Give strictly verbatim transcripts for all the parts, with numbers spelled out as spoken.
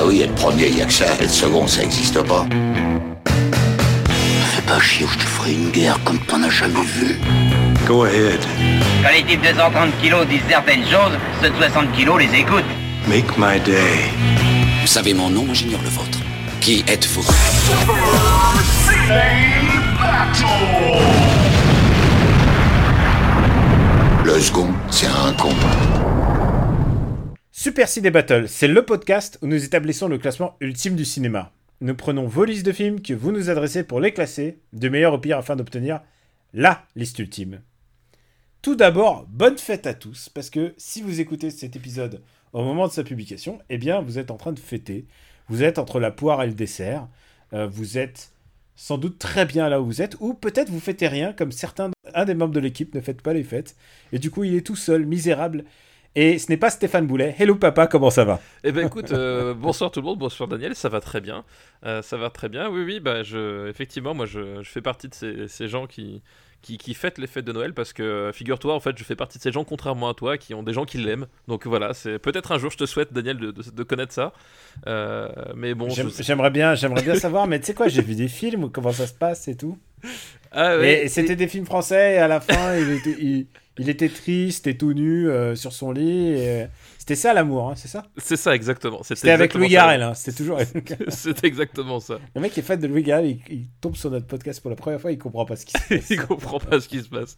oui, être premier, il y a que ça. Être second, ça existe pas. Fais pas chier ou je te ferai une guerre comme t'en as jamais vu. Go ahead. Quand les types de cent trente kilos disent certaines choses, ceux de soixante kilos les écoutent. Make my day. Vous savez mon nom, j'ignore le vôtre. Qui êtes-vous? Le second, c'est un con. Super Ciné Battle, c'est le podcast où nous établissons le classement ultime du cinéma. Nous prenons vos listes de films que vous nous adressez pour les classer, de meilleur au pire afin d'obtenir la liste ultime. Tout d'abord, bonne fête à tous, parce que si vous écoutez cet épisode au moment de sa publication, eh bien vous êtes en train de fêter. Vous êtes entre la poire et le dessert. Euh, vous êtes sans doute très bien là où vous êtes, ou peut-être vous fêtez rien, comme certains, un des membres de l'équipe ne fête pas les fêtes, et du coup il est tout seul, misérable. Et ce n'est pas Stéphane Boulet. Hello papa, comment ça va? Eh ben écoute, euh, bonsoir tout le monde, bonsoir Daniel, ça va très bien. Euh, ça va très bien, oui, oui, bah je, effectivement, moi je, je fais partie de ces, ces gens qui, qui, qui fêtent les fêtes de Noël parce que, figure-toi, en fait, je fais partie de ces gens, contrairement à toi, qui ont des gens qui l'aiment. Donc voilà, c'est peut-être un jour, je te souhaite, Daniel, de, de, de connaître ça. Euh, mais bon, J'aime, je... j'aimerais bien, j'aimerais bien savoir, mais tu sais quoi, j'ai vu des films, comment ça se passe et tout. Ah, ouais, et, et c'était et... des films français, et à la fin, il était, il, il était triste et tout nu euh, sur son lit. Et... C'était ça l'amour, hein, c'est ça? C'est ça, exactement. C'était, c'était avec Louis Garrel, hein, c'était toujours. C'est exactement ça. Le mec est fan de Louis Garrel, il, il tombe sur notre podcast pour la première fois, il comprend pas ce qui se passe. Il comprend pas ce qui se passe.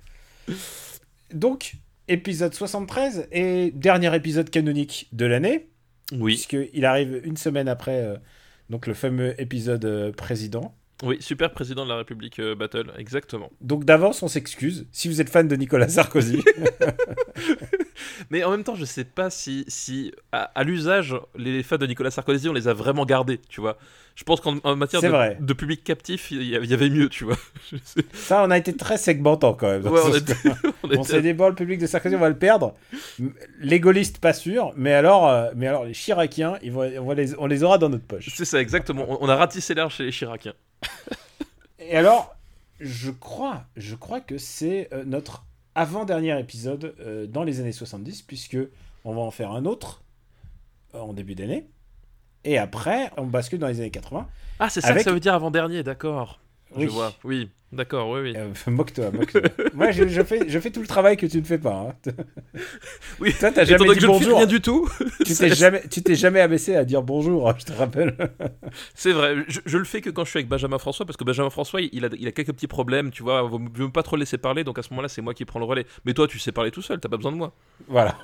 Donc, épisode soixante-treize et dernier épisode canonique de l'année. Oui. Puisqu'il arrive une semaine après euh, donc le fameux épisode euh, président. Oui, super président de la République euh, Battle, exactement. Donc d'avance, on s'excuse si vous êtes fan de Nicolas Sarkozy. Mais en même temps, je sais pas si, si à, à l'usage, les fans de Nicolas Sarkozy, on les a vraiment gardés, tu vois. Je pense qu'en en matière de, de public captif, il y, y avait mieux, tu vois. Ça, on a été très segmentant quand même. Ouais, on, était, on, était... on s'est dit, bon, le public de Sarkozy, on va le perdre. Les gaullistes, pas sûr. Mais alors, euh, mais alors les Chiraciens, ils vont, on, va les, on les aura dans notre poche. C'est ça, exactement. On, on a ratissé l'air chez les Chiraciens. Et alors, je crois, je crois que c'est euh, notre avant-dernier épisode euh, dans les années soixante-dix, puisque on va en faire un autre euh, en début d'année. Et après, on bascule dans les années quatre-vingts. Ah, c'est ça avec... que ça veut dire avant-dernier, d'accord. Oui. Je vois, oui, d'accord, oui, oui. Euh, moque-toi, moque-toi. Moi, je, je, fais, je fais tout le travail que tu ne fais pas. Hein. Oui, toi, t'as jamais dit je bonjour. Ne fais rien du tout. Tu t'es jamais, tu t'es jamais abaissé à dire bonjour, je te rappelle. C'est vrai, je, je le fais que quand je suis avec Benjamin François, parce que Benjamin François, il a, il a quelques petits problèmes, tu vois, vaut mieux pas trop le laisser parler, donc à ce moment-là, c'est moi qui prends le relais. Mais toi, tu sais parler tout seul, t'as pas besoin de moi. Voilà.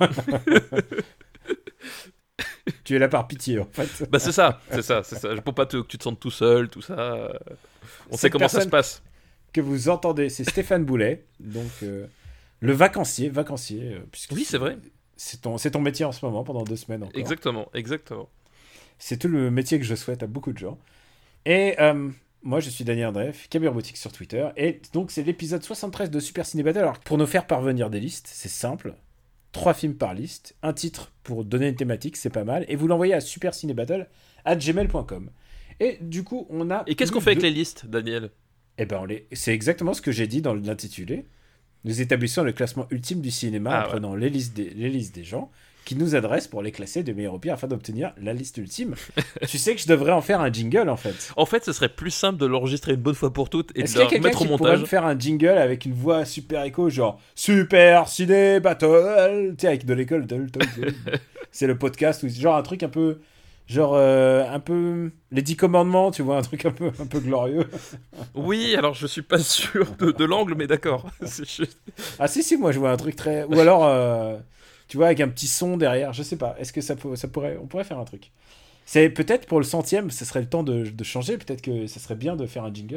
Tu es là par pitié, en fait. Bah c'est ça, c'est ça, c'est ça. Pour pas te, que tu te sentes tout seul, tout ça. On Cette sait comment ça se passe. Que vous entendez, c'est Stéphane Boulet, donc euh, le vacancier, vacancier. Euh, oui, c'est vrai. C'est ton, c'est ton métier en ce moment, pendant deux semaines encore. Exactement, exactement. C'est tout le métier que je souhaite à beaucoup de gens. Et euh, moi, je suis Daniel Andreff, Camille Robotique sur Twitter. Et donc, c'est l'épisode soixante-treize de Super Ciné Battle. Alors, pour nous faire parvenir des listes, c'est simple. Trois films par liste, un titre pour donner une thématique, c'est pas mal. Et vous l'envoyez à supercinébattle arobase gmail point com. Et du coup, on a... Et qu'est-ce qu'on fait avec les listes, Daniel? Eh ben, on les... c'est exactement ce que j'ai dit dans l'intitulé. Nous établissons le classement ultime du cinéma ah, en ouais. prenant les listes, des... les listes des gens qui nous adressent pour les classer de meilleur au pire afin d'obtenir la liste ultime. Tu sais que je devrais en faire un jingle, en fait. En fait, ce serait plus simple de l'enregistrer une bonne fois pour toutes et Est-ce de le mettre au montage. Est-ce qu'il y a quelqu'un qui pourrait me faire un jingle avec une voix super écho, genre Super Ciné Battle, tu sais, avec de l'école. C'est le podcast, ou genre un truc un peu... Genre, euh, un peu... Les dix commandements, tu vois, un truc un peu, un peu glorieux. Oui, alors je suis pas sûr de, de l'angle, mais d'accord. Juste... Ah si, si, moi je vois un truc très... Ou alors... Euh... Tu vois, avec un petit son derrière, je sais pas. Est-ce que ça, peut, ça pourrait, on pourrait faire un truc. C'est peut-être pour le centième, ce serait le temps de, de changer. Peut-être que ça serait bien de faire un jingle.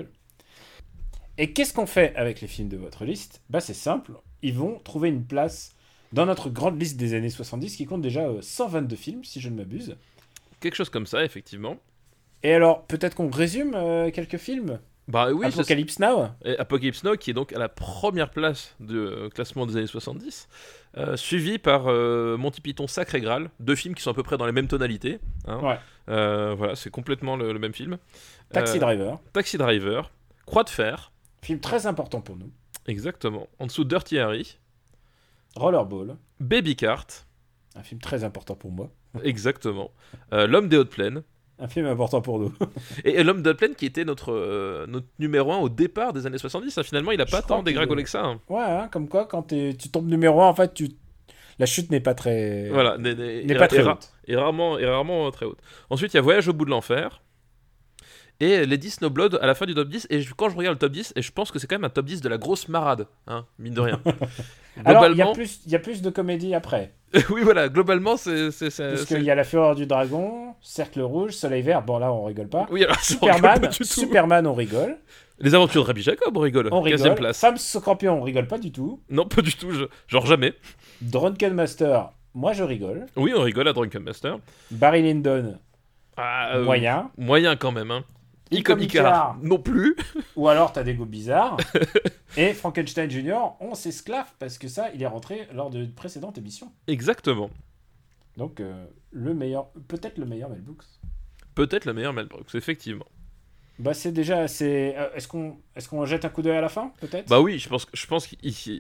Et qu'est-ce qu'on fait avec les films de votre liste? Bah c'est simple, ils vont trouver une place dans notre grande liste des années soixante-dix qui compte déjà euh, cent vingt-deux films, si je ne m'abuse. Quelque chose comme ça, effectivement. Et alors, peut-être qu'on résume euh, quelques films. Bah oui, Apocalypse Now. Et Apocalypse Now qui est donc à la première place du euh, classement des années soixante-dix, euh, suivi par euh, Monty Python Sacré Graal, deux films qui sont à peu près dans les mêmes tonalités. Hein. Ouais. Euh, voilà, c'est complètement le, le même film. Taxi euh, Driver. Taxi Driver, Croix de fer. Film très important pour nous. Exactement. En dessous, Dirty Harry. Rollerball. Baby Cart. Un film très important pour moi. Exactement. Euh, L'homme des hautes plaines. Un film important pour nous. Et, et L'Homme de la Plaine qui était notre, euh, notre numéro un au départ des années soixante-dix, hein, finalement il a pas Je crois tant dégringolé que ça. Hein. Ouais, hein, comme quoi, quand t'es- tu tombes numéro un, en fait, tu... la chute n'est pas très... Voilà, n'est, n'est- n'est et- pas très et ra- haute. Et rarement, et rarement euh, très haute. Ensuite il y a Voyage au bout de l'enfer. Et Lady Snowblood à la fin du top dix. Et je- quand je regarde le top dix, et je pense que c'est quand même un top dix de la grosse marade, hein, mine de rien. Alors, il y, a Globalement, plus- il y a plus de comédie après. oui voilà, globalement c'est... c'est, c'est, Parce c'est- qu'il y a La Fureur du Dragon, Cercle Rouge, Soleil Vert, bon là on rigole pas. Oui, alors, on rigole Superman, pas du tout. Superman on rigole. Les aventures de Rabbi Jacob, on rigole. On rigole. quinzième place. Femme Scorpion on rigole pas du tout. Non, pas du tout, je- genre jamais. Drunken Master, moi je rigole. Oui, on rigole à Drunken Master. Barry Lyndon, Ah, euh, moyen. Moyen quand même, hein. Icon Icon Icar. Icar, non plus. Ou alors t'as des goûts bizarres. Et Frankenstein Junior, on s'esclave parce que ça, il est rentré lors de précédente émission. Exactement. Donc euh, le meilleur, peut-être le meilleur Mel Brooks. Peut-être la meilleure Mel Brooks, effectivement. Bah c'est déjà, c'est, euh, est-ce qu'on, est-ce qu'on jette un coup d'œil à la fin, peut-être? Bah oui, je pense, que- je pense que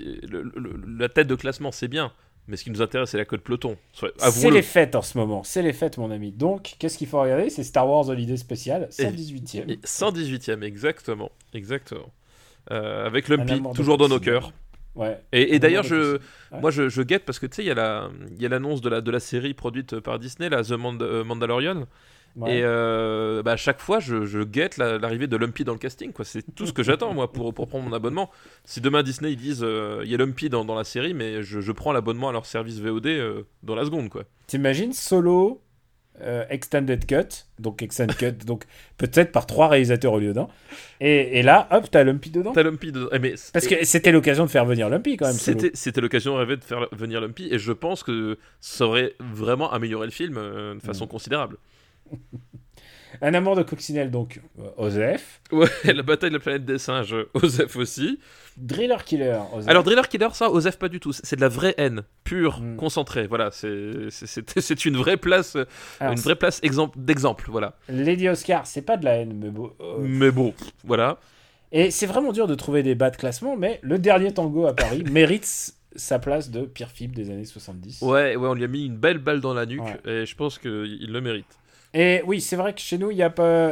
la tête de classement, c'est bien. Mais ce qui nous intéresse, c'est la queue de peloton. Soit- C'est avouons-le. les fêtes en ce moment, c'est les fêtes mon ami. Donc qu'est-ce qu'il faut regarder? C'est Star Wars Holiday Special, cent dix-huitième. Et cent dix-huitième, exactement. Exactement. Euh, avec Un Lumpy, amour de toujours dans nos coccinelle. cœurs. Ouais. Et, et Un d'ailleurs, amour de je, coccinelle. Ouais. moi, je, je guette parce que tu sais, il y a la, il y a l'annonce de la, de la série produite par Disney, la The Mand- euh, Mandalorian. Ouais. Et euh, bah, à chaque fois, je, je guette la- l'arrivée de Lumpy dans le casting. Quoi. C'est tout ce que j'attends, moi, pour, pour prendre mon abonnement. Si demain Disney ils disent euh, il y a Lumpy dans, dans la série, mais je, je prends l'abonnement à leur service V O D euh, dans la seconde. Quoi. T'imagines Solo euh, Extended Cut, donc Extended Cut, donc peut-être par trois réalisateurs au lieu d'un. Et, et là, hop, t'as Lumpy dedans. T'as Lumpy dedans. Eh, mais Parce que c'était l'occasion de faire venir Lumpy quand même. Solo. C'était, c'était l'occasion rêvée de faire venir Lumpy, et je pense que ça aurait vraiment amélioré le film euh, de façon Mm. considérable. Un amour de coccinelle, donc euh, Osef. Ouais, la bataille de la planète des singes, Osef aussi. Driller Killer, Osef. Alors Driller Killer, ça, Osef pas du tout. C'est de la vraie haine, pure, Mm. concentrée. Voilà, c'est, c'est, c'est, c'est une vraie place, euh, Alors, une vraie place exemple, d'exemple. Voilà. Lady Oscar, c'est pas de la haine, mais bon. euh, Mais bon, voilà. Et c'est vraiment dur de trouver des bas de classement, mais le dernier tango à Paris mérite s- sa place de pire film des années soixante-dix. Ouais, ouais, on lui a mis une belle balle dans la nuque, Ouais. et je pense qu'il le mérite. Et oui, c'est vrai que chez nous, il n'y a pas.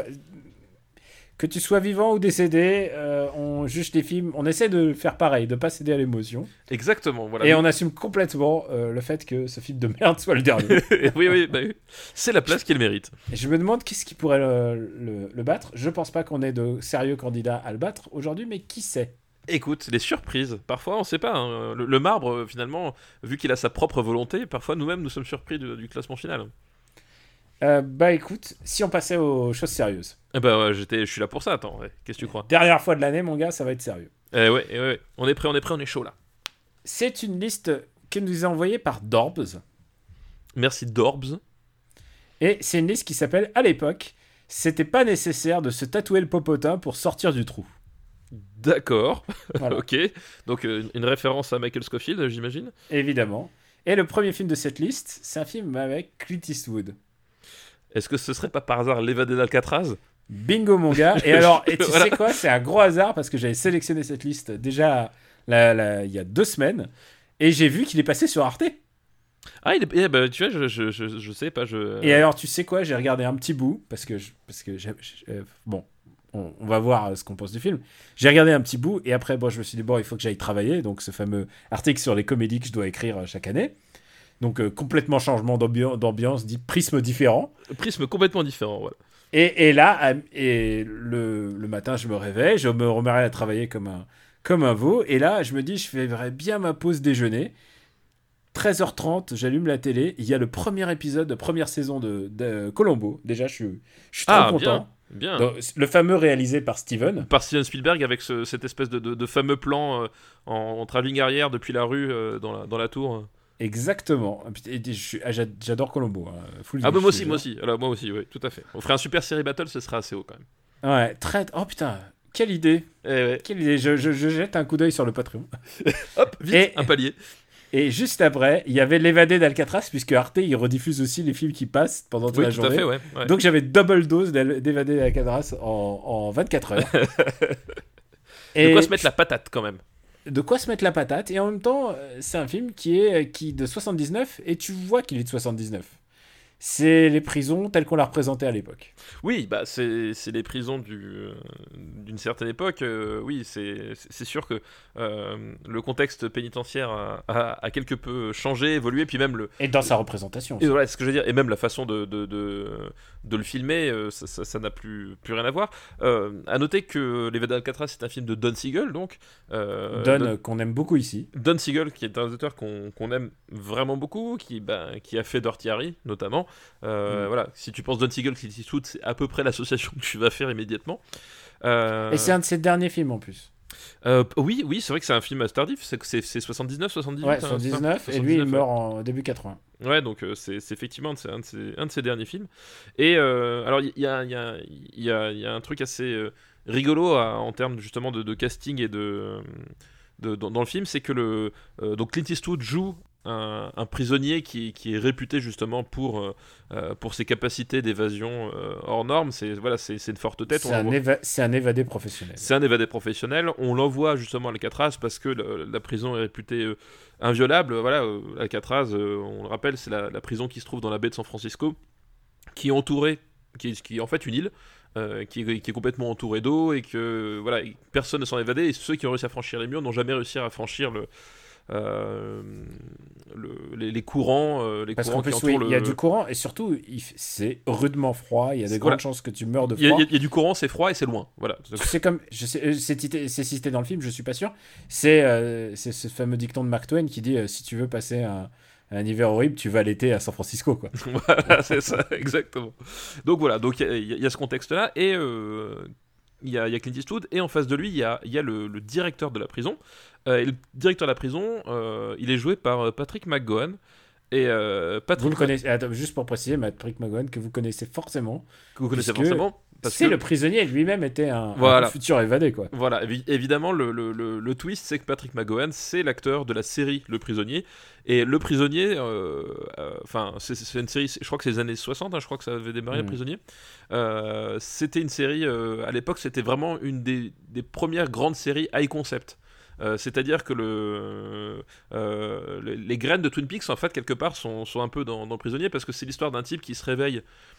Que tu sois vivant ou décédé, euh, on juge les films, on essaie de faire pareil, de pas céder à l'émotion. Exactement, voilà. Et on assume complètement euh, le fait que ce film de merde soit le dernier. oui, oui, bah oui. C'est la place qu'il mérite. Et je me demande qu'est-ce qui pourrait le, le- le battre. Je pense pas qu'on ait de sérieux candidats à le battre aujourd'hui, mais qui sait? Écoute, les surprises, parfois on sait pas. Hein. Le, le marbre, euh, finalement, vu qu'il a sa propre volonté, parfois nous-mêmes nous sommes surpris de- du classement final. Euh, bah écoute, si on passait aux choses sérieuses. Eh ben, ouais, j'étais, je suis là pour ça, attends, ouais. Qu'est-ce que tu crois? Dernière fois de l'année, mon gars, ça va être sérieux. Eh ouais, eh ouais, on est prêt, on est prêt, on est chaud là. C'est une liste que nous a envoyée par Dorbs. Merci Dorbs. Et c'est une liste qui s'appelle « À l'époque, c'était pas nécessaire de se tatouer le popotin pour sortir du trou D'accord, ». Voilà, ok. Donc euh, une référence à Michael Scofield, j'imagine. évidemment. Et le premier film de cette liste, c'est un film avec Clint Eastwood. Est-ce que ce serait pas par hasard l'évadé d'Alcatraz? Bingo, mon gars. Et alors, et tu Voilà. sais quoi? C'est un gros hasard parce que j'avais sélectionné cette liste déjà là, là, il y a deux semaines. Et j'ai vu qu'il est passé sur Arte. Ah, il est, eh ben, tu vois, je, je, je, je sais pas, je... Et alors, tu sais quoi? J'ai regardé un petit bout parce que, je- parce que j'ai- j'ai- euh, bon, on, on va voir euh, ce qu'on pense du film. J'ai regardé un petit bout et après, bon, je me suis dit, bon, il faut que j'aille travailler. Donc, ce fameux article sur les comédies que je dois écrire euh, chaque année. Donc, euh, complètement changement d'ambi- d'ambiance, dit prisme différent. Prisme complètement différent, voilà. Et, et là, à- et le, le matin, je me réveille, je me remets à travailler comme un, comme un veau. Et là, je me dis, je ferais bien ma pause déjeuner. treize heures trente, j'allume la télé. Il y a le premier épisode de première saison de, de Columbo. Déjà, je suis, je suis trop Ah, content. bien, bien. Donc, le fameux réalisé par Steven. Par Steven Spielberg avec ce- cette espèce de, de, de fameux plan euh, en, en travelling arrière depuis la rue euh, dans, la, dans la tour. Exactement. Et je suis- ah, j'a- j'adore Columbo. hein. Full Ah bah je moi te aussi, jure. moi aussi. Alors, moi aussi, oui, tout à fait. On ferait un super série battle, ce sera assez haut quand même. Ouais, très... Oh putain, quelle idée. Eh ouais. Quelle idée. Je, je- je jette un coup d'œil sur le Patreon. Hop, vite, Et- un palier. Et juste après, il y avait l'évadé d'Alcatraz, puisque Arte, il rediffuse aussi les films qui passent pendant toute Oui, la tout journée. à fait, ouais. ouais. Donc j'avais double dose d'El- d'évadé d'Alcatraz en, en vingt-quatre heures. De quoi se mettre la patate quand même. de quoi se mettre la patate. Et en même temps, euh, c'est un film qui est qui de soixante-dix-neuf, et tu vois qu'il est de soixante-dix-neuf. c'est les prisons telles qu'on l'a représentées à l'époque. Oui, bah c'est, c'est les prisons du, euh, d'une certaine époque. Euh, oui, c'est, c'est sûr que euh, le contexte pénitentiaire a, a, a quelque peu changé, évolué, puis même le... Et dans sa représentation aussi. Et voilà, c'est ce que je veux dire. Et même la façon de, de, de, de le filmer, euh, ça, ça, ça n'a plus, plus rien à voir. Euh, à noter que L'évadé d'Alcatraz, c'est un film de Don Siegel, donc. Euh, Don, Don, qu'on aime beaucoup ici. Don Siegel, qui est un auteur qu'on, qu'on aime vraiment beaucoup, qui, bah, qui a fait Dirty Harry, notamment. Euh, mm. Voilà, si tu penses Don Siegel, Clint Eastwood, c'est à peu près l'association que tu vas faire immédiatement. Euh... Et c'est un de ses derniers films en plus. Euh, oui, oui, c'est vrai que c'est un film assez tardif, c'est, c'est, c'est soixante-dix-neuf, soixante-dix-huit. Ouais, soixante-dix-neuf, hein, et lui il meurt en début quatre-vingts. Ouais, donc euh, c'est, c'est effectivement un de, ses, un, de ses, un de ses derniers films. Et euh, alors il y, y, a, y, a, y, a, y a un truc assez euh, rigolo à, en termes justement de, de casting et de, de dans, dans le film, c'est que le euh, donc Clint Eastwood joue Un, un prisonnier qui, qui est réputé justement pour, euh, pour ses capacités d'évasion euh, hors normes. C'est, voilà, c'est, c'est une forte tête. C'est un, éva- c'est un évadé professionnel. C'est un évadé professionnel. On l'envoie justement à Alcatraz parce que le, la prison est réputée euh, inviolable. Voilà, euh, Alcatraz, euh, on le rappelle, c'est la, la prison qui se trouve dans la baie de San Francisco, qui est entourée, qui est, qui est en fait une île. Euh, qui, est, qui est complètement entourée d'eau et que voilà, personne ne s'en est évadé. Et ceux qui ont réussi à franchir les murs n'ont jamais réussi à franchir le Euh, le, les, les courants, euh, les Parce courants qu'en plus, qui entourent oui, le... il y a du courant et surtout il f... c'est rudement froid. Il y a des voilà. grandes chances que tu meurs de froid. Il y a, il y a du courant, c'est froid et c'est loin. Voilà. C'est comme, je sais, c'est cité, c'est cité dans le film, je suis pas sûr. C'est, euh, c'est ce fameux dicton de Mark Twain qui dit euh, si tu veux passer un, un hiver horrible, tu vas l'été à San Francisco, quoi. Voilà, c'est ça, exactement. Donc voilà, donc il y, y, y a ce contexte-là et euh, il y, y a Clint Eastwood et en face de lui il y a, y a le, le directeur de la prison. Euh, et le directeur de la prison, euh, il est joué par Patrick McGowan. Et euh, Patrick vous le connaissez, attends, juste pour préciser, Patrick McGowan, que vous connaissez forcément. Que vous connaissez forcément. Parce c'est que le prisonnier lui-même était un, voilà. un futur évadé, quoi. Voilà, Évi- évidemment, le, le, le, le twist, c'est que Patrick McGowan, c'est l'acteur de la série Le Prisonnier. Et Le Prisonnier, enfin, euh, euh, c'est, c'est une série, je crois que c'est les années soixante, hein, je crois que ça avait démarré, mmh. Le Prisonnier. Euh, c'était une série, euh, à l'époque, c'était vraiment une des, des premières grandes séries high concept. Euh, c'est-à-dire que le, euh, les, les graines de Twin Peaks en fait quelque part sont, sont un peu dans, dans le prisonnier parce que c'est l'histoire d'un type qui se réveille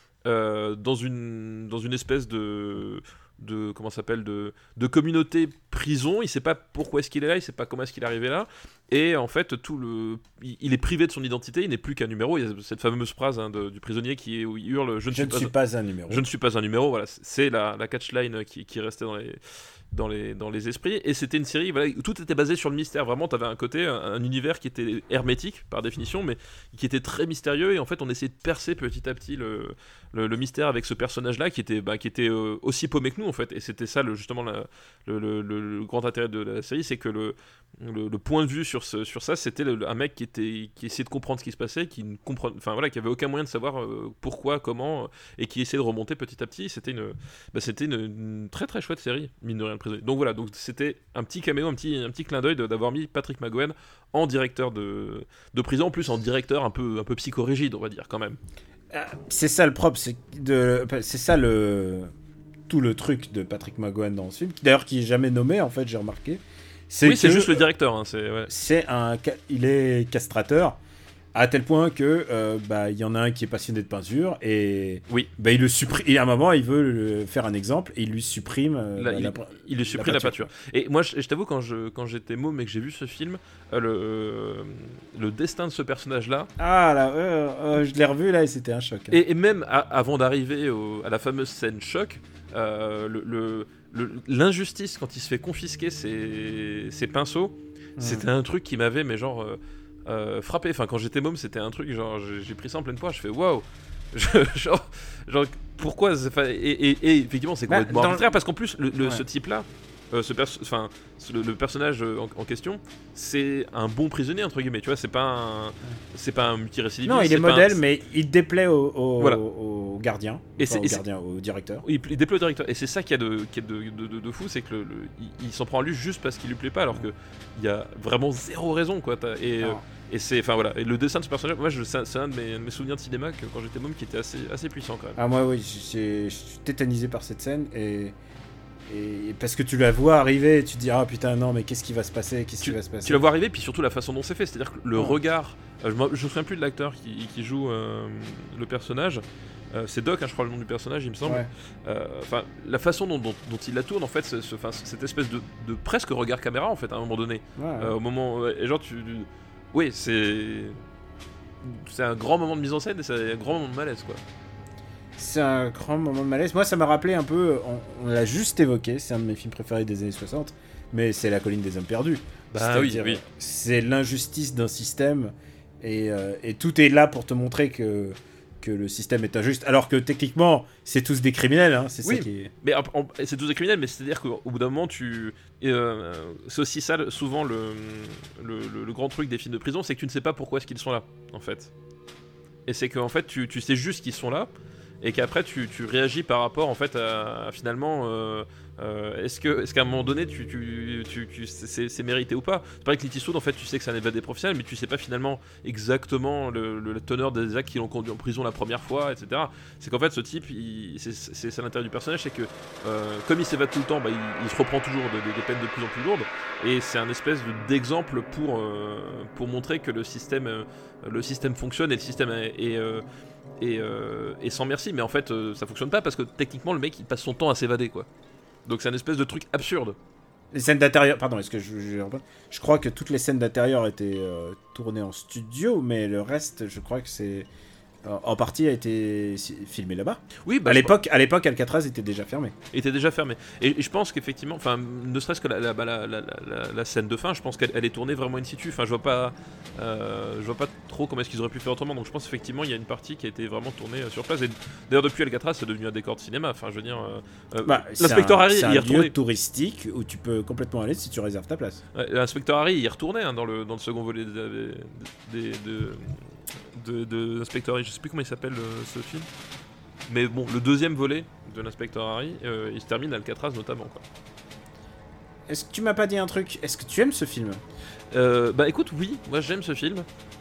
euh, dans, une, dans une espèce de, de comment ça s'appelle de, de communauté prison. Il sait pas pourquoi est-ce qu'il est là, il sait pas comment est-ce qu'il est arrivé là, et en fait tout le, il, il est privé de son identité, il n'est plus qu'un numéro. Il y a cette fameuse phrase hein, de, du prisonnier qui est, où il hurle je ne, je suis, ne pas, suis pas un numéro. Je ne suis pas un numéro. Voilà, c'est la, la catchline qui, qui restait dans les Dans les, dans les esprits, et c'était une série voilà, où tout était basé sur le mystère. Vraiment, t'avais un côté, un, un univers qui était hermétique par définition, mais qui était très mystérieux, et en fait on essayait de percer petit à petit le, le, le mystère avec ce personnage là qui était, bah, qui était euh, aussi paumé que nous en fait, et c'était ça le, justement la, le, le, le, le grand intérêt de la série, c'est que le, le, le point de vue sur, ce, sur ça, c'était le, un mec qui, était, qui essayait de comprendre ce qui se passait, qui ne comprenait, enfin voilà, qui avait aucun moyen de savoir euh, pourquoi, comment, euh, et qui essayait de remonter petit à petit. C'était une, bah, c'était une, une très très chouette série, mine de rien. Donc voilà, donc c'était un petit caméo, un petit, un petit clin d'œil de, d'avoir mis Patrick McGowan en directeur de, de prison, en plus en directeur un peu, un peu psychorigide, on va dire quand même. C'est ça le propre, c'est, de, c'est ça le, tout le truc de Patrick McGowan dans ce film, d'ailleurs qui est jamais nommé en fait, j'ai remarqué. C'est oui, que, c'est juste le directeur. Hein, c'est, ouais. c'est un, il est castrateur. À tel point que euh, bah il y en a un qui est passionné de peinture et oui. bah il le supprime. Et à un moment il veut le faire un exemple et il lui supprime. Euh, la, bah, il, la, il lui supprime la peinture. La peinture. Et moi je, je t'avoue quand je quand j'étais môme et que j'ai vu ce film, euh, le euh, le destin de ce personnage là. Ah là, euh, euh, je l'ai revu là et c'était un choc. Hein. Et, et même à, avant d'arriver au, à la fameuse scène choc, euh, le, le, le l'injustice quand il se fait confisquer ses ses pinceaux, mmh. c'était un truc qui m'avait mais genre. Euh, Euh, frappé, enfin quand j'étais môme c'était un truc genre j'ai, j'ai pris ça en pleine poire, je fais waouh, genre, genre pourquoi et, et, et effectivement c'est complètement bah, arbitraire le... parce qu'en plus le, le, ouais. ce type là euh, ce perso- enfin le, le personnage en, en question c'est un bon prisonnier entre guillemets, tu vois, c'est pas un c'est pas un multirécidiviste. Non, il est modèle un... mais il déplaît au, au, voilà. au gardien et enfin, c'est, au et gardien c'est... au directeur. Il, il déplaît au directeur et c'est ça qui a de qui est de, de, de, de fou, c'est que le, le, il, il s'en prend à lui juste parce qu'il lui plaît pas alors que il y a vraiment zéro raison quoi. T'as, et euh, Et c'est, enfin voilà, et le dessin de ce personnage, moi je, c'est, c'est un de mes, de mes souvenirs de cinéma que quand j'étais môme qui était assez, assez puissant quand même. Ah moi oui, je suis tétanisé par cette scène et et parce que tu la vois arriver, tu te dis ah putain non mais qu'est-ce qui va se passer, qu'est-ce tu, qui va se passer. Tu la vois arriver, puis surtout la façon dont c'est fait, c'est-à-dire que le oh. regard, euh, je, me, je me souviens plus de l'acteur qui, qui joue euh, le personnage, euh, c'est Doc, hein, je crois le nom du personnage, il me semble. Enfin, ouais. euh, la façon dont, dont, dont il la tourne, en fait, ce, ce, cette espèce de, de presque regard caméra, en fait, à un moment donné. Ouais, ouais. Euh, au moment, ouais, et genre tu, oui, c'est, c'est un grand moment de mise en scène et c'est un grand moment de malaise, quoi. C'est un grand moment de malaise. Moi, ça m'a rappelé un peu, on, on l'a juste évoqué, c'est un de mes films préférés des années soixante, mais c'est La Colline des Hommes Perdus. Bah oui, oui. C'est l'injustice d'un système, et, euh, et tout est là pour te montrer que, que le système est injuste, alors que techniquement, c'est tous des criminels, hein, c'est oui, ça qui est... mais en, c'est tous des criminels, mais c'est-à-dire qu'au bout d'un moment, tu... Euh, c'est aussi ça, souvent, le, le, le, le grand truc des films de prison, c'est que tu ne sais pas pourquoi est-ce qu'ils sont là, en fait. Et c'est qu'en fait, tu, tu sais juste qu'ils sont là, et qu'après tu, tu réagis par rapport en fait à, à finalement euh, euh, est-ce que est-ce qu'à un moment donné tu, tu, tu, tu c'est, c'est mérité ou pas. C'est pareil que Clint Eastwood, en fait tu sais que c'est un évadé professionnel, mais tu sais pas finalement exactement le, le, la teneur des actes qui l'ont conduit en prison la première fois, etc. C'est qu'en fait ce type il, c'est, c'est, c'est à l'intérieur du personnage, c'est que euh, comme il s'évade tout le temps, bah, il, il se reprend toujours de, de, des peines de plus en plus lourdes, et c'est un espèce de, d'exemple pour, euh, pour montrer que le système euh, le système fonctionne, et le système est, est euh, Et, euh, et sans merci, mais en fait euh, ça fonctionne pas parce que techniquement le mec il passe son temps à s'évader, quoi. Donc c'est un espèce de truc absurde. Les scènes d'intérieur, pardon, est-ce que je, je, je crois que toutes les scènes d'intérieur étaient euh, tournées en studio, mais le reste, je crois que c'est en partie a été filmé là-bas. Oui, bah, à l'époque, à l'époque, Alcatraz était déjà fermé. Était déjà fermé. Et, et je pense qu'effectivement, enfin, ne serait-ce que la, la, la, la, la, la scène de fin, je pense qu'elle elle est tournée vraiment in situ. Enfin, je vois pas, euh, je vois pas trop comment est-ce qu'ils auraient pu faire autrement. Donc, je pense effectivement, il y a une partie qui a été vraiment tournée euh, sur place. Et d'ailleurs, depuis Alcatraz, c'est devenu un décor de cinéma. Enfin, je veux dire, euh, bah, l'inspecteur Harry, c'est un il est retourné. lieu touristique où tu peux complètement aller si tu réserves ta place. Ouais, l'inspecteur Harry, il est retourné hein, dans le dans le second volet des, des, de de, de l'inspecteur Harry. Je sais plus comment il s'appelle euh, ce film. Mais bon, le deuxième volet de l'inspecteur Harry, euh, il se termine à Alcatraz notamment, quoi. Est-ce que tu m'as pas dit un truc ? Est-ce que tu aimes ce film ? euh, Bah écoute, oui, moi j'aime ce film.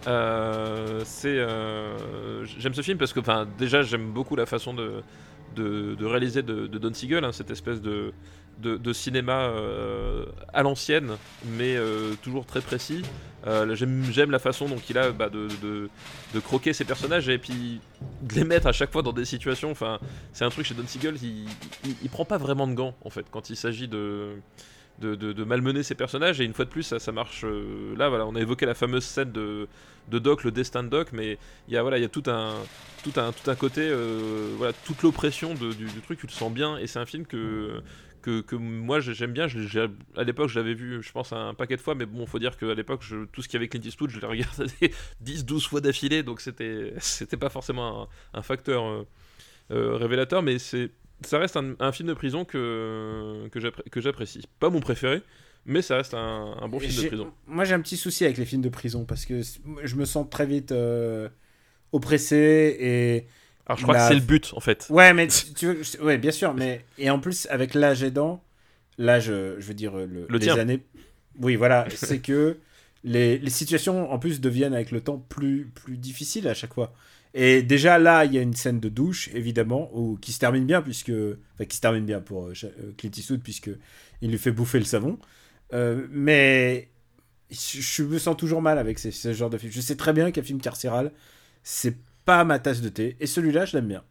Euh, c'est, euh, j'aime ce film parce que, enfin, déjà j'aime beaucoup la façon de, de, de réaliser de, de Don Siegel, hein, cette espèce de, de, de cinéma euh, à l'ancienne, mais euh, toujours très précis. Euh, j'aime, j'aime la façon dont il a bah, de, de, de croquer ses personnages et puis de les mettre à chaque fois dans des situations. Enfin, c'est un truc chez Don Siegel, il, il, il prend pas vraiment de gants en fait quand il s'agit de, de, de, de malmener ses personnages. Et une fois de plus, ça, ça marche. Euh, là, voilà, on a évoqué la fameuse scène de, de Doc, le destin de Doc, mais il y a voilà, il y a tout un, tout un, tout un côté, euh, voilà, toute l'oppression de, du, du truc, tu le sens bien. Et c'est un film que Que, que moi j'aime bien. Je, j'ai, à l'époque je l'avais vu je pense un paquet de fois, mais bon faut dire qu'à l'époque je, tout ce qu'il y avait Clint Eastwood je l'ai regardé dix douze fois d'affilée, donc c'était, c'était pas forcément un, un facteur euh, euh, révélateur, mais c'est, ça reste un, un film de prison que, que, j'appré- que j'apprécie. Pas mon préféré, mais ça reste un, un bon film j'ai, de prison. Moi j'ai un petit souci avec les films de prison parce que je me sens très vite euh, oppressé et Alors je crois la... que c'est le but en fait. Ouais, mais tu veux, ouais, bien sûr, mais et en plus avec l'âge aidant, l'âge, je veux dire le, le les tien. années, oui voilà, c'est que les, les situations en plus deviennent avec le temps plus plus difficiles à chaque fois. Et déjà là, il y a une scène de douche évidemment où qui se termine bien puisque, enfin qui se termine bien pour euh, Clint Eastwood puisque il lui fait bouffer le savon, euh, mais je, je me sens toujours mal avec ces, ce genre de film. Je sais très bien qu'un film carcéral, c'est pas ma tasse de thé, et celui-là je l'aime bien.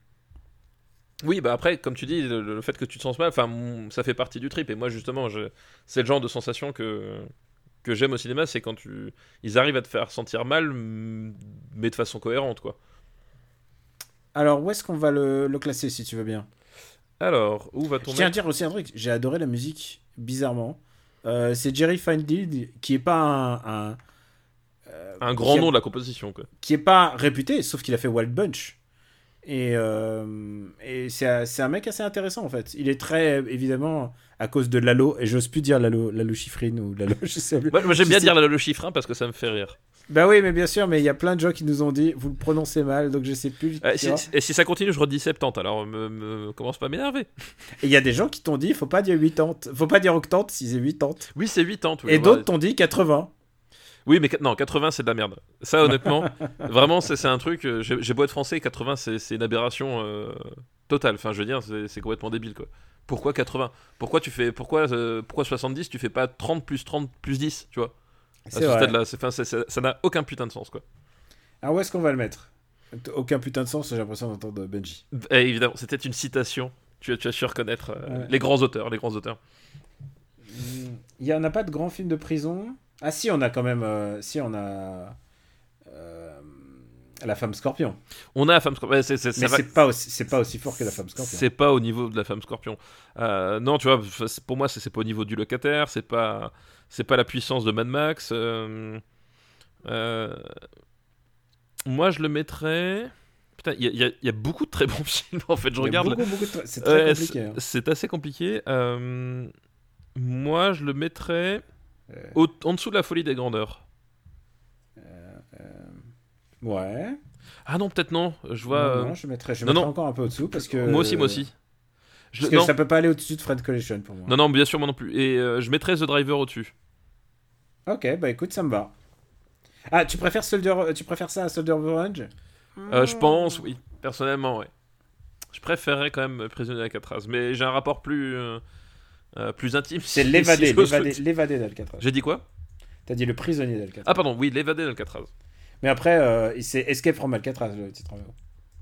Oui, bah après, comme tu dis, le, le fait que tu te sens mal, enfin, ça fait partie du trip. Et moi, justement, je, c'est le genre de sensation que que j'aime au cinéma, c'est quand tu, ils arrivent à te faire sentir mal, mais de façon cohérente, quoi. Alors, où est-ce qu'on va le, le classer, si tu veux bien ? Alors, où va-t-on Je tiens à mettre... dire aussi un truc, j'ai adoré la musique, bizarrement. Euh, c'est Jerry Feingold, qui est pas un... un Euh, un grand nom a, de la composition, quoi. Qui est pas réputé, sauf qu'il a fait Wild Bunch. Et, euh, et c'est, c'est un mec assez intéressant, en fait. Il est très, évidemment, à cause de Lalo, et j'ose plus dire Lalo, Lalo Schifrin ou Lalo, je sais plus. Moi, moi j'aime je bien sais... dire Lalo Schifrin parce que ça me fait rire. Bah oui, mais bien sûr, mais il y a plein de gens qui nous ont dit, vous le prononcez mal, donc je sais plus. Euh, si, et si ça continue, je redis soixante-dix, alors me, me commence pas à m'énerver. Et il y a des gens qui t'ont dit, faut pas dire quatre-vingts, faut pas dire octante si c'est quatre-vingts. Oui, c'est quatre-vingts. Oui, et d'autres ouais. t'ont dit quatre-vingts. Oui, mais non, quatre-vingts c'est de la merde. Ça, honnêtement, vraiment, c'est, c'est un truc. J'ai, j'ai beau être français, quatre-vingts c'est, c'est une aberration euh, totale. Enfin, je veux dire, c'est, c'est complètement débile, quoi. Pourquoi quatre-vingts? Pourquoi tu fais pourquoi euh, pourquoi soixante-dix? Tu fais pas trente plus trente plus dix, tu vois? C'est à ce vrai. stade-là, c'est, c'est, c'est, ça n'a aucun putain de sens, quoi. Alors où est-ce qu'on va le mettre? Aucun putain de sens, j'ai l'impression d'entendre Benji. Et évidemment, c'était une citation. Tu, tu as su reconnaître euh, Ouais. les grands auteurs, les grands auteurs. Il y en a pas de grands films de prison. Ah si, on a quand même... euh, si, on a... euh, La Femme Scorpion. On a la femme scorpion. C'est, c'est, Mais c'est, vrai- c'est pas, aussi, c'est pas aussi fort que La Femme Scorpion. c'est pas au niveau de la femme scorpion. Euh, non, tu vois, c'est- pour moi, c'est, c'est pas au niveau du locataire. C'est pas, c'est pas la puissance de Mad Max. Euh, euh, moi, je le mettrais. Putain, il y, a- il y a- il y a beaucoup de très bons films en fait. Je Il y a regarde. beaucoup, beaucoup de... C'est très Ouais, compliqué. c'est, hein. c'est assez compliqué. Euh, moi, je le mettrais Euh. au- en dessous de la folie des grandeurs. Ouais. Ah non, peut-être non. Je vois. Non, euh, non, je mettrais, je non, mettrais non. encore un peu au-dessous parce que... Moi aussi, moi aussi. Je- Parce que non. ça peut pas aller au-dessus de Friend Collection pour moi. non, non, bien sûr, moi non plus. Et euh, je mettrais The Driver au-dessus. Ok, bah écoute, ça me va. Ah, tu préfères, Soldier... tu préfères ça à Soldier of Orange? Euh, je pense, oui. Personnellement, ouais. Je préférerais quand même Prisonnier d'Alcatraz. Mais j'ai un rapport plus, euh, euh, plus intime. C'est si- l'évadé, si j'ose le l'évadé, dire. l'évadé d'Alcatraz. J'ai dit quoi? T'as dit le prisonnier d'Alcatraz. Ah, pardon, oui, l'évadé d'Alcatraz. Mais après, euh, c'est Escape from Alcatraz, le titre en V O.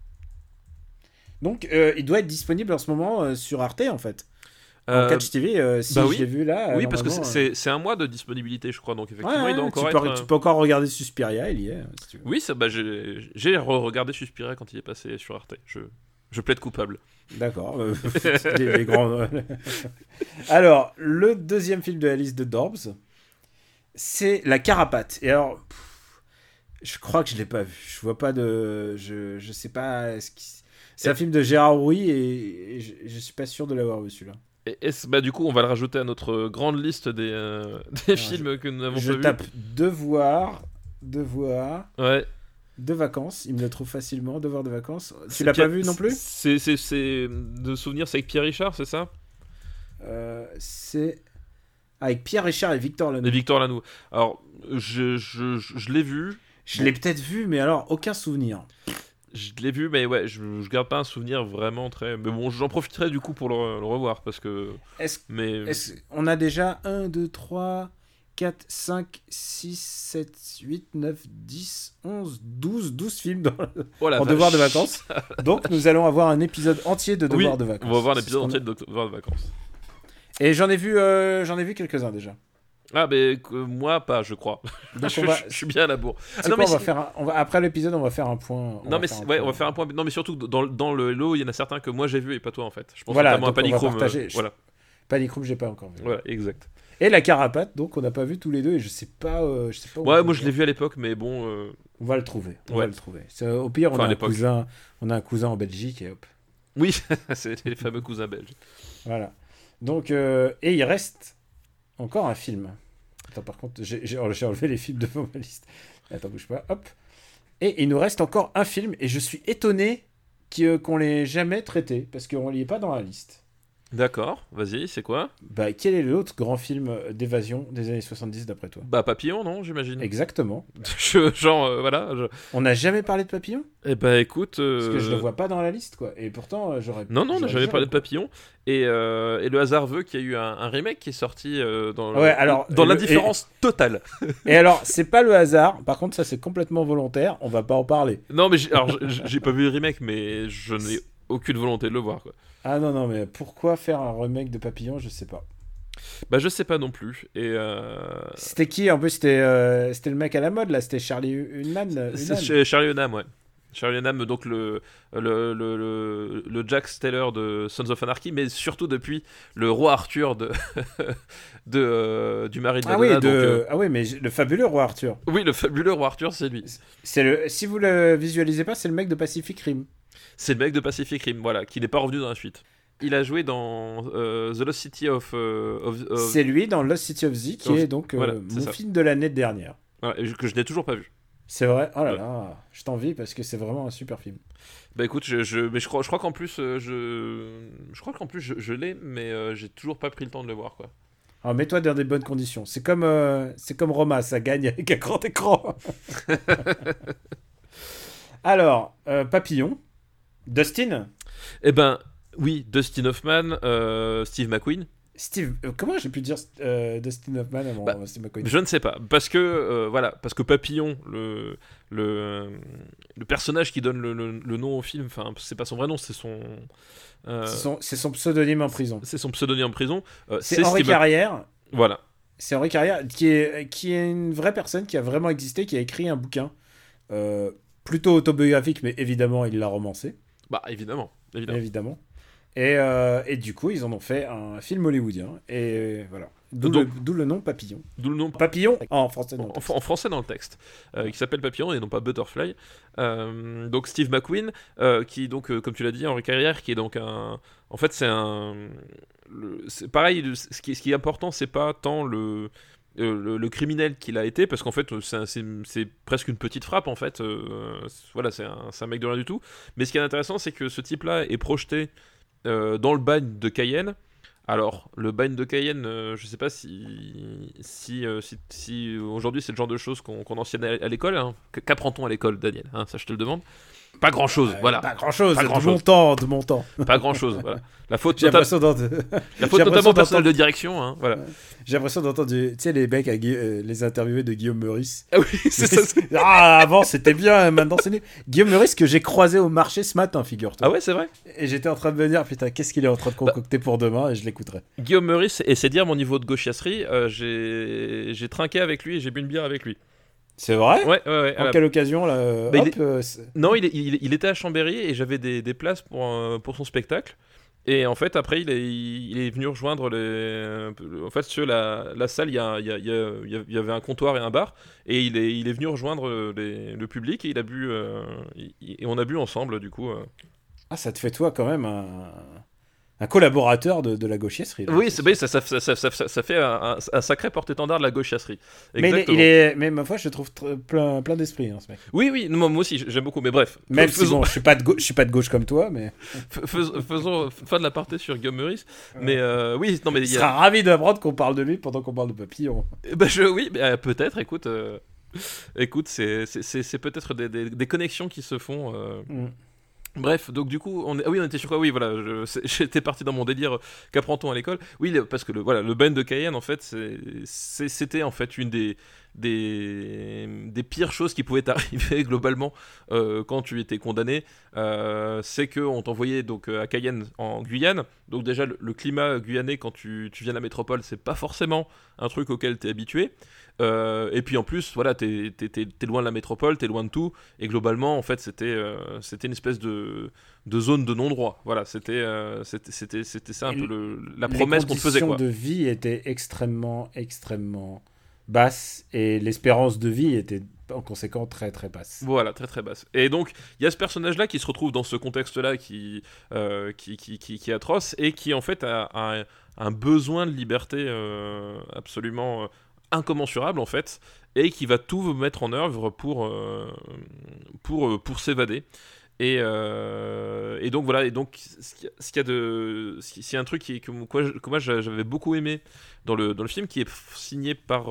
Donc, euh, il doit être disponible en ce moment euh, sur Arte, en fait. En Euh, Catch T V, euh, si bah je oui. l'ai vu là. oui, euh, parce que c'est, normalement, c'est, c'est un mois de disponibilité, je crois. Donc, euh, effectivement, ouais, il doit ouais, encore tu, être. peux, euh, tu peux encore regarder Suspiria, il y est, si tu veux. Oui, ça, bah, j'ai, j'ai re-regardé Suspiria quand il est passé sur Arte. Je, je plaide coupable. D'accord. euh, les, les grands... Alors, le deuxième film de la liste de Dorbs, c'est La Carapate. Et alors, pff, je crois que je l'ai pas vu. Je vois pas de... Je, je sais pas... Ce qui... C'est un film de Gérard Rouy et, et je, je suis pas sûr de l'avoir vu, celui-là. Et, et c'est- bah, du coup, on va le rajouter à notre grande liste des, euh, des Alors, films que nous n'avons Je pas tape Devoir, Devoir, vus. Ouais. de vacances. Il me le trouve facilement, Devoir de vacances. Tu C'est l'as pas Pierre- vu non plus? c'est, c'est, c'est de souvenir, c'est avec Pierre Richard, c'est ça? euh, C'est avec Pierre Richard et Victor Et Lanoux. Victor Lanoux. Alors, je, je, je, je l'ai vu. Je l'ai peut-être vu, mais alors aucun souvenir. Je l'ai vu, mais ouais, je, je garde pas un souvenir vraiment très. Mais bon, j'en profiterai du coup pour le, le revoir parce que. Est-ce Mais. est-ce on a déjà un, deux, trois, quatre, cinq, six, sept, huit, neuf, dix, onze, douze, douze films dans... Oh la en vache. Devoir de vacances. Donc nous allons avoir un épisode entier de Devoir Oui, de vacances. on va voir C'est l'épisode ce qu'on a- entier de Devoir de vacances. Et j'en ai vu, euh, j'en ai vu quelques-uns déjà. Ah, mais euh, moi, pas, je crois. Donc je, on va- je- je suis bien à la bourre. C'est Ah, non, quoi, mais on va c'est- faire un- on va... Après l'épisode, on va faire un point. on Non, va mais faire c'est- un ouais, point. on va faire un point. Non, mais surtout que dans, le- dans le lot, il y en a certains que moi j'ai vu et pas toi en fait. Je pense Voilà, notamment à donc on va Panic Room. partager. euh, Voilà, Panic Room, j'ai pas encore vu. voilà, exact. Et La Carapate, donc on n'a pas vu tous les deux et je sais pas, euh, je sais pas. où on Ouais, peut moi le je l'ai voir. vu à l'époque, mais bon. euh, On va le trouver. On Ouais. va le trouver. C'est- Au pire, on Enfin, a à un l'époque. cousin, on a un cousin en Belgique et hop. Oui, c'est les fameux cousins belges. Voilà. Donc euh, et il reste encore un film. Attends, par contre, j'ai j'ai- j'ai enlevé les films devant ma liste. Attends, bouge pas. Hop. Et il nous reste encore un film et je suis étonné qui- euh, qu'on l'ait jamais traité parce qu'on l'y est pas dans la liste. D'accord, vas-y, c'est quoi? Bah, quel est l'autre grand film d'évasion des années soixante-dix d'après toi? Bah, Papillon, non, j'imagine. Exactement. Je- genre, euh, voilà. je- On n'a jamais parlé de Papillon? Eh bah, écoute. Parce que je le euh, vois pas dans la liste, quoi. Et pourtant, euh, j'aurais. Non, non, on n'a j'aurais jamais juré, parlé de quoi. Papillon. Et, euh, et le hasard veut qu'il y a eu un, un remake qui est sorti euh, dans, le- Ouais, alors, dans le- l'indifférence totale. Et alors, c'est pas le hasard. Par contre, ça, c'est complètement volontaire. On va pas en parler. Non, mais j'ai, alors, j'ai- j'ai pas vu le remake, mais je n'ai aucune volonté de le voir, quoi. Ah non, non, mais pourquoi faire un remake de Papillon? Je sais pas. Bah, je sais pas non plus. Et. Euh... C'était qui? En plus, c'était euh, c'était le mec à la mode, là. C'était Charlie Hunnam. C'est chez Charlie Hunnam, ouais. Charlie Hunnam, donc le, le, le, le, le Jack Steller de Sons of Anarchy, mais surtout depuis le roi Arthur de, de, euh, du mari de Ah oui, Madonna. de... donc, euh, ah oui, mais le fabuleux roi Arthur. oui, le fabuleux roi Arthur, c'est lui. C'est le... Si vous le visualisez pas, c'est le mec de Pacific Rim. C'est le mec de Pacific Rim, voilà, qui n'est pas revenu dans la suite. Il a joué dans euh, The Lost City of... euh, of, of- C'est lui dans Lost City of Z, qui Of- est donc euh, voilà, c'est mon ça. film de l'année dernière. voilà, et que je n'ai toujours pas vu. C'est vrai? Oh là Ouais. là, je t'envie parce que c'est vraiment un super film. Bah écoute, je, je, mais je crois, je crois qu'en plus, euh, je, je crois qu'en plus je, je l'ai, mais euh, j'ai toujours pas pris le temps de le voir, quoi. Alors mets-toi dans des bonnes conditions. C'est comme, euh, c'est comme Roma, ça gagne avec un grand écran. Alors, euh, Papillon, Dustin. Eh ben, Oui, Dustin Hoffman, euh, Steve McQueen. Steve, euh, comment j'ai pu dire euh, Dustin Hoffman avant bah, Steve McQueen? Je ne sais pas, parce que euh, voilà, parce que Papillon, le le, le personnage qui donne le, le, le nom au film, enfin c'est pas son vrai nom, c'est son, euh, c'est son c'est son pseudonyme en prison. C'est son pseudonyme en prison. Euh, c'est, c'est Henri Steve Carrière. Ma... Voilà. C'est Henri Carrière qui est qui est une vraie personne qui a vraiment existé, qui a écrit un bouquin euh, plutôt autobiographique, mais évidemment il l'a romancé. Bah évidemment, évidemment. Évidemment. Et, euh, et du coup, ils en ont fait un film hollywoodien. Et voilà. D'où, Donc, le, d'où le nom Papillon. D'où le nom Papillon en français dans le texte. En, en français dans le texte. Euh, qui s'appelle Papillon et non pas Butterfly. Euh, donc Steve McQueen, euh, qui donc, euh, comme tu l'as dit, Henri Carrière, qui est donc un. En fait, c'est un. Le, c'est pareil, le, ce, qui, ce qui est important, c'est pas tant le. Euh, le, le criminel qu'il a été, parce qu'en fait c'est, un, c'est, c'est presque une petite frappe en fait. Euh, voilà, c'est un, c'est un mec de rien du tout. Mais ce qui est intéressant, c'est que ce type-là est projeté Euh, dans le bagne de Cayenne. Alors, le bagne de Cayenne, euh, je sais pas si, si, euh, si, si aujourd'hui c'est le genre de choses qu'on, qu'on enseigne à, à l'école. Hein. Qu'apprend-on à l'école, Daniel, hein, ça je te le demande. Pas grand-chose, euh, voilà. Pas grand-chose, pas de grand-chose. mon temps, de mon temps. Pas grand-chose, voilà. La faute, J'ai nota- d'entendre... La faute notamment au personnel de direction, hein, voilà. J'ai l'impression d'entendre, tu sais, les mecs, à Gu... euh, les interviewés de Guillaume Meurice. Ah oui, c'est ça. C'est... Ah, avant c'était bien, maintenant c'est nul. Guillaume Meurice que j'ai croisé au marché ce matin, figure-toi. Ah ouais, c'est vrai. Et j'étais en train de me dire, putain, qu'est-ce qu'il est en train de concocter bah, pour demain, et je l'écouterai. Guillaume Meurice, et c'est dire mon niveau de gauchiasserie, euh, j'ai... j'ai trinqué avec lui et j'ai bu une bière avec lui. C'est vrai ? Ouais, ouais, ouais. En quelle occasion là bah, hop, il est... euh, Non, il, est, il, il était à Chambéry et j'avais des, des places pour, euh, pour son spectacle. Et en fait, après, il est, il est venu rejoindre les. En fait, sur la, la salle, il y, a, il, y a, il, y a, il y avait un comptoir et un bar. Et il est, il est venu rejoindre les, le public et il a bu. Euh, et on a bu ensemble, du coup. Euh... Ah, ça te fait toi quand même un. Un collaborateur de, de la gauchiasserie. Là, oui, c'est, c'est ça, ça, ça, ça, ça, ça fait un, un sacré porte-étendard de la gauchiasserie. Mais il est, il est, mais ma foi, je le trouve tr- plein, plein d'esprit, hein, ce mec. Oui, oui, moi, moi aussi, j'aime beaucoup. Mais bref. Même faisons... si bon, je suis pas de gauche, je suis pas de gauche comme toi, mais faisons, faisons fin de l'aparté sur Guillaume Meurice. Ouais. Mais euh, oui, non, mais il il y a... sera ravi d'apprendre qu'on parle de lui pendant qu'on parle de Papillon. Bah je, oui, bah, peut-être. Écoute, euh, écoute, c'est, c'est, c'est, c'est peut-être des, des, des connexions qui se font. Euh... Mm. Bref, donc du coup, on est... ah oui, on était sur quoi ? Oui, voilà, je... j'étais parti dans mon délire. Qu'apprend-on à l'école ? Oui, parce que le, voilà, le bagne de Cayenne, en fait, c'est... C'est... c'était en fait une des des, des pires choses qui pouvaient t'arriver globalement euh, quand tu étais condamné. Euh, c'est que on t'envoyait donc à Cayenne en Guyane. Donc déjà, le, le climat guyanais quand tu, tu viens de la métropole, c'est pas forcément un truc auquel t'es habitué. Euh, et puis en plus, voilà, t'es, t'es, t'es, t'es loin de la métropole, t'es loin de tout, et globalement, en fait, c'était, euh, c'était une espèce de, de zone de non-droit. Voilà, c'était, euh, c'était, c'était, c'était ça un et peu le, la promesse qu'on te faisait. Les conditions de vie étaient extrêmement, extrêmement basses, et l'espérance de vie était en conséquent très, très basse. Voilà, très, très basse. Et donc, il y a ce personnage-là qui se retrouve dans ce contexte-là qui, euh, qui, qui, qui, qui est atroce, et qui, en fait, a, a un besoin de liberté euh, absolument... Euh, incommensurable en fait, et qui va tout mettre en œuvre pour, euh, pour, pour s'évader. Et, euh, et donc voilà, et donc ce qu'il y a de, c'est un truc qui, que, quoi, que moi j'avais beaucoup aimé dans le, dans le film, qui est signé par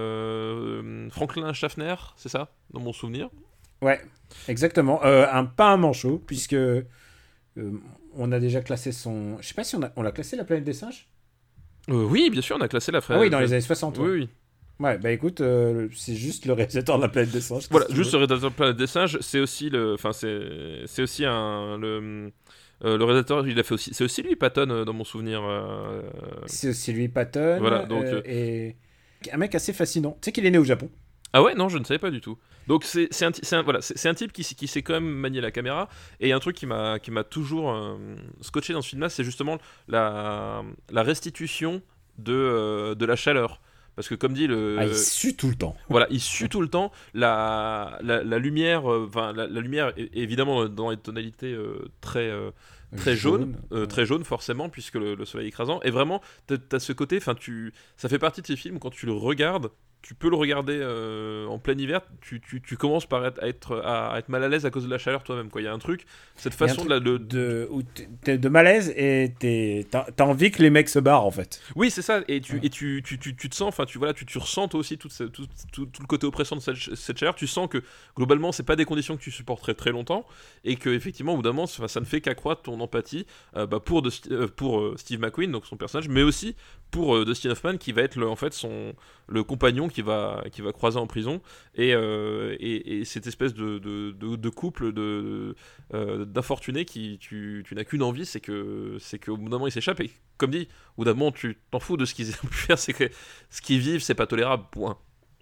euh, Franklin Schaffner, c'est ça, dans mon souvenir. Ouais, exactement. Euh, un, pas un manchot, puisque euh, on a déjà classé son... Je sais pas si on, a, on l'a classé, La Planète des Singes. Euh, oui, bien sûr, on a classé la frère. Ah oui, dans les années soixante. Oui, ouais. oui. Ouais, bah écoute, euh, c'est juste le réalisateur de La Planète des Singes. Voilà, juste le réalisateur de La Planète des Singes, c'est aussi le, enfin c'est, c'est aussi un le, euh, le réalisateur, il a fait aussi, c'est aussi lui Patton euh, dans mon souvenir. Euh... C'est aussi lui Patton. Voilà, donc euh, et un mec assez fascinant. Tu sais qu'il est né au Japon. Ah ouais, non, je ne savais pas du tout. Donc c'est, c'est, un, c'est, un, voilà, c'est, c'est un type qui, qui sait quand même manier la caméra. Et un truc qui m'a, qui m'a toujours euh, scotché dans ce film-là, c'est justement la, la restitution de, euh, de la chaleur. Parce que comme dit le... Ah, il sue tout le temps. Voilà, il sue tout le temps. La, la, la lumière, enfin, euh, la, la lumière est évidemment dans les tonalités euh, très... Euh, très jaune, jaune euh, ouais. très jaune forcément puisque le, le soleil est écrasant, et vraiment t'as, t'as ce côté, enfin tu, ça fait partie de ces films où quand tu le regardes, tu peux le regarder euh, en plein hiver, tu, tu, tu commences par être, à, être, à être mal à l'aise à cause de la chaleur toi-même. Il y a un truc, cette façon truc de, la, de, de, où t'es de malaise et t'es, t'as, t'as envie que les mecs se barrent en fait. Oui, c'est ça, et tu, Ouais. et tu, tu, tu, tu te sens, enfin tu, voilà, tu, tu ressens toi aussi tout, ce, tout, tout, tout le côté oppressant de cette, cette chaleur, tu sens que globalement c'est pas des conditions que tu supporterais très longtemps, et que effectivement au bout d'un moment ça ne fait qu'accroître ton empathie euh, bah, pour, de, euh, pour euh, Steve McQueen, donc son personnage, mais aussi pour euh, Dustin Hoffman qui va être le, en fait son, le compagnon qui va, qui va croiser en prison, et, euh, et, et cette espèce de, de, de, de couple de, euh, d'infortunés qui tu, tu n'as qu'une envie, c'est que c'est qu'au bout d'un moment ils s'échappent, et comme dit, au bout d'un moment tu t'en fous de ce qu'ils aient pu faire, c'est que ce qu'ils vivent c'est pas tolérable, point.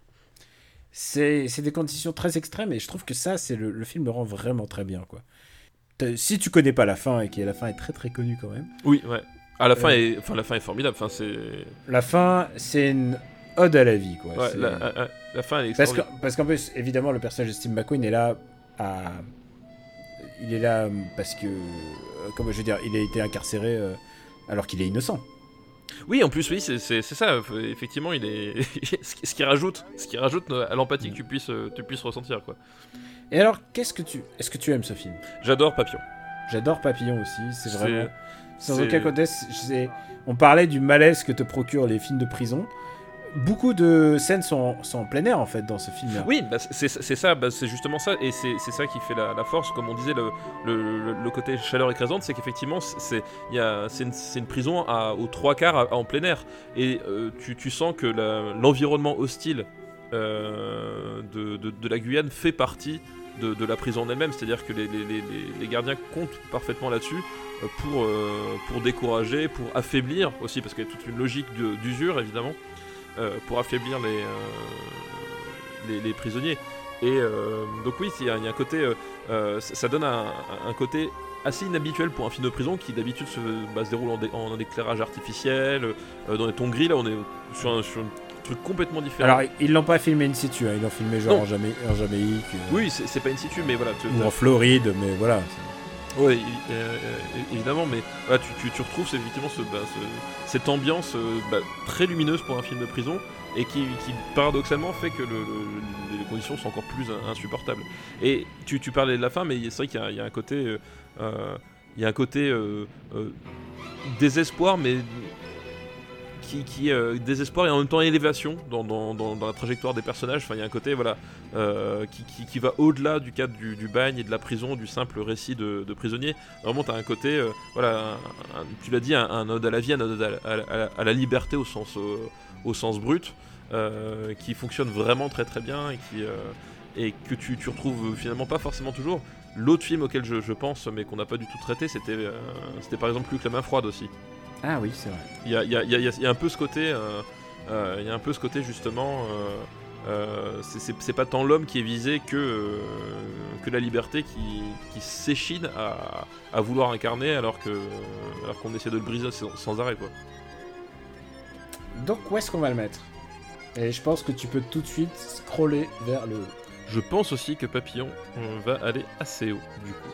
C'est, c'est des conditions très extrêmes et je trouve que ça, c'est le, le film le rend vraiment très bien, quoi. T'as- Si tu connais pas la fin, et que la fin est très très connue quand même, Oui, ouais. À la fin, Euh. est, enfin la fin est formidable, enfin c'est, la fin, c'est une ode à la vie, quoi. ouais, C'est- la, la, la fin elle est Parce, que, extraordinaire. parce qu'en plus, évidemment, le personnage de Steve McQueen est là à... Il est là parce que... euh, Comment je veux dire, il a été incarcéré euh, alors qu'il est innocent. Oui, en plus, oui, c'est, c'est, c'est ça. euh, Effectivement, il est ce qui ce qui rajoute, ce qui rajoute à l'empathie que tu puisses, euh, tu puisses ressentir, quoi. Et alors, qu'est-ce que tu... Est-ce que tu aimes ce film? J'adore Papillon. J'adore Papillon aussi, c'est C'est- vraiment... Sans c'est- aucun conteste, c'est... On parlait du malaise que te procurent les films de prison. Beaucoup de scènes sont, sont en plein air, en fait, dans ce film-là. Oui, bah, c'est, c'est ça, bah, c'est justement ça, et c'est, c'est ça qui fait la, la force, comme on disait, le, le, le- le côté chaleur écrasante, c'est qu'effectivement, c'est, il y a, c'est, une, c'est une prison à, aux trois quarts à- en plein air, et euh, tu, tu sens que la- l'environnement hostile euh, de, de, de la Guyane fait partie de, de la prison en elle-même, c'est-à-dire que les, les, les, les gardiens comptent parfaitement là-dessus euh, pour, euh, pour décourager, pour affaiblir aussi, parce qu'il y a toute une logique de- d'usure, évidemment, euh, pour affaiblir les, euh, les, les prisonniers. Et euh, donc oui, il y, a il y a un côté, euh, euh, ça ça donne un, un côté assez inhabituel pour un film de prison qui d'habitude se, bah, se déroule en, dé- en un éclairage artificiel, euh, dans les tons gris. Là, on est sur un, sur un truc complètement différent. Alors, ils l'ont pas filmé in situ, hein, ils l'ont filmé genre Non. en, Jamai- en Jamaïque, euh, Oui, c'est, c'est pas in situ, mais voilà. tu- ou en Floride, mais voilà. Ouais, é- é- é- évidemment, mais voilà, tu, tu, tu retrouves c'est effectivement ce, bah, ce- cette ambiance euh, bah, très lumineuse pour un film de prison, et qui, qui paradoxalement fait que le, le- les conditions sont encore plus in- insupportables. Et tu, tu parlais de la fin, mais c'est vrai qu'il y a, il y a un côté, euh, euh, il y a un côté euh, euh, désespoir, mais qui, qui euh, désespoir et en même temps élévation dans, dans, dans, dans la trajectoire des personnages. Enfin, il y a un côté voilà euh, qui, qui, qui va au-delà du cadre du, du bagne et de la prison, du simple récit de, de prisonnier. Vraiment, t'as un côté euh, voilà, un- un- tu l'as dit, un, un ode à la vie, un ode à la, à la- à la- à la liberté au sens euh, au sens brut, euh, qui fonctionne vraiment très très bien, et qui euh, et que tu, tu retrouves finalement pas forcément toujours. L'autre film auquel je, je pense, mais qu'on n'a pas du tout traité, c'était euh, c'était par exemple Luc la main froide aussi. Ah oui, c'est vrai. Il y a, il y a- il y a- il y a un peu ce côté, euh, euh, il y a un peu ce côté justement, euh, euh, c'est- c'est c'est pas tant l'homme qui est visé que, euh, que la liberté qui, qui s'échine à, à vouloir incarner, alors que alors qu'on essaie de le briser sans, sans arrêt, quoi. Donc, où est-ce qu'on va le mettre? Et je pense que tu peux tout de suite scroller vers le haut. Je pense aussi que Papillon euh, va aller assez haut, du coup.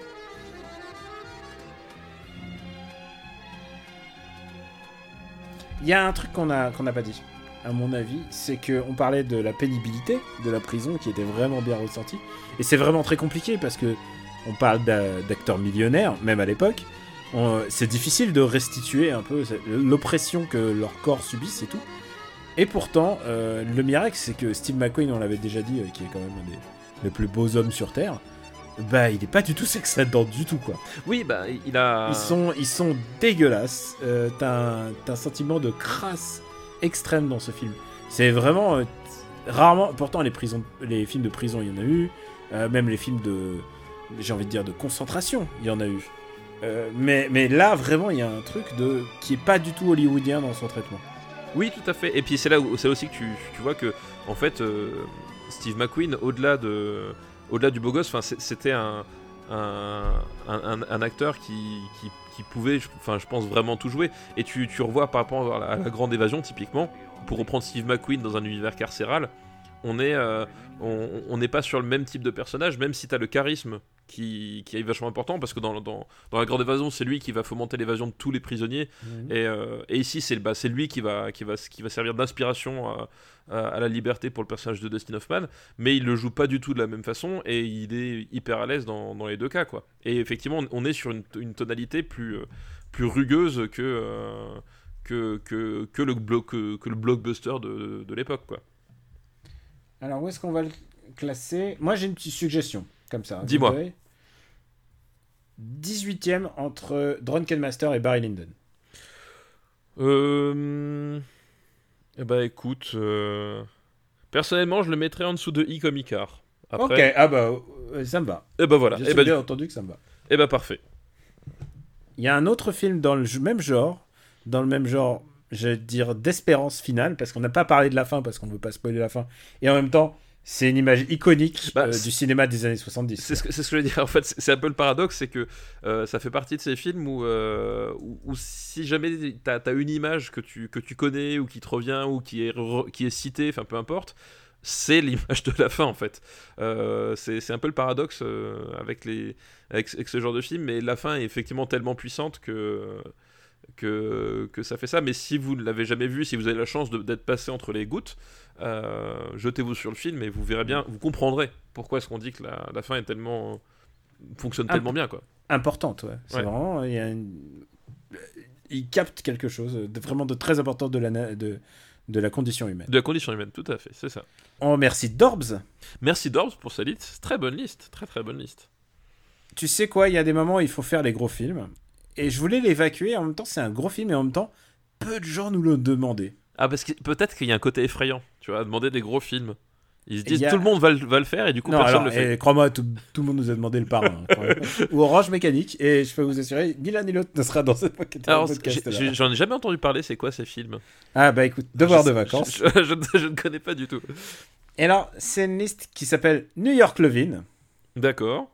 Il y a un truc qu'on a qu'on n'a pas dit, à mon avis, c'est qu'on parlait de la pénibilité de la prison qui était vraiment bien ressentie. Et c'est vraiment très compliqué parce que on parle d'a- d'acteurs millionnaires, même à l'époque. On- C'est difficile de restituer un peu l'oppression que leur corps subissent et tout. Et pourtant, euh, le miracle, c'est que Steve McQueen, on l'avait déjà dit, euh, qui est quand même un des, des plus beaux hommes sur Terre, bah il est pas du tout sexe là-dedans du tout, quoi. Oui, bah il a. Ils sont, ils sont dégueulasses. Euh, t'as, un, t'as un sentiment de crasse extrême dans ce film. C'est vraiment euh, rarement. Pourtant, les prisons, les films de prison, il y en a eu. Euh, même les films de, j'ai envie de dire, de concentration, il y en a eu. Euh, mais, mais là, vraiment, il y a un truc de qui est pas du tout hollywoodien dans son traitement. Oui, tout à fait. Et puis c'est là où c'est aussi que tu, tu vois que en fait euh, Steve McQueen, au-delà de au-delà du beau gosse, enfin c'est- c'était un un, un, un acteur qui, qui, qui pouvait, enfin je pense, vraiment tout jouer. Et tu, tu revois par rapport à la, à la Grande Évasion, typiquement, pour reprendre Steve McQueen dans un univers carcéral, on est euh, on on n'est pas sur le même type de personnage, même si tu as le charisme qui, qui est vachement important parce que dans, dans, dans La Grande Évasion, c'est lui qui va fomenter l'évasion de tous les prisonniers. Mmh. Et, euh, et ici, c'est, bah, c'est lui qui va, qui, va, qui va servir d'inspiration à, à, à la liberté pour le personnage de Dustin Hoffman. Mais il le joue pas du tout de la même façon et il est hyper à l'aise dans, dans les deux cas, quoi. Et effectivement, on est sur une, une tonalité plus, plus rugueuse que, euh, que, que, que, le, blo- que, que le blockbuster de, de, de l'époque, quoi. Alors, où est-ce qu'on va le classer ? Moi, j'ai une petite suggestion, comme ça. Dis-moi. dix-huitième entre Drunken Master et Barry Lyndon. Euh... Eh ben, écoute... Euh... Personnellement, je le mettrais en dessous de I comme Icar. Après... Ok, ah bah, euh, ça me va. Et bah voilà. J'ai Et bah, bien entendu que ça me va. Et bah parfait. Il y a un autre film dans le même genre, dans le même genre, je vais dire d'espérance finale, parce qu'on n'a pas parlé de la fin, parce qu'on ne veut pas spoiler la fin, et en même temps, c'est une image iconique bah, euh, du cinéma des années soixante-dix. C'est ce, que, c'est ce que je veux dire, en fait, c'est, c'est un peu le paradoxe, c'est que euh, ça fait partie de ces films où, euh, où, où si jamais t'as, t'as une image que tu, que tu connais, ou qui te revient, ou qui est, re, qui est citée, enfin peu importe, c'est l'image de la fin en fait. Euh, c'est, c'est un peu le paradoxe euh, avec, les, avec, avec ce genre de film, mais la fin est effectivement tellement puissante que, que, que ça fait ça. Mais si vous ne l'avez jamais vu, si vous avez la chance de, d'être passé entre les gouttes, euh, jetez-vous sur le film et vous verrez bien, vous comprendrez pourquoi est-ce qu'on dit que la, la fin est tellement, fonctionne tellement Imp- bien, quoi. Importante, ouais. C'est ouais. Vraiment, il y a une... il capte quelque chose de, vraiment de très important de la... De... de la condition humaine. De la condition humaine, tout à fait, c'est ça. On remercie Dorbs. Merci Dorbs pour sa liste. Très bonne liste, très très bonne liste. Tu sais quoi, il y a des moments où il faut faire les gros films. Et je voulais l'évacuer, en même temps c'est un gros film, et en même temps, peu de gens nous l'ont demandé. Ah, parce que peut-être qu'il y a un côté effrayant, tu vois, à demander des gros films. Ils se disent, a... tout le monde va le, va le faire, et du coup, non, personne alors, le fait. Et, crois-moi, tout, tout le monde nous a demandé le parrain. Ou Orange Mécanique, et je peux vous assurer, ni l'un ni l'autre ne sera dans ce podcast. Alors, j'ai, j'en ai jamais entendu parler, c'est quoi ces films ? Ah bah écoute, Devoir de vacances. Je, je, je, je ne connais pas du tout. Et alors, c'est une liste qui s'appelle New York Lovin'. D'accord.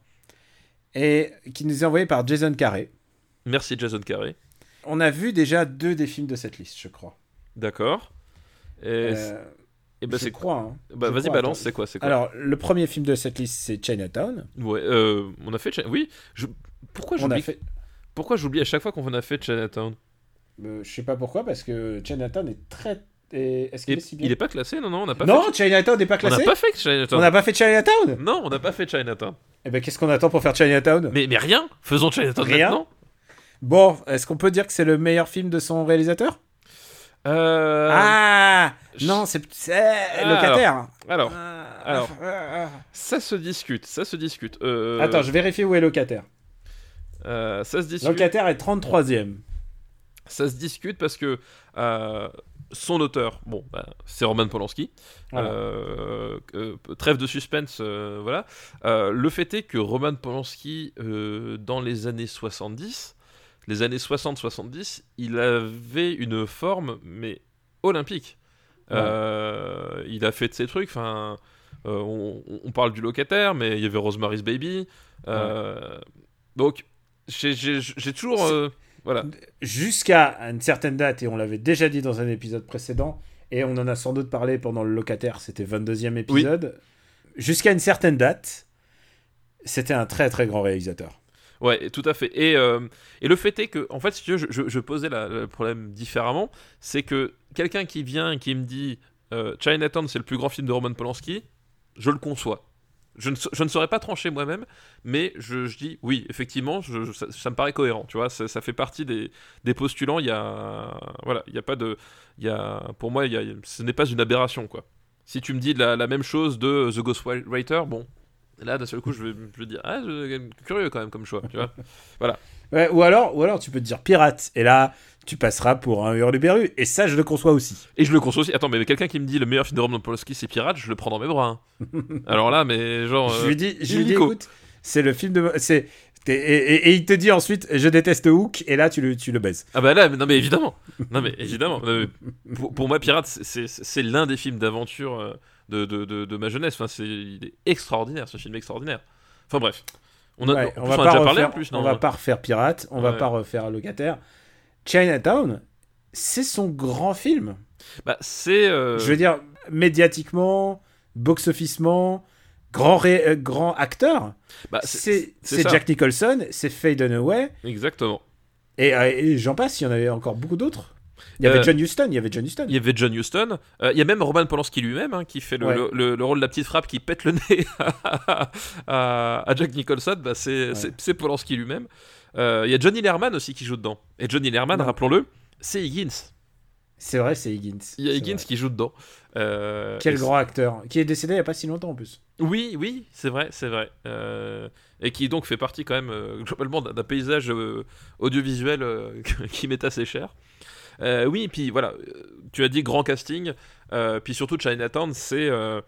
Et qui nous est envoyée par Jason Carré. Merci Jason Carré. On a vu déjà deux des films de cette liste, je crois. D'accord. Et, euh, et bah je c'est crois. Hein. Bah je vas-y crois, balance, attends. c'est quoi, c'est quoi Alors le premier film de cette liste c'est Chinatown. Ouais. Euh, on a fait. Chi- oui. Je... Pourquoi j'oublie. On a fait... Pourquoi j'oublie à chaque fois qu'on a fait Chinatown. Euh, je sais pas pourquoi parce que Chinatown est très. Et... Est-ce qu'il et, est si bien ? Il est pas classé, non non on n'a pas. Non, fait... Chinatown n'est pas classé. On n'a pas fait Chinatown. On n'a pas fait Chinatown. Non, on n'a pas fait Chinatown. Eh ben qu'est-ce qu'on attend pour faire Chinatown ? Mais mais rien. Faisons Chinatown rien. maintenant. Bon, est-ce qu'on peut dire que c'est le meilleur film de son réalisateur ? Euh... Ah non, c'est, c'est ah, Locataire. Alors, ah, alors, ah, ah. ça se discute, ça se discute. Euh... Attends, je vérifie où est Locataire. Euh, ça se discute. Locataire est trente-troisième. Ça se discute parce que euh, son auteur, bon, bah, c'est Roman Polanski. Voilà. Euh, euh, trêve de suspense, euh, voilà. Euh, le fait est que Roman Polanski, euh, dans les années soixante-dix, les années soixante soixante-dix, il avait une forme, mais olympique. Ouais. Euh, il a fait de ces trucs, enfin, euh, on, on parle du Locataire, mais il y avait Rosemary's Baby. Euh, ouais. Donc, j'ai, j'ai, j'ai toujours... Euh, voilà. Jusqu'à une certaine date, et on l'avait déjà dit dans un épisode précédent, et on en a sans doute parlé pendant le Locataire, c'était vingt-deuxième épisode, oui. Jusqu'à une certaine date, c'était un très très grand réalisateur. Ouais, tout à fait. Et, euh, et le fait est que, en fait, si tu veux, je, je, je posais la, le problème différemment, c'est que quelqu'un qui vient et qui me dit euh, Chinatown, c'est le plus grand film de Roman Polanski, je le conçois. Je ne, je ne saurais pas trancher moi-même, mais je, je dis oui, effectivement, je, je, ça, ça me paraît cohérent, tu vois, ça, ça fait partie des, des postulants. Il y a, voilà, il y a pas de, il y a, pour moi, il y a, ce n'est pas une aberration, quoi. Si tu me dis la, la même chose de The Ghostwriter, bon, là d'un seul coup, je vais, je vais dire, ah, je, curieux quand même comme choix, tu vois, voilà. Ouais, ou alors, ou alors, tu peux te dire pirate, et là, tu passeras pour un hurluberlu, et ça, je le conçois aussi. Et je le conçois aussi. Attends, mais quelqu'un qui me dit le meilleur film de Roman Polanski, c'est Pirate, je le prends dans mes bras. Hein. Alors là, mais genre. Je lui dis, je lui dis écoute, c'est le film de. C'est, et, et, et il te dit ensuite, je déteste Hook, et là, tu le, tu le baises. Ah bah là, non mais évidemment. Non mais évidemment. Non, mais pour, pour moi, Pirate, c'est, c'est, c'est l'un des films d'aventure de, de, de, de ma jeunesse. Enfin, c'est, il est extraordinaire, ce film extraordinaire. Enfin bref. On a, ouais, on, on va on a pas déjà refaire, parlé en plus, non ? On va pas refaire Pirate, on ouais. va pas refaire Locataire. Chinatown, c'est son grand film. Bah, c'est. Euh... Je veux dire, médiatiquement, box-officement, grand, ré- euh, grand acteur. Bah, c'est c'est, c'est, c'est ça. Jack Nicholson, c'est Faye Dunaway. Exactement. Et, euh, et j'en passe, il y en avait encore beaucoup d'autres. Il y avait Euh, John Huston, il y avait John Huston. Il y avait John Huston, euh, il y a même Roman Polanski lui-même hein, qui fait le, Ouais. le, le, le rôle de la petite frappe qui pète le nez à, à, à Jack Nicholson, bah c'est, Ouais. c'est, c'est Polanski lui-même. Euh, il y a Johnny Lerman aussi qui joue dedans. Et Johnny Lerman, Non. rappelons-le, c'est Higgins. C'est vrai, c'est Higgins. Il y a C'est Higgins vrai. qui joue dedans. Euh, Quel et grand acteur. Qui est décédé il n'y a pas si longtemps en plus. Oui, oui, c'est vrai, c'est vrai. Euh, et qui donc fait partie quand même euh, globalement d'un, d'un paysage euh, audiovisuel euh, qui m'est assez cher. Euh, oui, et puis voilà, euh, tu as dit grand casting, euh, puis surtout Chinatown, c'est euh,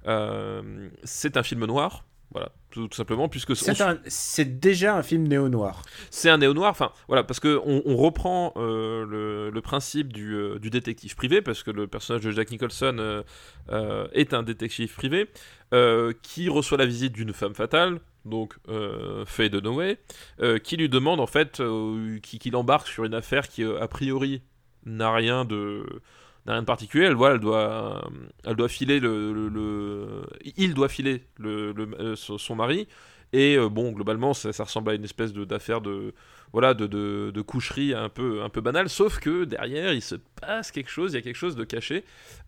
euh, c'est un film noir, voilà, tout, tout simplement, puisque C'est, on- un- c'est déjà un film néo-noir. c'est un néo-noir, enfin voilà, parce que on, on reprend euh, le, le principe du, euh, du détective privé, parce que le personnage de Jack Nicholson euh, euh, est un détective privé euh, qui reçoit la visite d'une femme fatale, donc euh, Faye Dunaway, euh, qui lui demande en fait, euh, qui, qui l'embarque sur une affaire qui euh, a priori n'a rien de n'a rien de particulier. Elle voit, elle doit, elle doit filer le, le, le- il doit filer le, le- euh, son son mari. Et euh, bon, globalement, ça, ça ressemble à une espèce de, d'affaire de, voilà, de, de, de coucherie un peu, un peu banale, sauf que derrière, il se passe quelque chose, il y a quelque chose de caché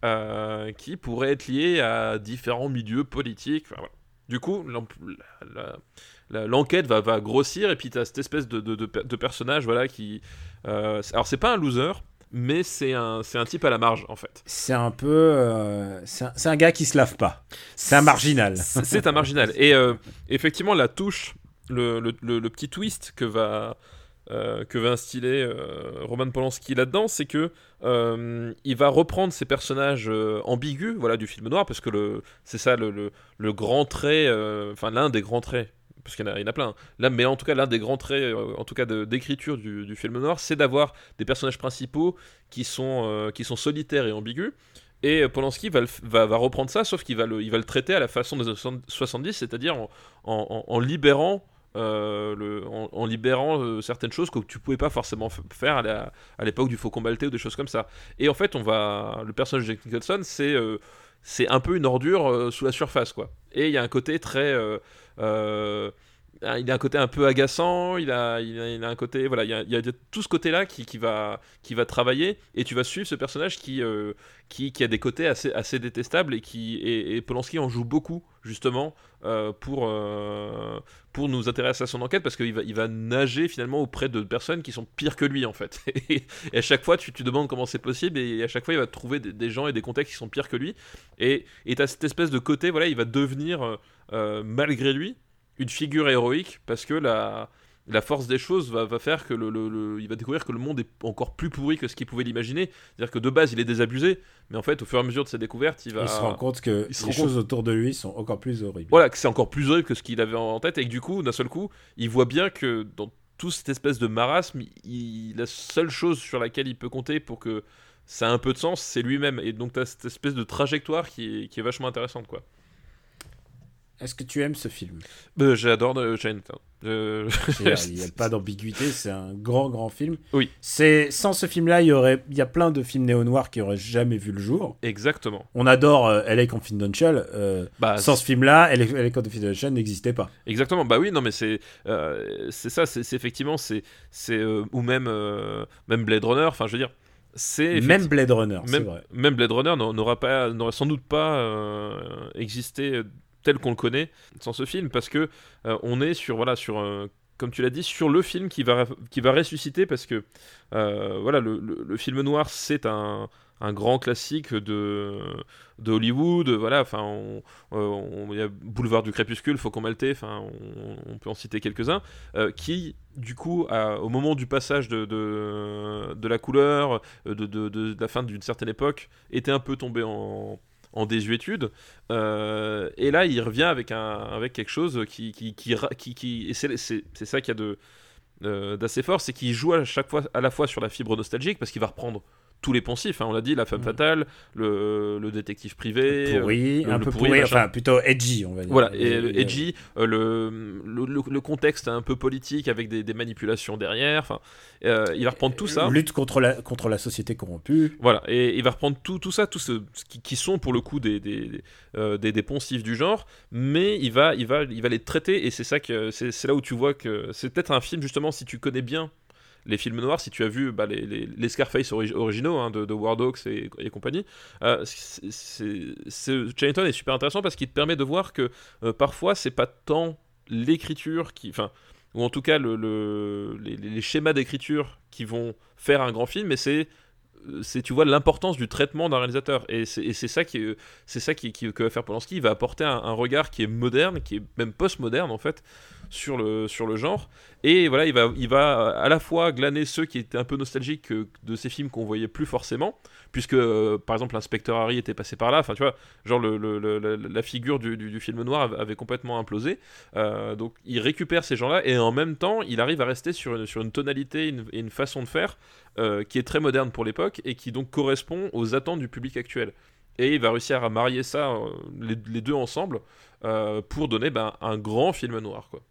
euh, qui pourrait être lié à différents milieux politiques. Enfin, voilà. Du coup, l'em- la- la- la- l'enquête va, va grossir, et puis tu as cette espèce de, de, de, per- de personnage voilà, qui... euh, c'est- alors, c'est pas un loser, mais c'est un, c'est un type à la marge, en fait. C'est un peu. euh, c'est, un, c'est un gars qui se lave pas. C'est un marginal. C'est c'est un marginal. Et euh, effectivement, la touche, le, le, le- le petit twist que va, euh, que va instiller euh, Roman Polanski là-dedans, c'est que euh, il va reprendre ces personnages euh, ambigus, voilà, du film noir, parce que le, c'est ça le, le, le grand trait, euh, enfin l'un des grands traits. Parce qu'il y en a, il y en a plein. Là, mais en tout cas, l'un des grands traits, euh, en tout cas de, d'écriture du, du film noir, c'est d'avoir des personnages principaux qui sont, euh, qui sont solitaires et ambigus. Et euh, Polanski va, le f- va, va reprendre ça, sauf qu'il va le, il va le traiter à la façon des années soixante-dix, c'est-à-dire en, en, en- en libérant, euh, le, en, en libérant euh, certaines choses que tu pouvais pas forcément f- faire à, la- à l'époque du Faucon Maltais ou des choses comme ça. Et en fait, on va, le personnage de Jack Nicholson, c'est, euh, c'est un peu une ordure euh, sous la surface, quoi. Et il y a un côté très... euh, euh, il a un côté un peu agaçant, il a, il a, il a un côté, voilà, il y a, il y a tout ce côté-là qui, qui, va, qui va travailler, et tu vas suivre ce personnage qui, euh, qui, qui a des côtés assez, assez détestables, et, qui, et, et Polanski en joue beaucoup, justement, euh, pour, euh, pour nous intéresser à son enquête, parce qu'il va, il va nager finalement auprès de personnes qui sont pires que lui, en fait. Et, et à chaque fois, tu te demandes comment c'est possible, et à chaque fois, il va trouver des, des gens et des contextes qui sont pires que lui, et tu as cette espèce de côté, voilà, il va devenir, euh, euh, malgré lui, une figure héroïque, parce que la, la force des choses va, va faire que le, le, le- il va découvrir que le monde est encore plus pourri que ce qu'il pouvait l'imaginer. C'est-à-dire que de base, il est désabusé, mais en fait, au fur et à mesure de ses découvertes, il va... Il se rend compte que il se les rend choses autour de lui sont encore plus horribles. Voilà, que c'est encore plus horrible que ce qu'il avait en tête, et que du coup, d'un seul coup, il voit bien que dans toute cette espèce de marasme, il, la seule chose sur laquelle il peut compter pour que ça ait un peu de sens, c'est lui-même. Et donc, tu as cette espèce de trajectoire qui est, qui est vachement intéressante, quoi. Est-ce que tu aimes ce film? Euh, j'adore euh, Chinatown. Euh, Il n'y a pas d'ambiguïté, c'est un grand, grand film. Oui. C'est, sans ce film-là, il y aurait, il y a plein de films néo-noirs qui auraient jamais vu le jour. Exactement. On adore euh, L A Confidential. euh, Bah, sans ce film-là, L A Confidential n'existait pas. Exactement, bah oui, non mais c'est euh, c'est ça, c'est c'est effectivement, c'est c'est euh, ou même euh, même Blade Runner, enfin je veux dire, c'est Même Blade Runner, c'est même, vrai. même Blade Runner n'a- n'aura pas n'aurait sans doute pas euh, existé tel qu'on le connaît sans ce film, parce que euh, on est sur voilà sur euh, comme tu l'as dit, sur le film qui va qui va ressusciter, parce que euh, voilà le, le, le film noir, c'est un un grand classique de, de Hollywood, voilà, enfin, on, on, il y a Boulevard du Crépuscule, Faucon Maltais, enfin, on, on peut en citer quelques-uns, euh, qui, du coup, a, au moment du passage de, de, de la couleur, de, de, de, de la fin d'une certaine époque, était un peu tombé en, en désuétude, euh, et là, il revient avec, un, avec quelque chose qui, qui, qui, qui, qui et c'est, c'est, c'est ça qu'il y a de, euh, d'assez fort, c'est qu'il joue à chaque fois, à la fois sur la fibre nostalgique, parce qu'il va reprendre tous les poncifs, hein, on l'a dit, la femme mmh. fatale, le, le détective privé, pourri, le, un le peu pourri, pourri, machin. enfin plutôt edgy, on va dire. Voilà, et le edgy, euh, le, le, le contexte un peu politique avec des, des manipulations derrière, enfin, euh, il va reprendre tout ça. Lutte contre la, contre la société corrompue. Voilà, et il va reprendre tout, tout ça, tout ce, qui, qui sont pour le coup des, des, des, euh, des, des poncifs du genre, mais il va, il va, il va les traiter, et c'est ça que, c'est, c'est là où tu vois que c'est peut-être un film, justement, si tu connais bien les films noirs, si tu as vu bah, les, les, les Scarface ori- originaux hein, de, de War Dogs et, et compagnie, euh, c'est, c'est, c'est, Chinatown est super intéressant parce qu'il te permet de voir que euh, parfois c'est pas tant l'écriture qui, enfin, ou en tout cas le, le, les, les schémas d'écriture qui vont faire un grand film, mais c'est c'est tu vois l'importance du traitement d'un réalisateur et c'est, et c'est ça qui est, c'est ça qui, qui que va faire Polanski. Il va apporter un, un regard qui est moderne, qui est même post-moderne en fait sur le sur le genre, et voilà il va il va à la fois glaner ceux qui étaient un peu nostalgiques de ces films qu'on voyait plus forcément, puisque euh, par exemple l'inspecteur Harry était passé par là, enfin tu vois genre le, le, le, la, la figure du, du, du film noir avait complètement implosé, euh, donc il récupère ces gens là et en même temps il arrive à rester sur une, sur une tonalité une, et une façon de faire euh, qui est très moderne pour l'époque et qui donc correspond aux attentes du public actuel. Et il va réussir à marier ça, euh, les, les deux ensemble, euh, pour donner ben, un grand film noir, quoi.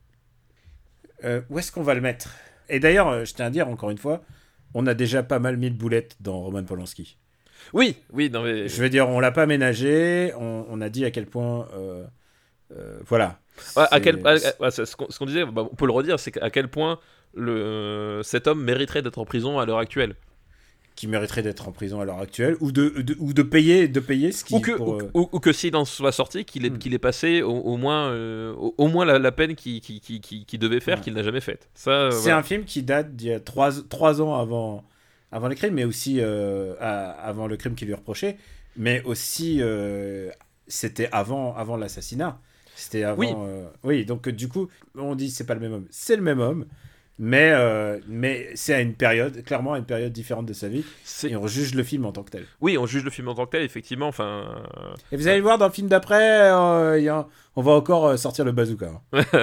Euh, où est-ce qu'on va le mettre ? Et d'ailleurs, euh, je tiens à dire, encore une fois, on a déjà pas mal mis de boulettes dans Roman Polanski. Oui, oui, non mais... Je veux dire, on l'a pas ménagé, on, on a dit à quel point... Euh, euh, voilà. Ouais, à quel, à, à, ce, qu'on, ce qu'on disait, bah, on peut le redire, c'est à quel point le, euh, cet homme mériterait d'être en prison à l'heure actuelle. Qui mériterait d'être en prison à l'heure actuelle, ou de, de, ou de, payer, de payer ce qui... Ou que, pour, ou, ou, ou que s'il en soit sorti, qu'il ait, mm. qu'il ait passé au, au moins, euh, au, au moins la, la peine qu'il, qu'il, qu'il, qu'il devait faire, ouais. qu'il n'a jamais faite. Ça, c'est voilà. Un film qui date d'il y a trois, trois ans avant, avant les crimes, mais aussi euh, à, avant le crime qui lui reprochait, mais aussi euh, c'était avant, avant l'assassinat. C'était avant... Oui. Euh, oui, donc du coup, on dit c'est pas le même homme. C'est le même homme. Mais, euh, mais c'est à une période, clairement à une période différente de sa vie, c'est... et on juge le film en tant que tel. Oui, on juge le film en tant que tel, effectivement. Enfin. Euh... Et vous allez le voir dans le film d'après, euh, y a... on va encore sortir le bazooka.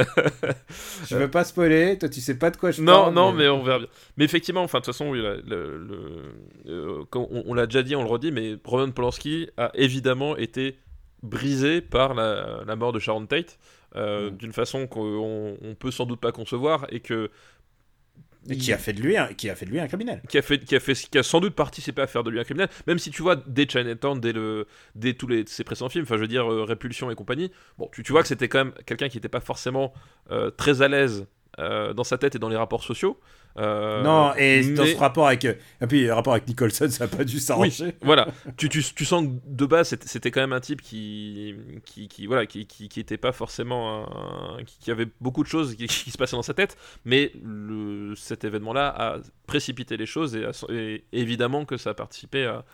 Je veux pas spoiler, toi tu sais pas de quoi je non, parle. Non, mais... mais on verra bien. Mais effectivement, enfin de toute façon, oui, le, le, le, euh, on, on l'a déjà dit, on le redit, mais Roman Polanski a évidemment été brisé par la, la mort de Sharon Tate, euh, mmh. d'une façon qu'on on peut sans doute pas concevoir et que. Et qui a fait de lui un, qui a fait de lui un criminel. Qui a fait, qui a fait, qui a sans doute participé à faire de lui un criminel. Même si tu vois dès Chinatown, dès le, dès tous les ses précédents films, enfin je veux dire euh, Répulsion et compagnie. Bon, tu, tu vois que c'était quand même quelqu'un qui n'était pas forcément euh, très à l'aise euh, dans sa tête et dans les rapports sociaux. Euh, non, et mais... dans ce rapport avec, euh, et puis le rapport avec Nicholson, ça n'a pas dû s'arranger. Oui, voilà. tu, tu, tu sens que de base, c'était, c'était quand même un type qui, qui, qui voilà, qui, qui, qui était pas forcément, un, qui, qui avait beaucoup de choses qui, qui se passaient dans sa tête, mais le, cet événement-là a précipité les choses et, a, et évidemment que ça a participé à,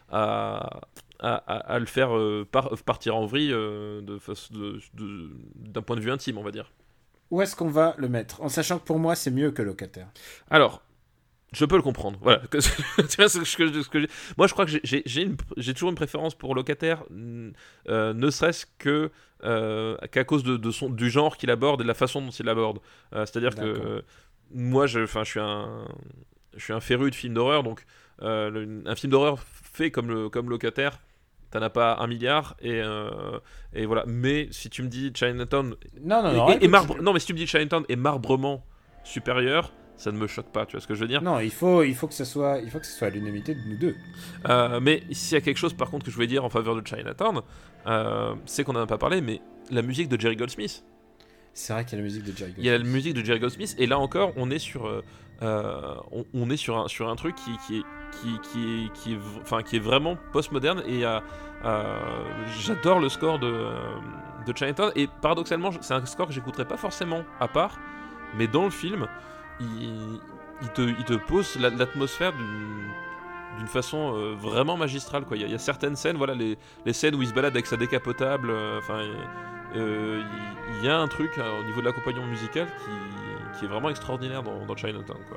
à, à, à, à le faire euh, par, partir en vrille euh, de, de, de, d'un point de vue intime, on va dire. Où est-ce qu'on va le mettre ? En sachant que pour moi, c'est mieux que Locataire. Alors, je peux le comprendre. Voilà. tu vois ce que, ce que j'ai... Moi, je crois que j'ai, j'ai, une, j'ai toujours une préférence pour Locataire, euh, ne serait-ce que, euh, qu'à cause de, de son, du genre qu'il aborde et de la façon dont il l'aborde. Euh, c'est-à-dire D'accord. que euh, moi, je, je, suis un, je suis un féru de films d'horreur, donc euh, le, un film d'horreur fait comme, le, comme Locataire, t'en as pas un milliard et, euh, et voilà. Mais si tu me dis Chinatown non, non, non, et, et, et marbre... non mais si tu me dis Chinatown est marbrement supérieur, ça ne me choque pas, tu vois ce que je veux dire ? Non, il faut, il faut que ça soit, il faut que ce soit à l'unanimité de nous deux. Euh, mais s'il y a quelque chose par contre que je voulais dire en faveur de Chinatown, euh, c'est qu'on en a pas parlé, mais la musique de Jerry Goldsmith. C'est vrai qu'il y a la musique de Jerry Goldsmith. Il y a la musique de Jerry Goldsmith et là encore on est sur, euh, on, on est sur un sur un truc qui qui est qui qui est, qui est, enfin qui est vraiment postmoderne et euh, euh, j'adore le score de de Chinatown et paradoxalement c'est un score que j'écouterais pas forcément à part, mais dans le film il, il te il te pose la, l'atmosphère d'une d'une façon euh, vraiment magistrale quoi. Il y, a, il y a certaines scènes, voilà les les scènes où il se balade avec sa décapotable, enfin euh, euh, il, il y a un truc euh, au niveau de l'accompagnement musical qui qui est vraiment extraordinaire dans dans Chinatown quoi.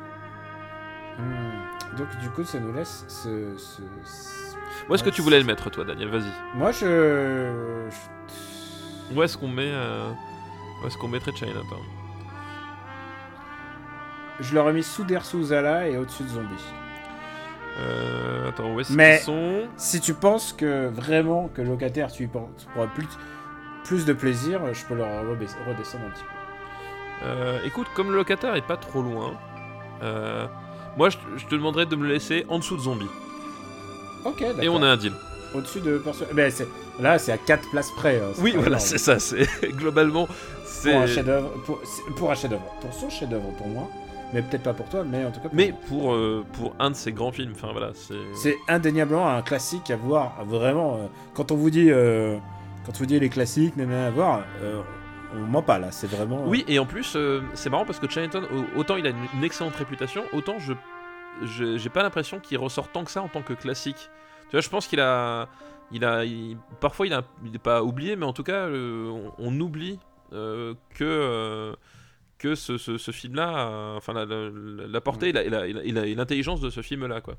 Mmh. Donc du coup ça nous laisse ce, ce, ce... Où est-ce que tu voulais le mettre toi Daniel, vas-y. Moi je, je... Où est-ce qu'on met euh... où est-ce qu'on mettrait Chinatown? Je l'aurais mis sous Dersu Uzala et au-dessus de Zombie. Euh, attends, où est-ce Mais- qu'ils sont? Si tu penses que vraiment que locataire, tu y penses- tu auras plus, plus de plaisir, je peux le rebais- redescendre un petit peu. Euh, écoute, comme le locataire est pas trop loin, euh, moi je, je te demanderais de me le laisser en dessous de Zombie. Ok, d'accord. Et on a un deal. Au-dessus de perso... ben, c'est... Là, c'est à quatre places près. hein, Oui, pas voilà, énorme. c'est ça. C'est globalement, c'est. Pour un chef-d'œuvre. Pour... c'est- pour un chef-d'œuvre. Pour son chef-d'œuvre, pour moi. Mais peut-être pas pour toi, mais en tout cas pour Mais moi. pour euh, pour un de ces grands films, enfin voilà, c'est. C'est indéniablement un classique à voir. Vraiment, euh, quand on vous dit, euh, quand on vous dit les classiques, nanana, à voir, euh, on ment pas là. C'est vraiment. euh, Oui, et en plus, euh, c'est marrant parce que Chinatown, au- autant il a une, une excellente réputation, autant je je- j'ai pas l'impression qu'il ressort tant que ça en tant que classique. Tu vois, je pense qu'il a, il a, il- parfois il a, il est pas oublié, mais en tout cas, euh, on, on oublie euh, que euh, que ce, ce, ce film-là, a- enfin la, la, la portée et la- et la- et la- et la- et l'intelligence de ce film-là, quoi.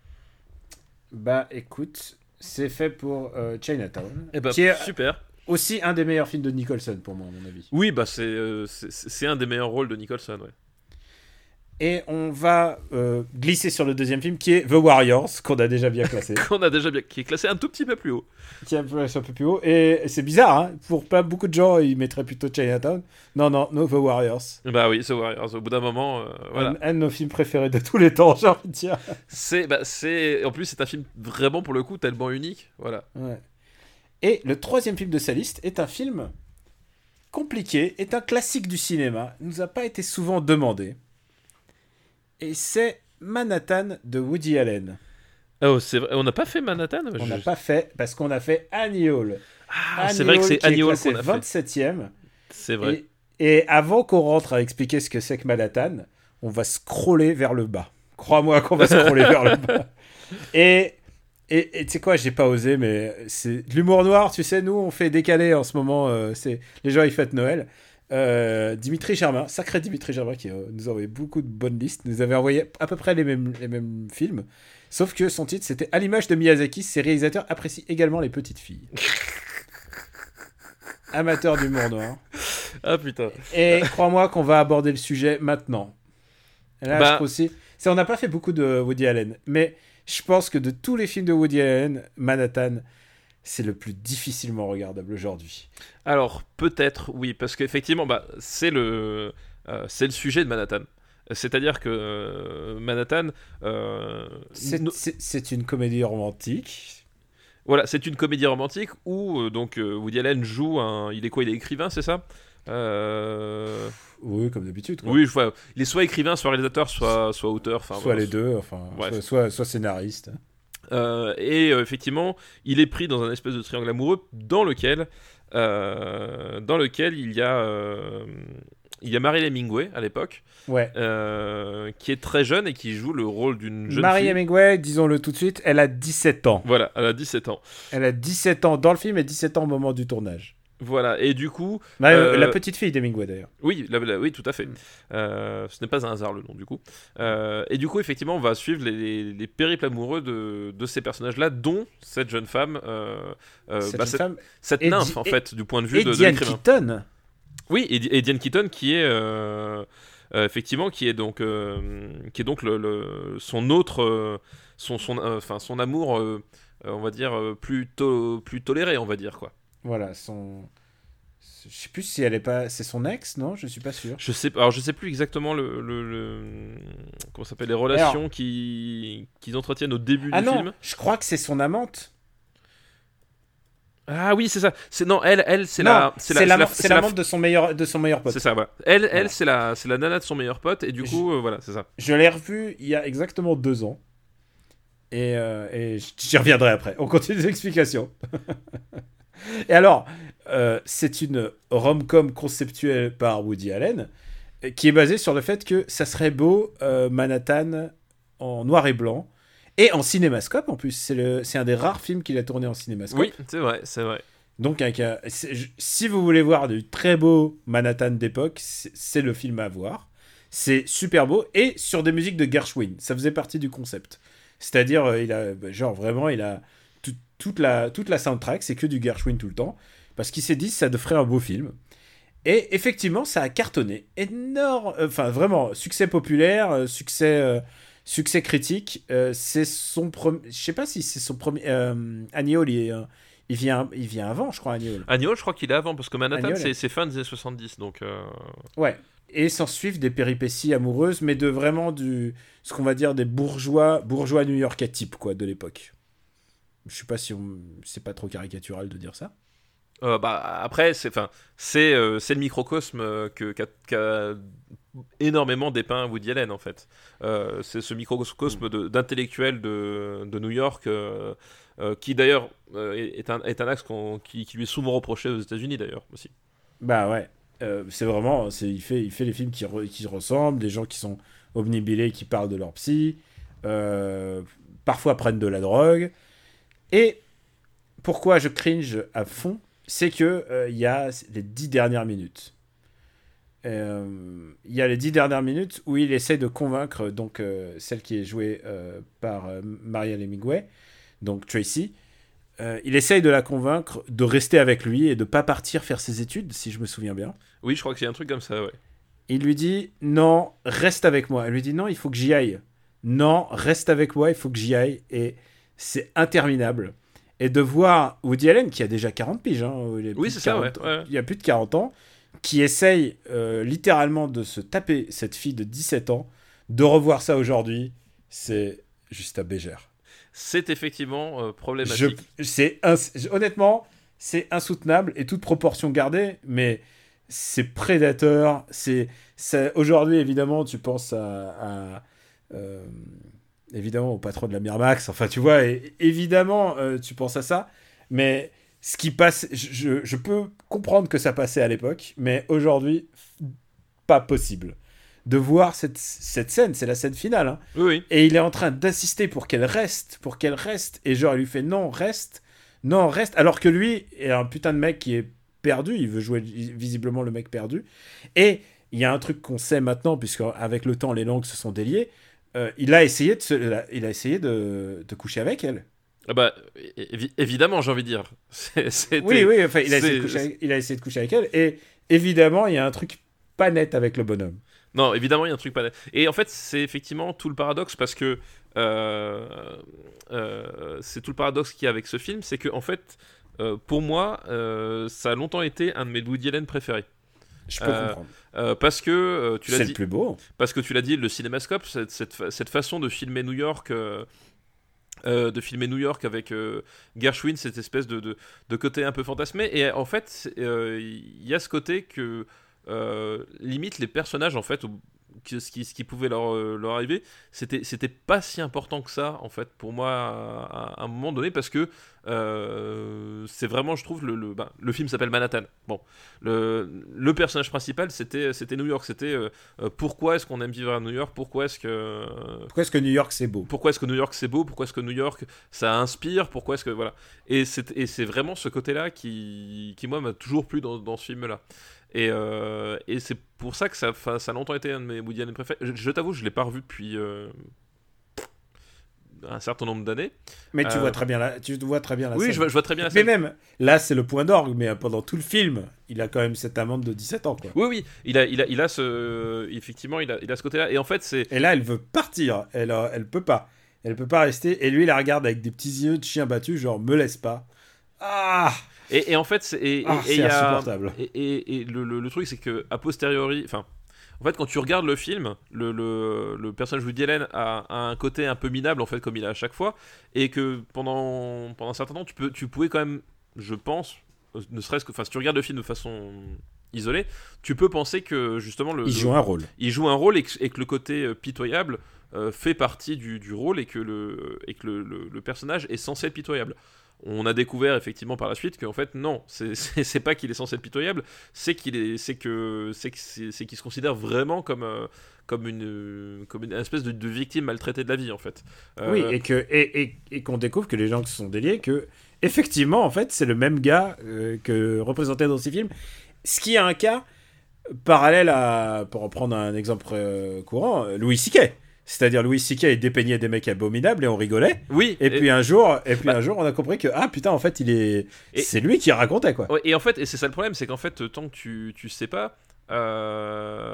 Bah écoute, c'est fait pour euh, Chinatown, Et bah qui est super. aussi un des meilleurs films de Nicholson pour moi, à mon avis. Oui, bah c'est euh, c'est c'est un des meilleurs rôles de Nicholson, ouais. Et on va euh, glisser sur le deuxième film qui est The Warriors, qu'on a déjà bien classé. Qu'on a déjà bien, qui est classé un tout petit peu plus haut. qui est un peu, un peu plus haut. Et c'est bizarre, hein, pour pas beaucoup de gens, ils mettraient plutôt Chinatown. Non, non, no, The Warriors. Bah oui, The Warriors. Au bout d'un moment, euh, voilà. Un, un de nos films préférés de tous les temps, j'ai envie de dire. C'est, bah, c'est, en plus, c'est un film vraiment pour le coup tellement unique, voilà. Ouais. Et le troisième film de sa liste est un film compliqué, est un classique du cinéma, nous a pas été souvent demandé. Et c'est Manhattan de Woody Allen. Oh, c'est vrai. On n'a pas fait Manhattan. On Je- n'a pas fait, parce qu'on a fait Annie Hall. Ah, Annie c'est vrai que Hall c'est qui est Annie Hall classé qu'on a fait. vingt-septième. C'est vrai. Et, et avant qu'on rentre à expliquer ce que c'est que Manhattan, on va scroller vers le bas. Crois-moi qu'on va scroller vers le bas. Et et et tu sais quoi, j'ai pas osé, mais c'est de l'humour noir, tu sais, nous on fait décaler en ce moment, euh, c'est les gens ils fêtent Noël. Euh, Dimitri Germain, sacré Dimitri Germain qui euh, nous a envoyé beaucoup de bonnes listes, nous avait envoyé à peu près les mêmes, les mêmes films, sauf que son titre c'était À l'image de Miyazaki, ses réalisateurs apprécient également les petites filles. Amateur d'humour noir. Ah putain. Et crois-moi qu'on va aborder le sujet maintenant. Et là, Bah- je trouve aussi. C'est, on n'a pas fait beaucoup de Woody Allen, mais je pense que de tous les films de Woody Allen, Manhattan, c'est le plus difficilement regardable aujourd'hui. Alors peut-être, oui, parce qu'effectivement, bah, c'est le, euh, c'est le sujet de Manhattan. C'est-à-dire que euh, Manhattan, euh, C'est, no- c'est, c'est une comédie romantique. voilà, c'est une comédie romantique où euh, donc euh, Woody Allen joue un, il est quoi, il est écrivain, c'est ça? Euh, Oui, comme d'habitude. Quoi. Oui, je vois. Il est soit écrivain, soit réalisateur, soit soit auteur. Enfin, soit voilà. les deux, enfin, Bref. soit, soit, soit scénariste. Euh, et euh, effectivement, il est pris dans un espèce de triangle amoureux dans lequel, euh, dans lequel il y a, euh, il y a Marie Hemingway à l'époque, Ouais. euh, qui est très jeune et qui joue le rôle d'une jeune Marie fille. Hemingway, disons-le tout de suite, elle a dix-sept ans. Voilà, elle a dix-sept ans. Elle a dix-sept ans dans le film et dix-sept ans au moment du tournage. Voilà, et du coup, Bah, Euh, La petite fille d'Hemingway d'ailleurs. oui, la- la- oui, tout à fait. Mm. Euh, ce n'est pas un hasard le nom du coup. Euh, et du coup, effectivement, on va suivre les, les- les périples amoureux de, de ces personnages-là, dont cette jeune femme, euh, euh, Cette bah, jeune cette, femme. cette et nymphe Di- en et- fait, du point de vue Et de, de Diane l'écrivain. Keaton. Oui, et, Di- et Diane Keaton qui est euh, euh, effectivement qui est donc euh, qui est donc le, le- son autre euh, son son euh, enfin son amour euh, euh, on va dire euh, plus to- plus toléré, on va dire quoi. Voilà, son. Je sais plus si elle est pas. C'est son ex, non? Je suis pas sûr. Je sais alors je sais plus exactement le, le, le- comment ça s'appelle les relations qui qu'ils entretiennent au début Ah du non, film. je crois que c'est son amante. Ah oui, c'est ça. C'est non, elle elle c'est Non, la c'est c'est la l'amant- c'est c'est la- l'amante de son meilleur de son meilleur pote. c'est ça, voilà. Elle Voilà. elle c'est la c'est la nana de son meilleur pote et du Je- coup euh, voilà, c'est ça. Je l'ai revu il y a exactement deux ans. Et, euh, et j'y reviendrai après. On continue les explications. Et alors, euh, c'est une rom-com conceptuelle par Woody Allen euh, qui est basée sur le fait que ça serait beau euh, Manhattan en noir et blanc et en cinémascope en plus. C'est, le, c'est un des rares films qu'il a tourné en cinémascope. Oui, c'est vrai, c'est vrai. Donc, avec un- c'est- je- si vous voulez voir du très beau Manhattan d'époque, c'est, c'est le film à voir. C'est super beau et sur des musiques de Gershwin. Ça faisait partie du concept. C'est-à-dire, euh, il a, bah, genre vraiment, il a tout- toute la toute la soundtrack, c'est que du Gershwin tout le temps, parce qu'il s'est dit ça te ferait un beau film. Et effectivement, ça a cartonné, énorme, euh, enfin vraiment succès populaire, euh, succès euh, succès critique. Euh, c'est son premier. Je sais pas si c'est son premier. Euh, Annie Hall, il, euh, il, vient, il vient avant, je crois, Annie Hall. Annie Hall, je crois qu'il est avant, parce que Manhattan, Annie Hall, c'est, c'est fin des années soixante-dix, donc. Euh... Ouais. Et s'en suivent des péripéties amoureuses, mais de vraiment du. Ce qu'on va dire des bourgeois, bourgeois new-yorkais type, quoi, de l'époque. Je sais pas si on... c'est pas trop caricatural de dire ça. Euh, bah, après, c'est, c'est, euh, c'est le microcosme euh, que, qu'a, qu'a énormément dépeint Woody Allen, en fait. Euh, c'est ce microcosme de, d'intellectuel de, de New York, euh, euh, qui d'ailleurs euh, est, un, est un axe qu'on, qui, qui lui est souvent reproché aux États-Unis, d'ailleurs, aussi. Bah ouais, euh, c'est vraiment... C'est, il, fait, il fait les films qui, re, qui ressemblent, des gens qui sont omnibilés, qui parlent de leur psy, euh, parfois prennent de la drogue. Et pourquoi je cringe à fond, c'est que il euh, y a les dix dernières minutes. Il euh, y a les dix dernières minutes où il essaie de convaincre donc euh, celle qui est jouée euh, par euh, Marianne Hemingway, donc Tracy. Euh, il essaye de la convaincre de rester avec lui et de pas partir faire ses études, si je me souviens bien. Oui, je crois qu'il y a un truc comme ça, ouais. Il lui dit non, reste avec moi. Elle lui dit non, il faut que j'y aille. Non, reste avec moi, il faut que j'y aille. Et c'est interminable. Et de voir Woody Allen, qui a déjà quarante piges, hein, il oui, c'est quarante, ça, ouais, ouais. Il y a plus de quarante ans, qui essaye euh, littéralement de se taper cette fille de dix-sept ans, de revoir ça aujourd'hui, c'est juste à bégère. C'est effectivement euh, problématique. Je, c'est ins, honnêtement, c'est insoutenable et toute proportion gardée, mais c'est prédateur. C'est, c'est, aujourd'hui, évidemment, tu penses à... à euh, évidemment au patron de la Miramax, enfin tu vois, et, évidemment euh, tu penses à ça, mais ce qui passe, je, je peux comprendre que ça passait à l'époque, mais aujourd'hui, pas possible. De voir cette, cette scène, c'est la scène finale, hein, oui, oui. Et il est en train d'insister pour qu'elle reste, pour qu'elle reste, et genre il lui fait non, reste, non, reste, alors que lui est un putain de mec qui est perdu, il veut jouer visiblement le mec perdu, et il y a un truc qu'on sait maintenant, puisque avec le temps les langues se sont déliées. Euh, il a essayé de, se, il a essayé de, de coucher avec elle. Ah bah, évi- évidemment, j'ai envie de dire. C'est, oui, oui, enfin, il a, essayé de coucher avec, il a essayé de coucher avec elle, et évidemment, il y a un truc pas net avec le bonhomme. Non, évidemment, il y a un truc pas net. Et en fait, c'est effectivement tout le paradoxe, parce que euh, euh, c'est tout le paradoxe qu'il y a avec ce film, c'est que, en fait, euh, pour moi, euh, ça a longtemps été un de mes Woody Allen préférés. Je peux euh, comprendre. Euh, parce que euh, tu l'as c'est dit, le plus beau. Parce que tu l'as dit, le cinémascope, cette, cette, cette façon de filmer New York, euh, euh, de filmer New York avec euh, Gershwin, cette espèce de, de, de côté un peu fantasmé. Et en fait, il euh, y a ce côté que euh, limite les personnages, en fait, que ce qui, ce qui pouvait leur, leur arriver, c'était, c'était pas si important que ça, en fait, pour moi, à, à un moment donné, parce que euh, c'est vraiment, je trouve, le, le, ben, le film s'appelle Manhattan. Bon, le, le personnage principal, c'était, c'était New York. C'était euh, pourquoi est-ce qu'on aime vivre à New York, pourquoi est-ce que... Pourquoi est-ce que New York, c'est beau Pourquoi est-ce que New York, c'est beau, pourquoi est-ce que New York, ça inspire, pourquoi est-ce que... Voilà. Et c'est, et c'est vraiment ce côté-là qui, qui, moi, m'a toujours plu dans, dans ce film-là. Et, euh, et c'est pour ça que ça, ça a longtemps été un de mes Woody Allen préférés. Je, je t'avoue, je ne l'ai pas revu depuis euh, un certain nombre d'années. Mais tu euh, vois très bien la, tu vois très bien la oui, scène. je vois, je vois très bien la mais scène. Mais même, là, c'est le point d'orgue, mais pendant tout le film, il a quand même cette amende de dix-sept ans, quoi. Oui, oui, il a, il a, il a ce... Effectivement, il a, il a ce côté-là. Et en fait, c'est... Et là, elle veut partir. Elle, euh, elle peut pas. Elle peut pas rester. Et lui, il la regarde avec des petits yeux de chien battu, genre, me laisse pas. Ah Et, et en fait, c'est, et, ah, et, c'est et insupportable. A, et et, et le, le, le truc, c'est que a posteriori, enfin, en fait, quand tu regardes le film, le, le, le personnage de Woody Allen a, a un côté un peu minable, en fait, comme il a à chaque fois, et que pendant, pendant un certain temps, tu, peux, tu pouvais quand même, je pense, ne serait-ce que, enfin, si tu regardes le film de façon isolée, tu peux penser que justement le, il le, joue un rôle. Il joue un rôle et que, et que le côté euh, pitoyable euh, fait partie du, du rôle et que le, et que le, le, le personnage est censé être pitoyable. On a découvert effectivement par la suite qu'en fait non, c'est, c'est, c'est pas qu'il est censé être pitoyable, c'est qu'il est, c'est que, c'est, que c'est, c'est qu'il se considère vraiment comme, euh, comme une, comme une espèce de, de victime maltraitée de la vie en fait. Euh... Oui, et que et, et, et qu'on découvre que les gens qui se sont déliés, que effectivement en fait c'est le même gars euh, que représenté dans ces films. Ce qui est un cas parallèle à, pour reprendre un exemple euh, courant, Louis C K. C'est-à-dire Louis C K il dépeignait des mecs abominables et on rigolait. Oui. Et, et puis un jour, et puis bah, un jour, on a compris que ah putain en fait il est, et, c'est lui qui racontait quoi. Ouais, et en fait, et c'est ça le problème, c'est qu'en fait tant que tu tu sais pas, euh,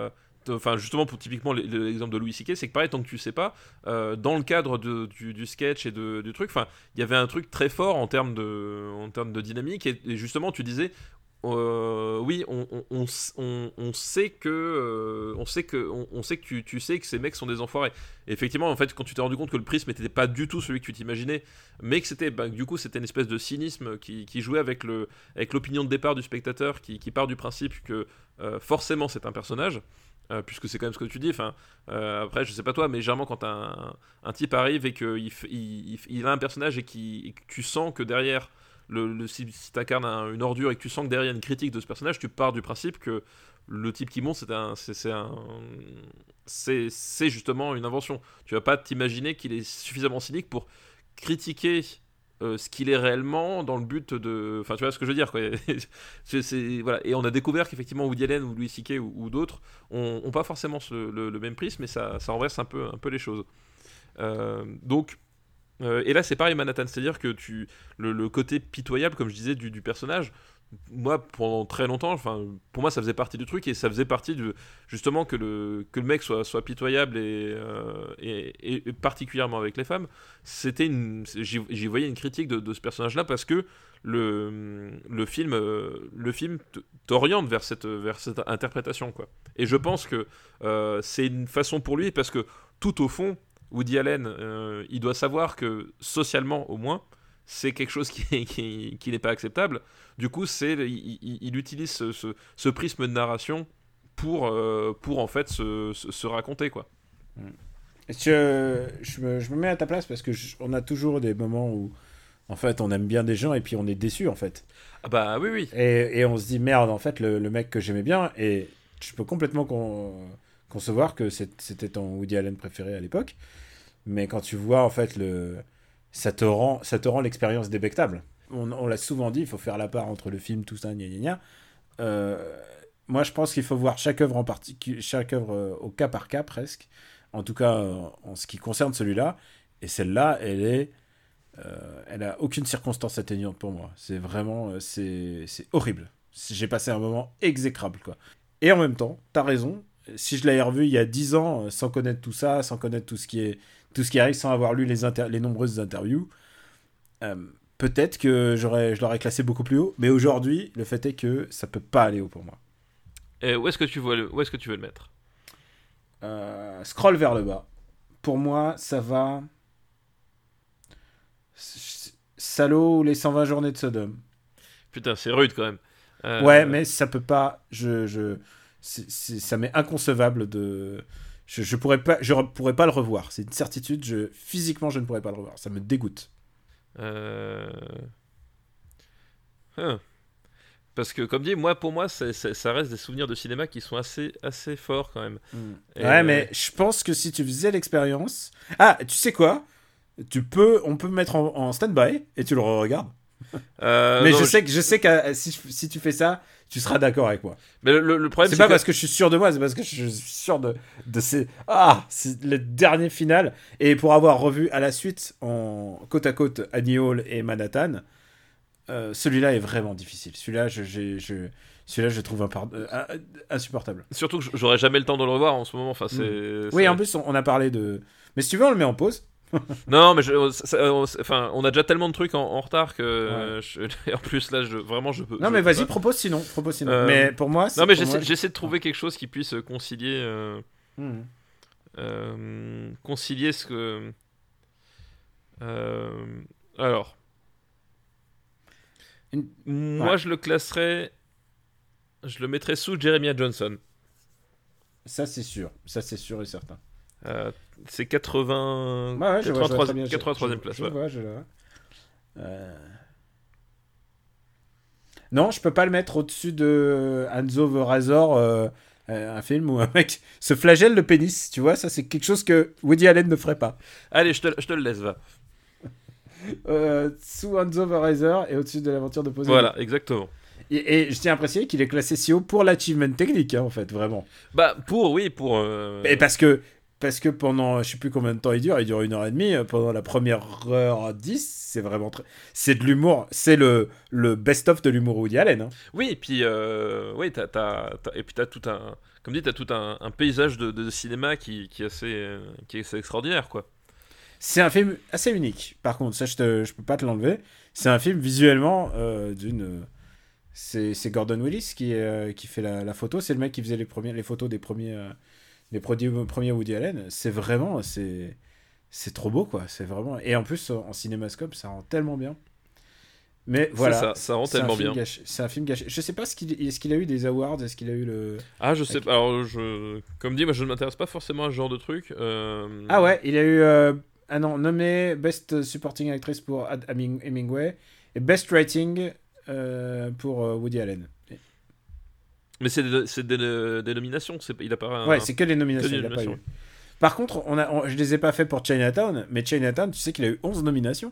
enfin justement pour typiquement l'exemple de Louis C K, c'est que pareil, tant que tu sais pas, euh, dans le cadre de, du, du sketch et de, du truc, enfin il y avait un truc très fort en termes de, en termes de dynamique, et, et justement tu disais euh, oui on, on, on, on, on sait que euh, on sait que on, on sait que tu, tu sais que ces mecs sont des enfoirés. Et effectivement en fait quand tu t'es rendu compte que le prisme n'était pas du tout celui que tu t'imaginais, mais que c'était bah, du coup c'était une espèce de cynisme qui, qui jouait avec le avec l'opinion de départ du spectateur qui, qui part du principe que euh, forcément c'est un personnage. Euh, puisque c'est quand même ce que tu dis, enfin, euh, après je sais pas toi, mais généralement quand un, un type arrive et qu'il il, il, il a un personnage et, qui, et que tu sens que derrière, le, le, si, si tu incarnes un, une ordure et que tu sens que derrière il y a une critique de ce personnage, tu pars du principe que le type qui monte c'est, un, c'est, c'est, un, c'est, c'est justement une invention. Tu vas pas t'imaginer qu'il est suffisamment cynique pour critiquer Euh, ce qu'il est réellement dans le but de... Enfin, tu vois ce que je veux dire, quoi. c'est, c'est, voilà. Et on a découvert qu'effectivement Woody Allen ou Louis C K ou, ou d'autres ont, ont pas forcément ce, le, le même prisme, mais ça, ça renverse un peu, un peu les choses. Euh, donc... Euh, et là c'est pareil Manhattan, c'est-à-dire que tu, le, le côté pitoyable, comme je disais, du, du personnage, moi pendant très longtemps, enfin pour moi ça faisait partie du truc, et ça faisait partie du, justement que le, que le mec soit, soit pitoyable et, euh, et, et particulièrement avec les femmes, c'était une, j'y, j'y voyais une critique de, de ce personnage-là, parce que le, le film, le film t'oriente vers cette, vers cette interprétation, quoi. Et je pense que euh, c'est une façon pour lui, parce que tout au fond Woody Allen, euh, il doit savoir que socialement au moins, c'est quelque chose qui, qui, qui n'est pas acceptable. Du coup, c'est, il, il, il utilise ce, ce, ce prisme de narration pour, euh, pour en fait se, se, se raconter, quoi. Je, je, me, je me mets à ta place parce que je, on a toujours des moments où en fait on aime bien des gens et puis on est déçu en fait. Ah bah oui oui. Et, et on se dit merde en fait le, le mec que j'aimais bien, et je peux complètement con, concevoir que c'est, c'était ton Woody Allen préféré à l'époque. Mais quand tu vois, en fait, le... ça, te rend, ça te rend l'expérience débectable. On, on l'a souvent dit, il faut faire la part entre le film, tout ça, gna gna gna. Euh, moi, je pense qu'il faut voir chaque œuvre, en particulier, chaque œuvre euh, au cas par cas, presque. En tout cas, euh, en ce qui concerne celui-là. Et celle-là, elle est... Euh, elle a aucune circonstance atteignante pour moi. C'est vraiment... Euh, c'est, c'est horrible. J'ai passé un moment exécrable, quoi. Et en même temps, t'as raison. Si je l'avais revu il y a dix ans, sans connaître tout ça, sans connaître tout ce qui est... tout ce qui arrive, sans avoir lu les, inter- les nombreuses interviews, euh, peut-être que j'aurais, je l'aurais classé beaucoup plus haut, mais aujourd'hui, le fait est que ça peut pas aller haut pour moi. Et où est-ce que tu veux le, où est-ce que tu veux le mettre ? euh, Scroll vers le bas. Pour moi, ça va... Salaud ou les cent vingt journées de Sodome. Putain, c'est rude quand même. Euh... Ouais, mais ça peut pas... Je, je... C'est, c'est, ça m'est inconcevable de... Je, je pourrais pas, je pourrais pas le revoir. C'est une certitude. Je, physiquement, je ne pourrais pas le revoir. Ça me dégoûte. Euh... Hein. Parce que, comme dit, moi, pour moi, c'est, c'est, ça reste des souvenirs de cinéma qui sont assez, assez forts quand même. Mm. Et ouais, euh... mais je pense que si tu faisais l'expérience... Ah, tu sais quoi ? Tu peux, on peut mettre en, en stand-by et tu le regardes. Euh, mais non, je, je... sais que, je sais que si, si tu fais ça, tu seras d'accord avec moi. Mais le, le, le problème, c'est, c'est pas que... parce que je suis sûr de moi, c'est parce que je suis sûr de, de ces... Ah, c'est le dernier final. Et pour avoir revu à la suite, en côte à côte, Annie Hall et Manhattan, euh, celui-là est vraiment difficile. Celui-là, je, je, je, celui-là, je trouve impar... euh, insupportable. Surtout que j'aurais jamais le temps de le revoir en ce moment. Enfin, c'est, mmh. c'est... Oui, en plus, on, on a parlé de... Mais si tu veux, on le met en pause. Non, mais je, ça, enfin, on a déjà tellement de trucs en, en retard que ouais. je, en plus là, je, vraiment, je peux. Non, je mais peux vas-y, pas. propose sinon, propose sinon. Euh, mais pour moi, c'est non, mais pour j'essaie, moi, j'essaie de trouver quelque chose qui puisse concilier, euh, mmh. euh, concilier ce que. Euh, alors, Une... moi, ouais. je le classerais, je le mettrais sous Jeremiah Johnson. Ça, c'est sûr, ça, c'est sûr et certain. Euh, c'est quatre-vingts... Bah ouais, quatre-vingt-troisième, quatre-vingt-troisième place. Je ouais. vois, je vois. Euh... Non, je peux pas le mettre au-dessus de Hanzo the Razor, euh, un film où un mec se flagelle le pénis, tu vois, ça c'est quelque chose que Woody Allen ne ferait pas. Allez, je te, je te le laisse, va. euh, sous Hanzo the Razor et au-dessus de l'aventure de Poseidon. Voilà, exactement. Et, et je tiens à préciser qu'il est classé si haut pour l'achievement technique, hein, en fait, vraiment. Bah, pour, oui, pour... Euh... Et parce que parce que pendant, je sais plus combien de temps il dure, il dure une heure et demie, pendant la première heure dix, c'est vraiment très... C'est de l'humour, c'est le, le best-of de l'humour Woody Allen. Hein. Oui, et puis, euh, oui, t'as, t'as, t'as, et puis t'as tout un... Comme dit, t'as tout un, un paysage de, de cinéma qui, qui, est assez, euh, qui est assez extraordinaire, quoi. C'est un film assez unique, par contre, ça je, te, je peux pas te l'enlever. C'est un film visuellement euh, d'une... C'est, c'est Gordon Willis qui, euh, qui fait la, la photo, c'est le mec qui faisait les, premiers, les photos des premiers, euh, des produits, premiers Woody Allen. C'est vraiment... C'est, c'est trop beau, quoi. C'est vraiment... Et en plus, en cinémascope, ça rend tellement bien. Mais voilà, ça, ça rend tellement bien. Gâché. C'est un film gâché. Je sais pas, ce qu'il... est-ce qu'il a eu des awards? Est-ce qu'il a eu le... Ah, je sais pas. Alors, je... Comme dit, moi, je ne m'intéresse pas forcément à ce genre de truc. Euh... Ah ouais, il a eu... Euh... Ah non, nommé Best Supporting Actress pour Ad Hemingway et Best Writing euh, pour euh, Woody Allen. Mais c'est des, c'est des, des nominations, c'est, il a pas un... Ouais, c'est que des nominations, que des il a nominations. pas eu. Par contre, on a, on, je les ai pas fait pour Chinatown, mais Chinatown, tu sais qu'il a eu onze nominations.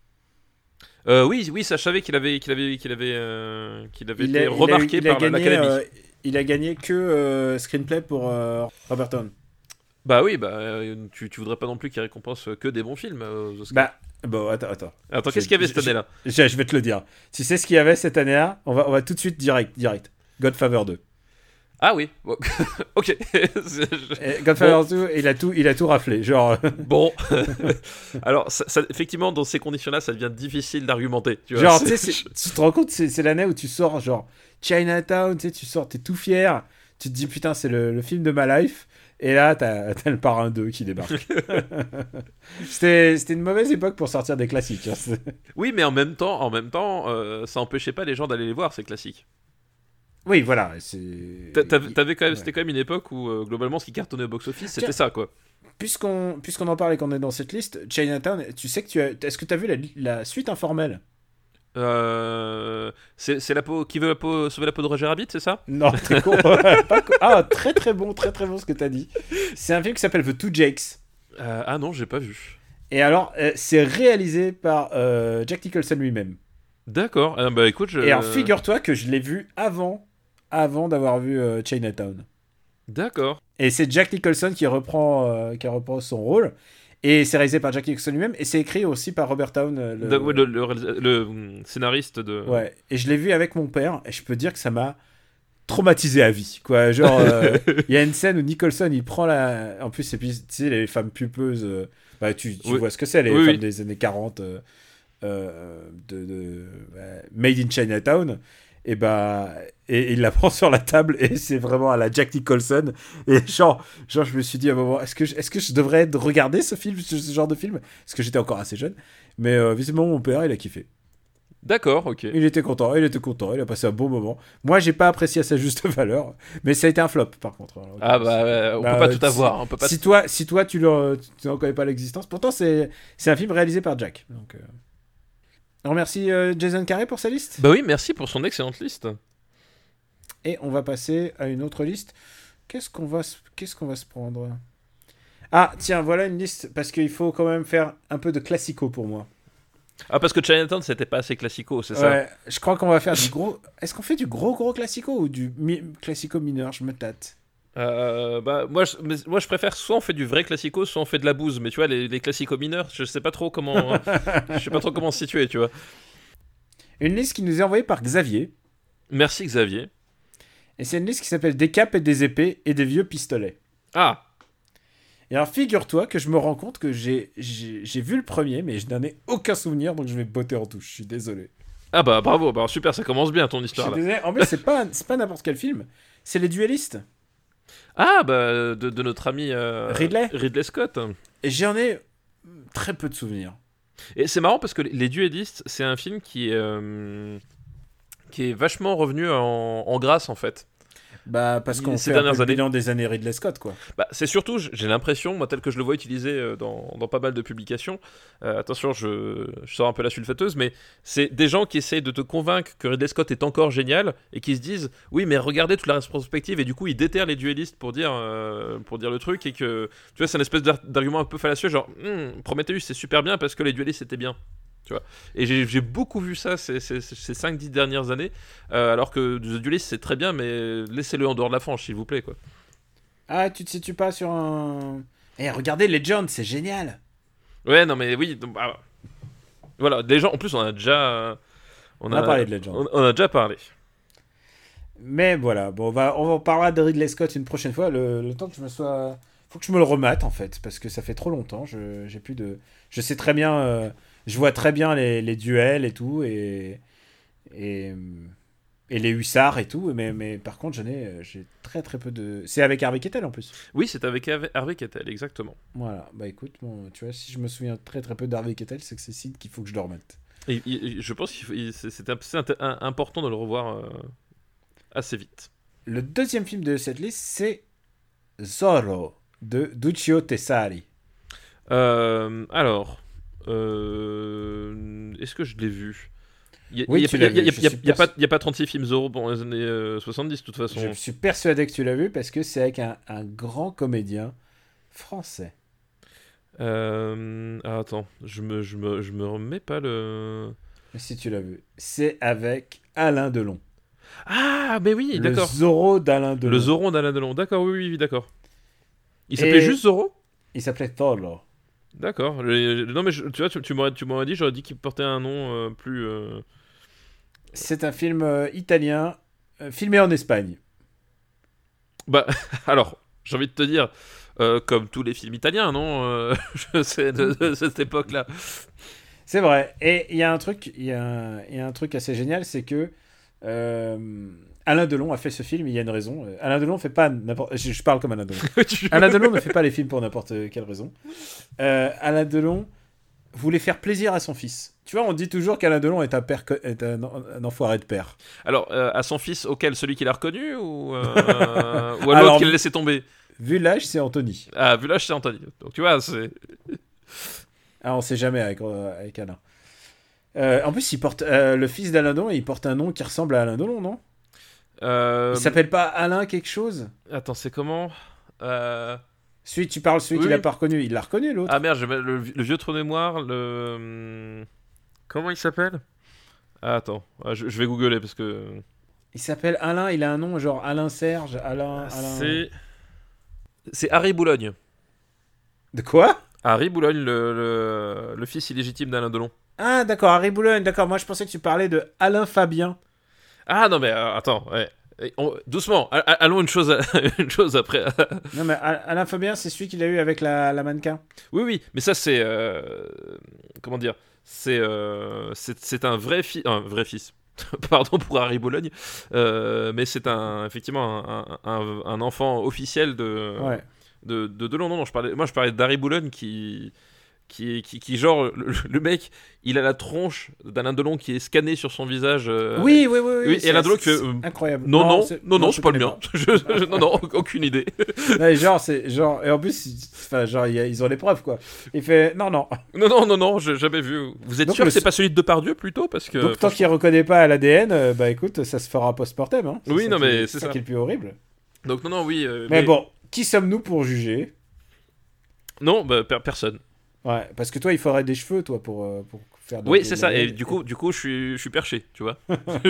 Euh, oui, oui, ça, je savais qu'il avait, qu'il avait, qu'il avait, euh, qu'il avait il été a, remarqué il a, il a par gagné, l'Académie. Euh, il a gagné que euh, screenplay pour euh, Robertson. Bah oui, bah euh, tu, tu voudrais pas non plus qu'il récompense que des bons films euh, aux Oscars. Bah, bon, attends, attends. Attends, Je- qu'est-ce qu'il y avait je- cette année-là? Je, je vais te le dire. Tu sais ce qu'il y avait cette année-là? On va, on va tout de suite direct, direct. Godfather deux. Ah oui, bon. Ok. Et Godfather deux, il a tout, il a tout raflé. Genre, Bon, alors ça, ça- effectivement, dans ces conditions-là, ça devient difficile d'argumenter. Tu vois, genre, tu c'est- sais, c'est- tu te rends compte, c'est, c'est l'année où tu sors, genre Chinatown, tu sais, tu sors, t'es tout fier. Tu te dis putain, c'est le, le film de ma life. Et là, t'as, t'as le Parrain deux qui débarque. c'était, c'était une mauvaise époque pour sortir des classiques. Hein. C'est- Oui, mais en même temps, en même temps, euh, ça empêchait pas les gens d'aller les voir, ces classiques. Oui, voilà. C'est... T'a- T'avais, t'avais quand même, Ouais. C'était quand même une époque où euh, globalement, ce qui cartonnait au box-office, c'était Tiens. ça, quoi. Puisqu'on, puisqu'on en parle et qu'on est dans cette liste, Chinatown, tu sais que tu as... Est-ce que tu as vu la, la suite informelle? Euh, c'est, c'est la peau qui veut la peau, sauver la peau de Roger Rabbit, c'est ça? Non, très con. Pas con. Ah, très très bon, très très bon ce que tu as dit. C'est un film qui s'appelle The Two Jakes. Euh, Ah non, j'ai pas vu. Et alors, euh, c'est réalisé par euh, Jack Nicholson lui-même. D'accord. Ah, bah écoute, je... Et alors, figure-toi que je l'ai vu avant, avant d'avoir vu euh, Chinatown. D'accord. Et c'est Jack Nicholson qui reprend, euh, qui reprend son rôle. Et c'est réalisé par Jack Nicholson lui-même. Et c'est écrit aussi par Robert Town. euh, Le... Da- ouais, Le, le, réalisa- le, hum, scénariste de. Ouais. Et je l'ai vu avec mon père. Et je peux dire que ça m'a traumatisé à vie. Quoi. Genre, euh, il y a une scène où Nicholson, il prend la... En plus, c'est puis, tu sais, les femmes pupeuses... euh, Bah, tu, tu Oui. vois ce que c'est, les Oui, femmes oui. des années quarante euh, euh, de, de ouais, Made in Chinatown. Et bah, et, et il la prend sur la table et c'est vraiment à la Jack Nicholson. Et genre, genre je me suis dit à un moment, est-ce que je, est-ce que je devrais regarder ce film, ce, ce genre de film? Parce que j'étais encore assez jeune. Mais euh, visiblement, mon père, il a kiffé. D'accord, ok. Il était content, il était content, il a passé un bon moment. Moi, j'ai pas apprécié à sa juste valeur, mais ça a été un flop par contre. Alors, Ah bah, ouais, on Bah, peut pas euh, tout avoir. On peut pas. Si toi, si toi tu n'en tu n'en connais pas l'existence, pourtant c'est c'est un film réalisé par Jack. Donc, euh... on remercie euh, Jason Carrey pour sa liste. Bah oui, merci pour son excellente liste. Et on va passer à une autre liste. Qu'est-ce qu'on va, se- qu'est-ce qu'on va se prendre? Ah tiens, voilà une liste parce qu'il faut quand même faire un peu de classico pour moi. Ah, parce que Chinatown, c'était pas assez classico, c'est ça? Ouais, je crois qu'on va faire du gros. Est-ce qu'on fait du gros gros classico ou du mi- classico mineur? Je me tâte. Euh, bah, moi, je, mais moi, je préfère soit on fait du vrai classico, soit on fait de la bouse. Mais tu vois, les, les classicos mineurs, je sais pas trop comment, je sais pas trop comment se situer, tu vois. Une liste qui nous est envoyée par Xavier. Merci Xavier. Et c'est une liste qui s'appelle Des capes et des épées et des vieux pistolets. Ah, Et alors, figure-toi que je me rends compte que j'ai, j'ai, j'ai vu le premier, mais je n'en ai aucun souvenir, donc je vais botter en touche. Je suis désolé. ah bah bravo, bah super, ça commence bien ton Je histoire suis là. désolé. En plus, c'est pas, c'est pas n'importe quel film. C'est Les Duellistes. Ah bah de, de notre ami euh, Ridley. Ridley Scott. Et j'en ai très peu de souvenirs. Et c'est marrant parce que Les Duellistes, c'est un film qui est, euh, qui est vachement revenu en, en grâce en fait. Bah, parce qu'on Ces fait un dernières peu le années. bilan des années Ridley Scott, quoi. Bah, c'est surtout, j'ai l'impression, moi tel que je le vois utilisé euh, dans, dans pas mal de publications, euh, attention, je, je sors un peu la sulfateuse, mais c'est des gens qui essayent de te convaincre que Ridley Scott est encore génial et qui se disent, oui, mais regardez toute la rétrospective, et du coup ils déterrent les duellistes pour dire, euh, pour dire le truc, et que, tu vois, c'est une espèce d'ar- d'argument un peu fallacieux, genre, Hm, Prometheus c'est super bien parce que les duellistes étaient bien. Tu vois. Et j'ai, j'ai beaucoup vu ça ces, ces, ces cinq dix dernières années, euh, alors que The Duelist c'est très bien, mais laissez-le en dehors de la frange, s'il vous plaît, quoi. Ah, tu te situes pas sur un, Eh, regardez Legend, c'est génial. Ouais, non, mais oui. Donc, bah, voilà, des gens. En plus, on a déjà. On, on a, a parlé de Legend. On, on a déjà parlé. Mais voilà, bon, on va, on va parler de Ridley Scott une prochaine fois. Le, le temps que je me sois. Faut que je me le remate en fait, parce que ça fait trop longtemps. Je, j'ai plus de. Je sais très bien. Euh, je vois très bien les, les duels et tout. Et. Et. Et les hussards et tout, mais, mais par contre, j'en ai, j'ai très très peu de. C'est avec Harvey Keitel en plus. Oui, c'est avec Harvey Keitel, exactement. Voilà, bah écoute, bon, tu vois, si je me souviens très très peu d'Harvey Keitel, c'est que c'est Sid qu'il faut que je le remette. Et, et, je pense que c'est, c'est important de le revoir euh, assez vite. Le deuxième film de cette liste, c'est Zorro de Duccio Tessari. Euh, alors, euh, est-ce que je l'ai vu? Il oui, n'y a, y a, y a, y a, a, a pas trente-six films Zorro dans les années euh, soixante-dix, de toute façon. Je suis persuadé que tu l'as vu parce que c'est avec un, un grand comédien français. Euh, ah, attends, je me, je, me, je me remets pas le... Mais si tu l'as vu. C'est avec Alain Delon. Ah, mais oui, le d'accord. Le Zorro d'Alain Delon. Le Zorro d'Alain Delon, d'accord, oui, oui, oui, d'accord. Il s'appelait Et... juste Zorro? Il s'appelait Zorro. D'accord. Le, non, mais je, tu vois, tu, tu, m'aurais, tu m'aurais dit, j'aurais dit qu'il portait un nom euh, plus... Euh... C'est un film euh, italien, euh, filmé en Espagne. Bah, alors, j'ai envie de te dire, euh, comme tous les films italiens, non euh, je sais, de, de cette époque-là. C'est vrai. Et il y a un truc, il y, y a un truc assez génial, c'est que euh, Alain Delon a fait ce film, il y a une raison. Alain Delon fait pas n'importe... Je, je parle comme Alain Delon. Alain Delon ne fait pas les films pour n'importe quelle raison. Euh, Alain Delon voulait faire plaisir à son fils. Tu vois, on dit toujours qu'Alain Delon est un, père, est un, un enfoiré de père. Alors, euh, à son fils, auquel? Celui qu'il a reconnu ou, euh, ou à l'autre qu'il a laissé tomber? Vu l'âge, c'est Anthony. Ah, vu l'âge, c'est Anthony. Donc tu vois, c'est... Ah, on sait jamais avec, euh, avec Alain. Euh, en plus, il porte, euh, le fils d'Alain Delon, il porte un nom qui ressemble à Alain Delon, non? euh... Il s'appelle pas Alain quelque chose? Attends, c'est comment euh... Celui, tu parles celui oui. qu'il a pas reconnu. Il l'a reconnu, l'autre. Ah merde, le, le, le vieux trou de mémoire, le... Comment il s'appelle? Ah, attends, je, je vais googler parce que... Il s'appelle Alain, il a un nom genre Alain Serge, Alain... Alain... C'est... C'est Harry Boulogne. De quoi? Harry Boulogne, le, le, le fils illégitime d'Alain Delon. Ah d'accord, Harry Boulogne, d'accord. Moi je pensais que tu parlais de Alain Fabien. Ah non mais euh, attends, ouais. On, doucement, allons une chose, une chose après. Non mais Alain Fabien, c'est celui qu'il a eu avec la, la mannequin. Oui oui, mais ça c'est... Euh, comment dire? C'est, euh, c'est, c'est un vrai fils... Un vrai fils. Pardon pour Harry Boulogne. Euh, mais c'est un, effectivement un, un, un enfant officiel de... Ouais. De, de Delon. Non, non, je parlais, moi je parlais d'Harry Boulogne qui... Qui, qui, qui genre, le, le mec, il a la tronche d'Alain Delon qui est scannée sur son visage. Euh, oui, oui, oui. oui, oui et Alain Delon qui fait. Euh, incroyable. Non, non, non, c'est, non, non, c'est pas le mien. Je, je, non, non, aucune idée. Ouais, genre, c'est genre. Et en plus, enfin, genre, y a, ils ont les preuves, quoi. Il fait. Non, non. Non, non, non, non, j'ai jamais vu. Vous êtes donc, sûr que c'est pas celui de Depardieu plutôt parce que. Donc, tant qu'il reconnaît pas à l'A D N, euh, bah écoute, ça se fera post-mortem. Hein. Oui, non, mais qui, c'est ça. ça qui est le plus horrible. Donc, non, non, oui. Euh, mais, mais bon, qui sommes-nous pour juger? Non, bah, per- personne. Ouais, parce que toi, il faudrait des cheveux, toi, pour, euh, pour faire... Oui, des, c'est des ça, et du coup, du coup je, suis, je suis perché, tu vois.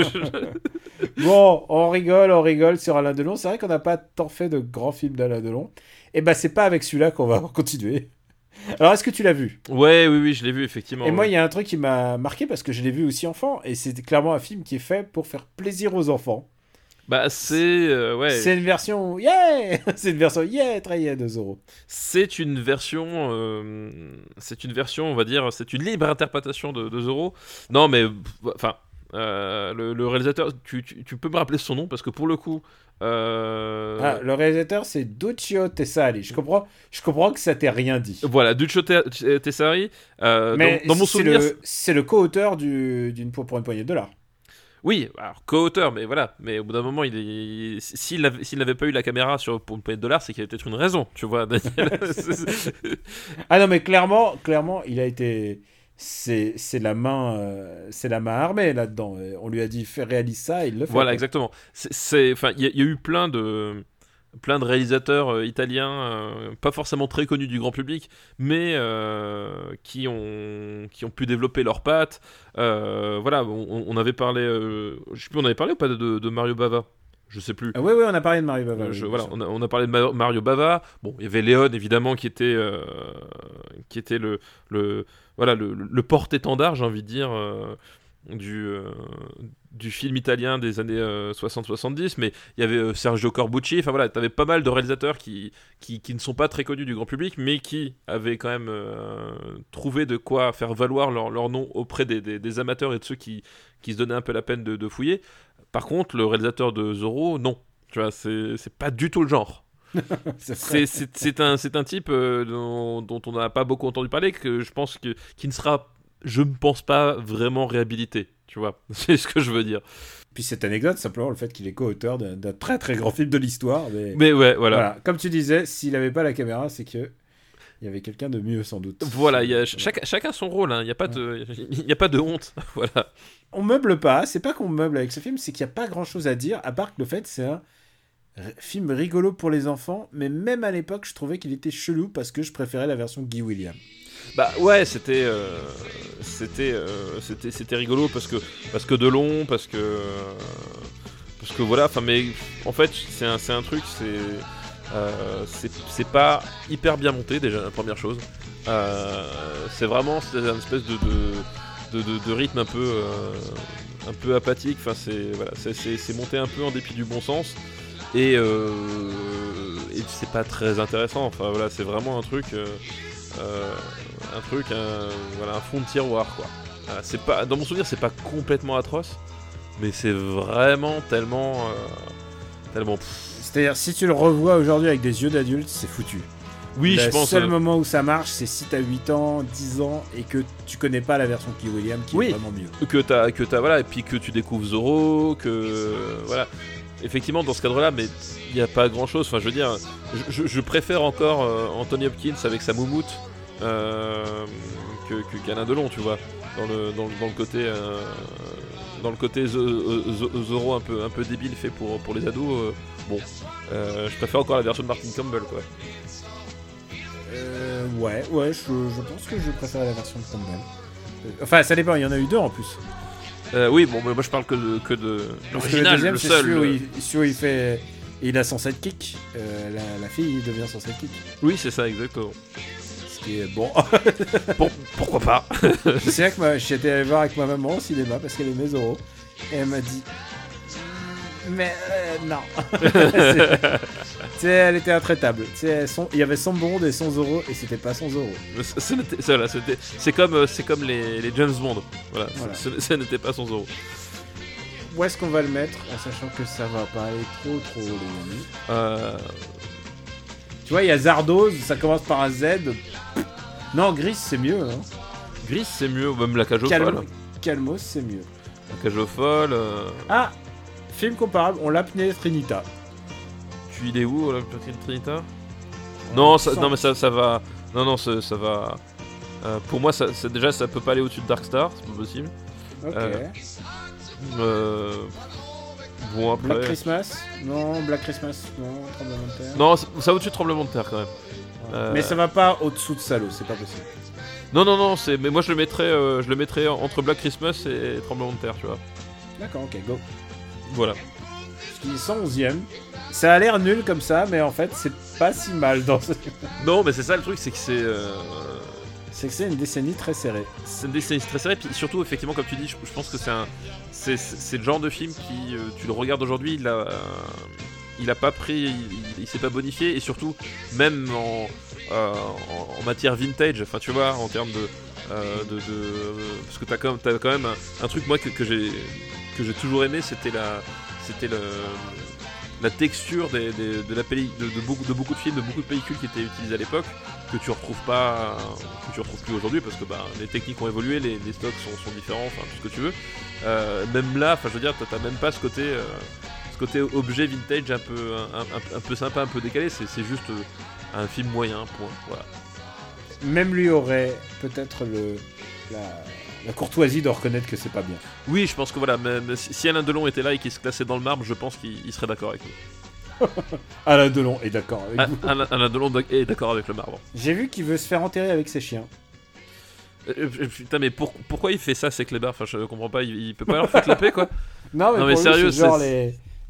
Bon, on rigole, on rigole sur Alain Delon. C'est vrai qu'on n'a pas tant fait de grands films d'Alain Delon. Et bah, c'est pas avec celui-là qu'on va continuer. Alors, est-ce que tu l'as vu? Ouais, oui, oui, je l'ai vu, effectivement. Et ouais. moi, il y a un truc qui m'a marqué, parce que je l'ai vu aussi enfant, et c'est clairement un film qui est fait pour faire plaisir aux enfants. Bah c'est euh, ouais. C'est une version yeah, c'est une version yeah très yeah de Zorro. C'est une version, euh, c'est une version, on va dire, c'est une libre interprétation de, de Zorro. Non mais enfin, euh, le, le réalisateur, tu, tu, tu peux me rappeler son nom parce que pour le coup. Euh... Ah, le réalisateur c'est Duccio Tessari. Je comprends, je comprends que ça t'ait rien dit. Voilà, Duccio Tessari. Euh, mais dans, dans mon souvenir, c'est le, c'est le co-auteur du, d'une pour une poignée de dollars. Oui, alors co-auteur, mais voilà. Mais au bout d'un moment, il est... s'il, avait... s'il n'avait pas eu la caméra sur... pour une poignée de dollars, c'est qu'il y avait peut-être une raison, tu vois, Daniel. Ah non, mais clairement, clairement, il a été... C'est, c'est, la main, euh, c'est la main armée là-dedans. On lui a dit, fais, réalise ça, il le fait. Voilà, quoi. exactement. C'est, c'est... Enfin, il y, y a eu plein de... plein de réalisateurs euh, italiens, euh, pas forcément très connus du grand public, mais euh, qui, ont, qui ont pu développer leurs pattes. Euh, voilà, on, on avait parlé, euh, je sais plus, on avait parlé ou pas de, de Mario Bava? je sais plus. Ah ouais, ouais, on a parlé de Mario Bava. Euh, oui, je- bien voilà, sûr. on a, on a parlé de Ma- Mario Bava. Bon, il y avait Léon évidemment qui était, euh, qui était le, le, voilà, le, le porte-étendard, j'ai envie de dire, euh, du, euh, du film italien des années euh, soixante soixante-dix. Mais il y avait euh, Sergio Corbucci. Enfin voilà, t'avais pas mal de réalisateurs qui, qui, qui ne sont pas très connus du grand public, mais qui avaient quand même euh, trouvé de quoi faire valoir leur, leur nom auprès des, des, des amateurs et de ceux qui, qui se donnaient un peu la peine de, de fouiller. Par contre, le réalisateur de Zorro, non. Tu vois, c'est, c'est pas du tout le genre. C'est vrai. C'est, c'est, c'est, un, c'est un type euh, dont, dont on n'a pas beaucoup entendu parler, que je pense que, qui ne sera, je ne pense pas, vraiment réhabilité. Tu vois, c'est ce que je veux dire. Puis cette anecdote, simplement le fait qu'il est co-auteur d'un, d'un très très grand film de l'histoire. Mais, Mais ouais, voilà. voilà. Comme tu disais, s'il n'avait pas la caméra, c'est que il y avait quelqu'un de mieux sans doute. Voilà, il y a, chaque, chacun son rôle, hein. Il n'y a, pas de- il y a pas de honte. Voilà. On meuble pas, c'est pas qu'on meuble avec ce film, c'est qu'il n'y a pas grand chose à dire, à part que le fait que c'est un r- film rigolo pour les enfants, mais même à l'époque, je trouvais qu'il était chelou parce que je préférais la version Guy Williams. Bah ouais, c'était, euh, c'était, euh, c'était, c'était rigolo parce que, parce que de long, parce que, euh, parce que voilà. Enfin, mais en fait, c'est un, c'est un truc, c'est, euh, c'est, c'est pas hyper bien monté déjà la première chose. Euh, c'est vraiment, c'est un espèce de, de, de, de, de rythme un peu, euh, un peu apathique. Enfin, c'est voilà, c'est, c'est, c'est monté un peu en dépit du bon sens et, euh, et c'est pas très intéressant. Enfin voilà, c'est vraiment un truc. Euh, Euh, un truc, un, voilà, un fond de tiroir quoi. Voilà, c'est pas, dans mon souvenir, c'est pas complètement atroce, mais c'est vraiment tellement, euh, tellement. pff. C'est-à-dire, si tu le revois aujourd'hui avec des yeux d'adulte, c'est foutu. Oui, le je pense. seul euh, moment où ça marche, c'est si t'as huit ans, dix ans, et que tu connais pas la version Guy Williams qui Oui. est vraiment mieux. que t'as, que t'as, voilà, et puis que tu découvres Zorro, que euh, voilà. Effectivement, dans ce cadre-là, mais il n'y a pas grand-chose. Enfin, je veux dire, je, je- je préfère encore euh, Anthony Hopkins avec sa moumoute euh, que, que qu'Alain Delon, tu vois, dans le dans, le- dans le côté euh, dans le côté Zo- Zo- Zorro un peu un peu débile fait pour pour les ados. euh, bon, euh, je préfère encore la version de Martin Campbell, quoi. Euh, ouais, ouais, je, je pense que je préfère la version de Campbell. Euh, Enfin, ça dépend, il y en a eu deux en plus. Euh, oui, bon, mais moi je parle que de, que de Parce que le l'original, deuxième, le c'est seul. celui où le- il, celui où il fait... Il a son sidekick. Euh, la, la fille devient son sidekick. Oui, c'est ça, exactement. Ce qui est bon. Bon, pourquoi pas. Je sais que ma- j'étais allé voir avec ma maman au cinéma parce qu'elle aimait Zorro. Et elle m'a dit... Mais euh, non. C'est- Tu sais, elle était intraitable. Tu sais, son- il y avait son Bond et son Zorro et c'était pas son Zorro. Ce- ce n'était- ça, voilà, c'était- c'est comme, euh, c'est comme les, les James Bond. Voilà, Voilà. Ce, ce n'était pas son Zorro. Où est-ce qu'on va le mettre en sachant que ça va pas aller trop trop haut, les amis. Euh, Tu vois, il y a Zardoz, ça commence par un Z. Non, Gris, c'est mieux. Hein. Gris, c'est mieux, même la cage aux Calm- folles. Calmos, c'est mieux. La cage aux folles. euh, Ah, film comparable, on l'apnée Trinita. Tu il est où, la petite Trinita Non, ça, Sans- non, mais ça, ça va. Non, non, ça, ça va. euh, pour moi, ça, ça- déjà, ça peut pas aller au-dessus de Dark Star, c'est pas possible. Ok. euh, Euh, Bon, après. Black Christmas. Non, Black Christmas. Non, Tremblement de terre. Non, ça ça va au-dessus de Tremblement de Terre quand même. euh, Mais ça va pas au-dessous de Salo, c'est pas possible. Non, non, non, c'est. Mais moi, je le mettrais, euh, je le mettrais entre Black Christmas et Tremblement de Terre, tu vois. D'accord, ok, go. Voilà. Ce qui est cent onzième. Ça a l'air nul comme ça, mais en fait, c'est pas si mal dans ce. Non, mais c'est ça le truc, c'est que c'est. euh, C'est que c'est une décennie très serrée. C'est une décennie très serrée, puis surtout, effectivement, comme tu dis, je, je pense que c'est un. C'est, c'est c'est le genre de film qui. euh, tu le regardes aujourd'hui, il a. euh, il a pas pris. Il, il- il s'est pas bonifié, et surtout, même en. euh, en, en matière vintage, enfin, tu vois, en termes de. euh, de, de- parce que t'as quand même, t'as quand même un, un truc, moi, que, que j'ai. que j'ai toujours aimé, c'était la. C'était le. La texture des, des- de, la pelli- de, de beaucoup, de beaucoup de films, de beaucoup de pellicules qui étaient utilisées à l'époque, que tu retrouves pas, que tu retrouves plus aujourd'hui parce que bah, les techniques ont évolué, les, les stocks sont, sont différents, enfin tout ce que tu veux. Euh, même là, enfin je veux dire, t'as t'as même pas ce côté, euh, ce côté objet vintage un peu, un, un- un peu sympa, un peu décalé. C'est c'est juste euh, un film moyen, point. Voilà. Même lui aurait peut-être le la, la courtoisie de reconnaître que c'est pas bien. Oui, je pense que voilà, même si, si Alain Delon était là et qu'il se classait dans le marbre, je pense qu'il il serait d'accord avec nous. Alain Delon est d'accord avec Ah, vous. Alain, Alain Delon doc- est d'accord avec le marbre. J'ai vu qu'il veut se faire enterrer avec ses chiens. Euh, euh, putain, mais pour- pourquoi il fait ça, c'est Kleber? Enfin, je comprends pas. Il, il peut pas leur foutre la paix, quoi. Non, mais, Non, mais pour lui, sérieux, c'est genre c'est- les.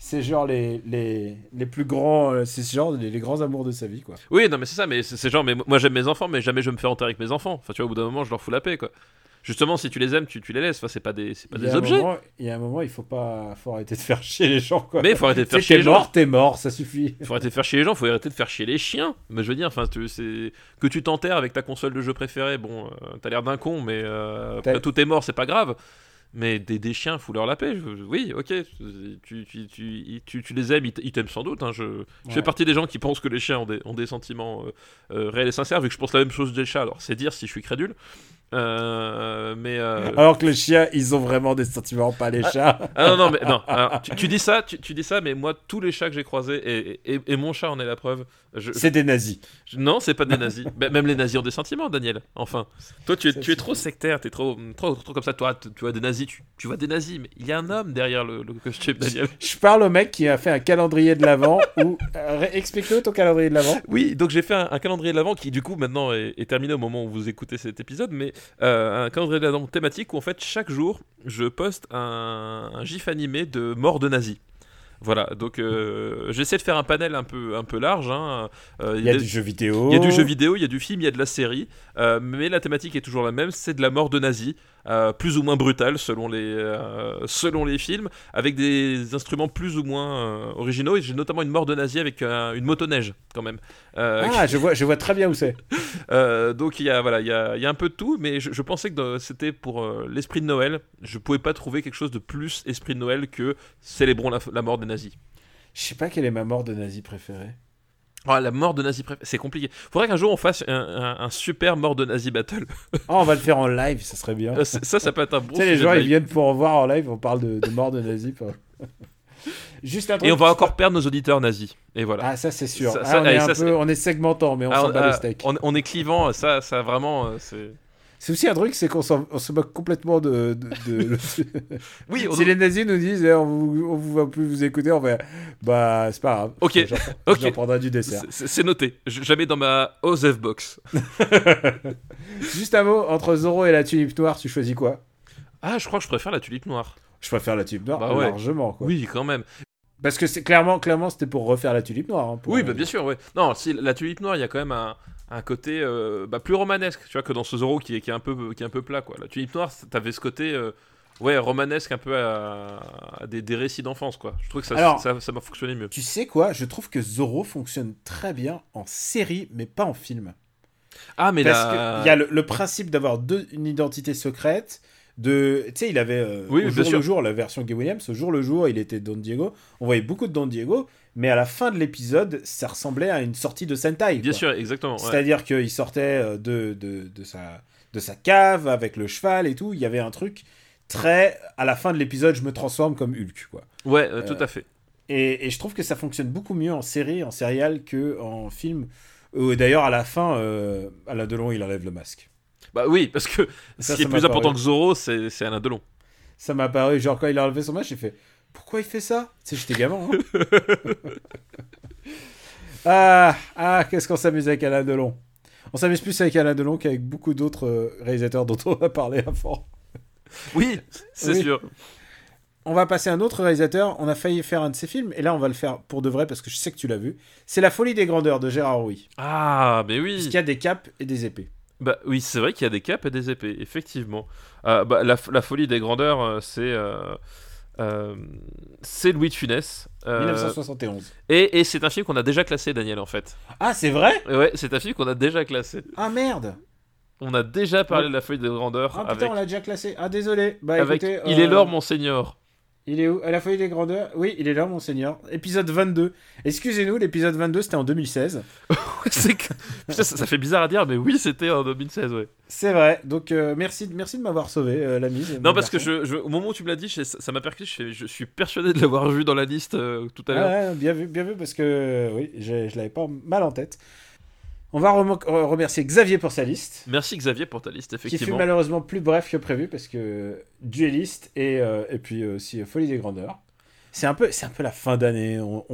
c'est genre les, les, les plus grands, euh, c'est genre les, les grands amours de sa vie, quoi. Oui, non, mais c'est ça, mais c'est, c'est genre, mais moi j'aime mes enfants, mais jamais je me fais enterrer avec mes enfants. Enfin, tu vois, au bout d'un moment, je leur fous la paix, quoi. Justement, si tu les aimes, tu, tu les laisses. Enfin, c'est pas des, c'est pas Il y a des un objets. moment- Il y a un moment, il faut pas, faut arrêter de faire chier les gens, quoi. Mais il faut arrêter de faire Tu sais, chier t'es les gens. mort, t'es mort, ça suffit. Faut arrêter de faire chier les gens, faut arrêter de faire chier les chiens. Mais je veux dire, enfin, tu, c'est... que tu t'enterres avec ta console de jeu préférée, bon, euh, t'as l'air d'un con, mais euh, T'as- après tout est mort, c'est pas grave. Mais des, des chiens, fous leur la paix. Je- je- oui, ok, tu, tu, tu, tu, tu les aimes, ils t- ils t'aiment sans doute. Hein. Je, je Ouais. fais partie des gens qui pensent que les chiens ont des, ont des sentiments euh, euh, réels et sincères, vu que je pense la même chose des chats. Alors, c'est dire si je suis crédule. Euh, mais euh, Alors que les chiens, ils ont vraiment des sentiments, pas les chats. ah non non mais non alors, tu, tu dis ça tu, tu dis ça mais moi tous les chats que j'ai croisés et, et, et mon chat en est la preuve je, C'est des nazis. je- non c'est pas des nazis. Bah, même les nazis ont des sentiments, Daniel, enfin toi tu es, Ça, tu es c'est trop sectaire, t'es trop, trop trop comme ça. Toi tu tu vois des nazis, tu, tu vois des nazis, mais il y a un homme derrière le, le costume, Daniel. Je parle au mec qui a fait un calendrier de l'Avent où... euh, ré- Explique-le ton calendrier de l'Avent. Oui, donc j'ai fait un, un calendrier de l'Avent qui du coup maintenant est, est terminé au moment où vous écoutez cet épisode, mais euh, un calendrier de l'Avent thématique où en fait chaque jour je poste un, un gif animé de mort de nazis. Voilà, donc euh, j'essaie de faire un panel un peu, un peu large. Hein. Euh, Il y a des- du jeu vidéo. il y a du jeu vidéo, il y a du film, il y a de la série, euh, mais la thématique est toujours la même, c'est de la mort de nazis, euh, plus ou moins brutale selon les, euh, selon les films, avec des instruments plus ou moins euh, originaux, et j'ai notamment une mort de nazi avec euh, une motoneige quand même. Euh, Ah, je vois, je vois très bien où c'est. euh, donc il y a, voilà, il y a, il y a un peu de tout, mais je, je pensais que dans- c'était pour euh, l'esprit de Noël, je pouvais pas trouver quelque chose de plus esprit de Noël que célébrons la, la mort des nazis. Je sais pas quelle est ma mort de nazi préférée. Ah, la mort de nazi, préf- c'est compliqué. Faudrait qu'un jour on fasse un, un- un super mort de nazi battle. Oh, on va le faire en live, ça serait bien. Euh, c'est- ça, ça peut être un bon Tu sais, les sujet gens, de ils live. viennent pour en voir en live, on parle de, de mort de nazi. pas- Juste un truc. Et on va encore perdre nos auditeurs nazis. Et voilà. Ah, ça, c'est sûr. Ça- Ah, ça- on, allez, est un ça, peu- c'est- on est segmentant, mais on Ah, s'en on, bat le ah, steak. on- on est clivant, ça, ça vraiment, euh, c'est. C'est aussi un truc, c'est qu'on s'en- on se moque complètement de. de, de- Oui, on- Si les nazis nous disent, eh, on vous, on vous va plus vous écouter, on va. Bah, c'est pas grave. Ok, J'en, ok. j'en prendrai du dessert. c'est- c'est c'est noté. Je, je la mets dans ma O Z F box. Juste un mot, entre Zorro et la tulipe noire, tu choisis quoi? Ah, je crois que je préfère la tulipe noire. Je préfère la tulipe noire Bah ouais. largement, quoi. Oui, quand même. Parce que c'est clairement, clairement, c'était pour refaire la tulipe noire. hein, pour- Oui, bah, bien sûr, ouais. Non, si la tulipe noire, il y a quand même un, un côté euh, bah, plus romanesque, tu vois, que dans ce Zorro qui est, qui est un peu, qui est un peu plat, quoi. La tulipe noire, t'avais ce côté, euh, ouais, romanesque, un peu à, à des, des récits d'enfance, quoi. Je trouve que ça, Alors- ça, ça m'a fonctionné mieux. Tu sais quoi? Je trouve que Zorro fonctionne très bien en série, mais pas en film. Ah, mais Parce la... qu'il y a le, le principe d'avoir deux, une identité secrète. De, tu sais, il avait euh, Oui, au bien jour sûr. le jour la version Gay Williams. Au jour le jour, il était Don Diego. On voyait beaucoup de Don Diego, mais à la fin de l'épisode, ça ressemblait à une sortie de Sentai. Bien quoi. sûr, exactement. Ouais. C'est-à-dire qu'il sortait euh, de, de, de, sa, de sa cave avec le cheval et tout. Il y avait un truc très. À la fin de l'épisode, je me transforme comme Hulk, quoi. Ouais, euh, tout Euh, à fait. Et, et je trouve que ça fonctionne beaucoup mieux en série, en serial, que en film. Euh, D'ailleurs, à la fin, euh, Alain Delon, il enlève le masque. Bah oui, parce que Ça, ce qui est ça plus m'a important paru. que Zorro, c'est c'est Alain Delon. Ça m'a paru, genre quand il a enlevé son masque, j'ai fait pourquoi il fait ça? Tu sais, j'étais gamin. Hein. ah, ah, qu'est-ce qu'on s'amuse avec Alain Delon. On s'amuse plus avec Alain Delon qu'avec beaucoup d'autres euh, réalisateurs dont on a parlé avant. Oui, c'est Oui. sûr. On va passer à un autre réalisateur. On a failli faire un de ses films, et là on va le faire pour de vrai parce que je sais que tu l'as vu. C'est La Folie des Grandeurs de Gérard Rouy. Ah, mais Parce oui. qu'il y a des capes et des épées. Bah oui, c'est vrai qu'il y a des capes et des épées, effectivement. Euh, bah, la, la folie des grandeurs, euh, c'est euh, euh, c'est Louis de Funès. Euh, dix-neuf cent soixante et onze. et et c'est un film qu'on a déjà classé, Daniel, en fait. Ah, c'est vrai? Et ouais, c'est un film qu'on a déjà classé. Ah merde. On a déjà parlé de la folie des grandeurs Ah putain, avec, on l'a déjà classé. Ah désolé. Bah avec écoutez. Il est euh, l'or, Monseigneur. Il est où? À la folie des grandeurs? Oui, il est là, monseigneur. Épisode vingt-deux. Excusez-nous, l'épisode vingt-deux, c'était en deux mille seize. C'est que- Putain, ça, ça fait bizarre à dire, mais oui, c'était en deux mille seize, ouais. C'est vrai. Donc, euh, merci, merci de m'avoir sauvé, euh, la mise. Non, parce que je, je- au moment où tu me l'as dit, je- ça ça m'a percuté. Je, fais- je suis persuadé de l'avoir vu dans la liste euh, tout à l'heure. Ah, ouais, bien vu, bien vu, parce que euh, oui, je, je l'avais pas mal en tête. On va remo- re- remercier Xavier pour sa liste, Merci Xavier pour ta liste, qui fut effectivement. malheureusement plus bref que prévu, parce que Duelist et, euh, et puis aussi euh, Folie des Grandeurs. C'est un peu, c'est un peu la fin d'année. On, on,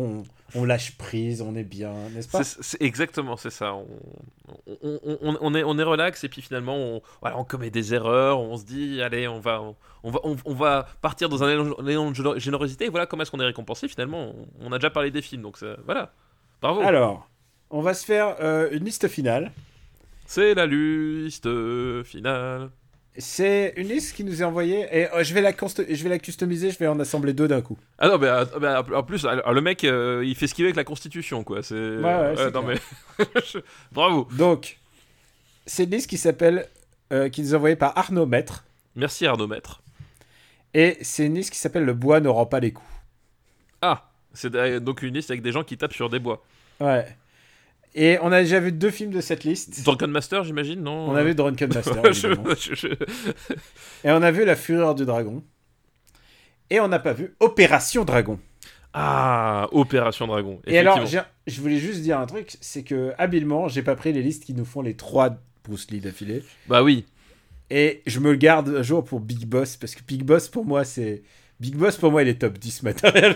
on lâche prise, on est bien, n'est-ce pas? c'est, c'est exactement, c'est ça. On, on, on, on, est, on est relax et puis finalement, on, voilà, on commet des erreurs, on se dit, allez, on va, on, on va, on, on va partir dans un élan, un élan de générosité. Et voilà comment est-ce qu'on est récompensé. Finalement, on, on a déjà parlé des films, donc ça, voilà. Bravo. Alors, on va se faire euh, une liste finale. C'est la liste finale. C'est une liste qui nous est envoyée et euh, je, vais la const- je vais la customiser, je vais en assembler deux d'un coup. Ah non, mais euh, bah, en plus, alors, le mec, euh, il fait ce qu'il veut avec la Constitution, quoi. C'est... Ouais, ouais, c'est euh, non, mais... Bravo. Donc, c'est une liste qui s'appelle, euh, qui nous est envoyée par Arnaud Maître. Merci Arnaud Maître. Et c'est une liste qui s'appelle Le bois ne rend pas les coups. Ah, c'est donc une liste avec des gens qui tapent sur des bois. Ouais. Et on a déjà vu deux films de cette liste. Drunken Master, j'imagine, non? On a vu Drunken Master, évidemment. je, je... Et on a vu La Fureur du Dragon. Et on n'a pas vu Opération Dragon. Ah, Opération Dragon. Et alors, j'ai... je voulais juste dire un truc, c'est que habilement, j'ai pas pris les listes qui nous font les trois Bruce Lee d'affilée. Bah oui. Et je me le garde un jour pour Big Boss, parce que Big Boss, pour moi, c'est... Big Boss, pour moi, il est top dix matériel.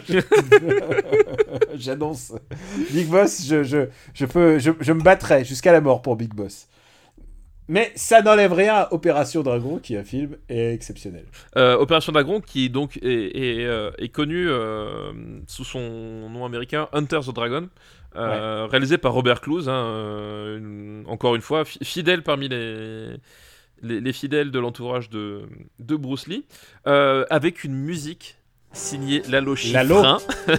J'annonce. Big Boss, je, je, je, peux, je, je me battrai jusqu'à la mort pour Big Boss. Mais ça n'enlève rien à Opération Dragon, qui est un film exceptionnel. Euh, Opération Dragon, qui donc est, est, euh, est connu euh, sous son nom américain Hunter the Dragon, euh, ouais. réalisé par Robert Clouse, hein, euh, une, encore une fois, f- fidèle parmi les... Les, les fidèles de l'entourage de, de Bruce Lee, euh, avec une musique signée Lalo Schifrin.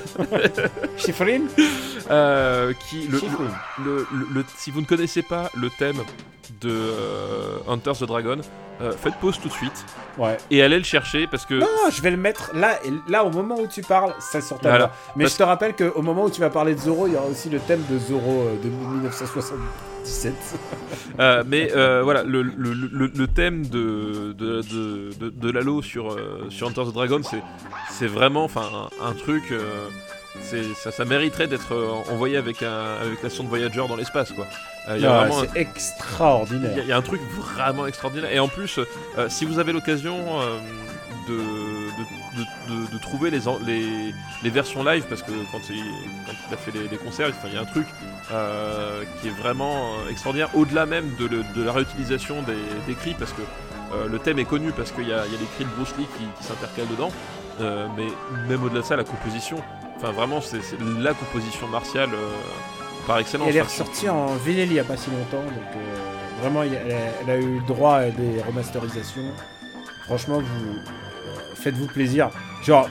Schifrin euh, qui le, Schifrin. Le, le, le, le, si vous ne connaissez pas le thème de euh, Hunter the Dragon, euh, faites pause tout de suite. Ouais. Et allez le chercher parce que... Non, je vais le mettre là, et là au moment où tu parles, ça sort ta voix. Mais parce... je te rappelle qu'au moment où tu vas parler de Zorro, il y aura aussi le thème de Zorro euh, de dix-neuf cent soixante-dix-sept. euh, mais euh, voilà, le, le, le, le thème de, de, de, de, de Lalo sur, euh, sur Hunter the Dragon, c'est, c'est vraiment un, un truc... Euh, c'est, ça, ça mériterait d'être envoyé avec, un, avec la sonde Voyager dans l'espace, quoi. Euh, y a non, vraiment c'est un... extraordinaire. Il y, y a un truc vraiment extraordinaire. Et en plus, euh, si vous avez l'occasion euh, de, de, de, de, de trouver les, les, les versions live, parce que quand il, quand il a fait les, les concerts, il y a un truc euh, qui est vraiment extraordinaire, au-delà même de, le, de la réutilisation des, des cris, parce que euh, le thème est connu, parce qu'il y a, y a les cris de Bruce Lee qui, qui s'intercalent dedans. Euh, mais même au-delà de ça, la composition, enfin vraiment, c'est, c'est la composition martiale euh, par excellence. Et elle est ressortie en vinyle il n'y a pas si longtemps, donc euh, vraiment, elle a, elle a eu droit à des remasterisations. Franchement, vous euh, faites-vous plaisir. Genre,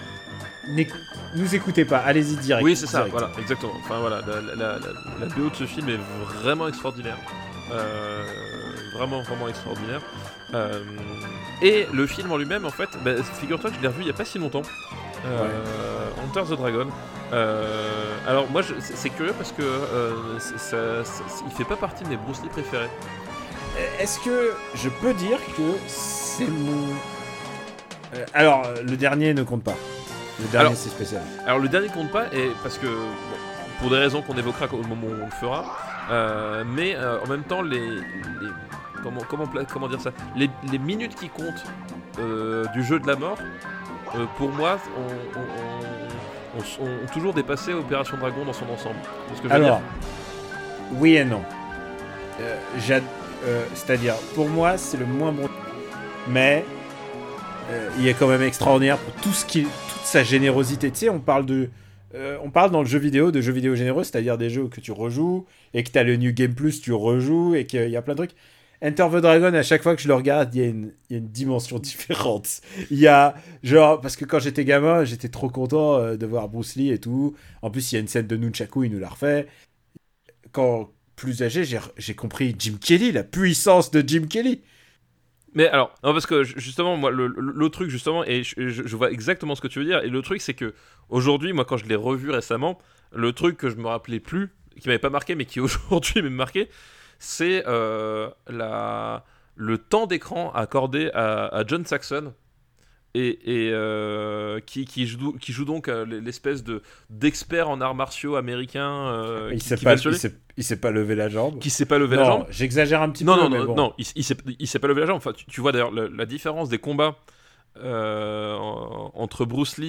nous écoutez pas, allez-y direct. Oui, c'est ça, direct. voilà, exactement. Enfin voilà, la, la, la, la B O de ce film est vraiment extraordinaire. Euh, vraiment, vraiment extraordinaire. Euh, et le film en lui-même, en fait, bah, figure-toi que je l'ai revu il n'y a pas si longtemps. Euh, ouais. Hunter the Dragon. Euh, alors moi, je, c'est, c'est curieux parce que euh, c'est, ça, ça, il fait pas partie de mes Bruce Lee préférés. Est-ce que je peux dire que c'est mon... Euh, alors, le dernier ne compte pas. Le dernier, alors, c'est spécial. Alors, le dernier compte pas, et parce que, bon, pour des raisons qu'on évoquera au moment où on le fera, euh, mais euh, en même temps, les... les Comment, comment, comment dire ça, les, les minutes qui comptent euh, du jeu de la mort, euh, pour moi, ont on, on, on, on, on toujours dépassé Opération Dragon dans son ensemble. C'est ce que je veux Alors, dire. Oui et non. Euh, euh, c'est-à-dire, pour moi, c'est le moins bon. Mais euh, il est quand même extraordinaire pour tout ce qui, toute sa générosité. Tu sais, on parle de... Euh, on parle dans le jeu vidéo de jeux vidéo généreux, c'est-à-dire des jeux que tu rejoues, et que tu as le New Game Plus, tu rejoues, et qu'il y a plein de trucs. Enter the Dragon, à chaque fois que je le regarde, il y a une, il y a une dimension différente. Il y a, genre, parce que quand j'étais gamin, j'étais trop content euh, de voir Bruce Lee et tout. En plus, il y a une scène de Nunchaku, il nous l'a refait. Quand plus âgé, j'ai, j'ai compris Jim Kelly, la puissance de Jim Kelly. Mais alors, non, parce que justement, moi, le, le, le truc, justement, et je, je, je vois exactement ce que tu veux dire, et le truc, c'est que aujourd'hui, moi, quand je l'ai revu récemment, le truc que je me rappelais plus, qui m'avait pas marqué, mais qui aujourd'hui m'a marqué, c'est euh, la, le temps d'écran accordé à, à John Saxon et, et euh, qui, qui, joue, qui joue donc euh, l'espèce de, d'expert en arts martiaux américain. Euh, il, qui, sait qui pas, il, sait, il sait pas lever la jambe. Qui sait pas lever non, la jambe. J'exagère un petit non, peu. Non, mais non, bon. non, il, il, sait, il sait pas lever la jambe. Enfin, tu, tu vois d'ailleurs la, la différence des combats euh, en, entre Bruce Lee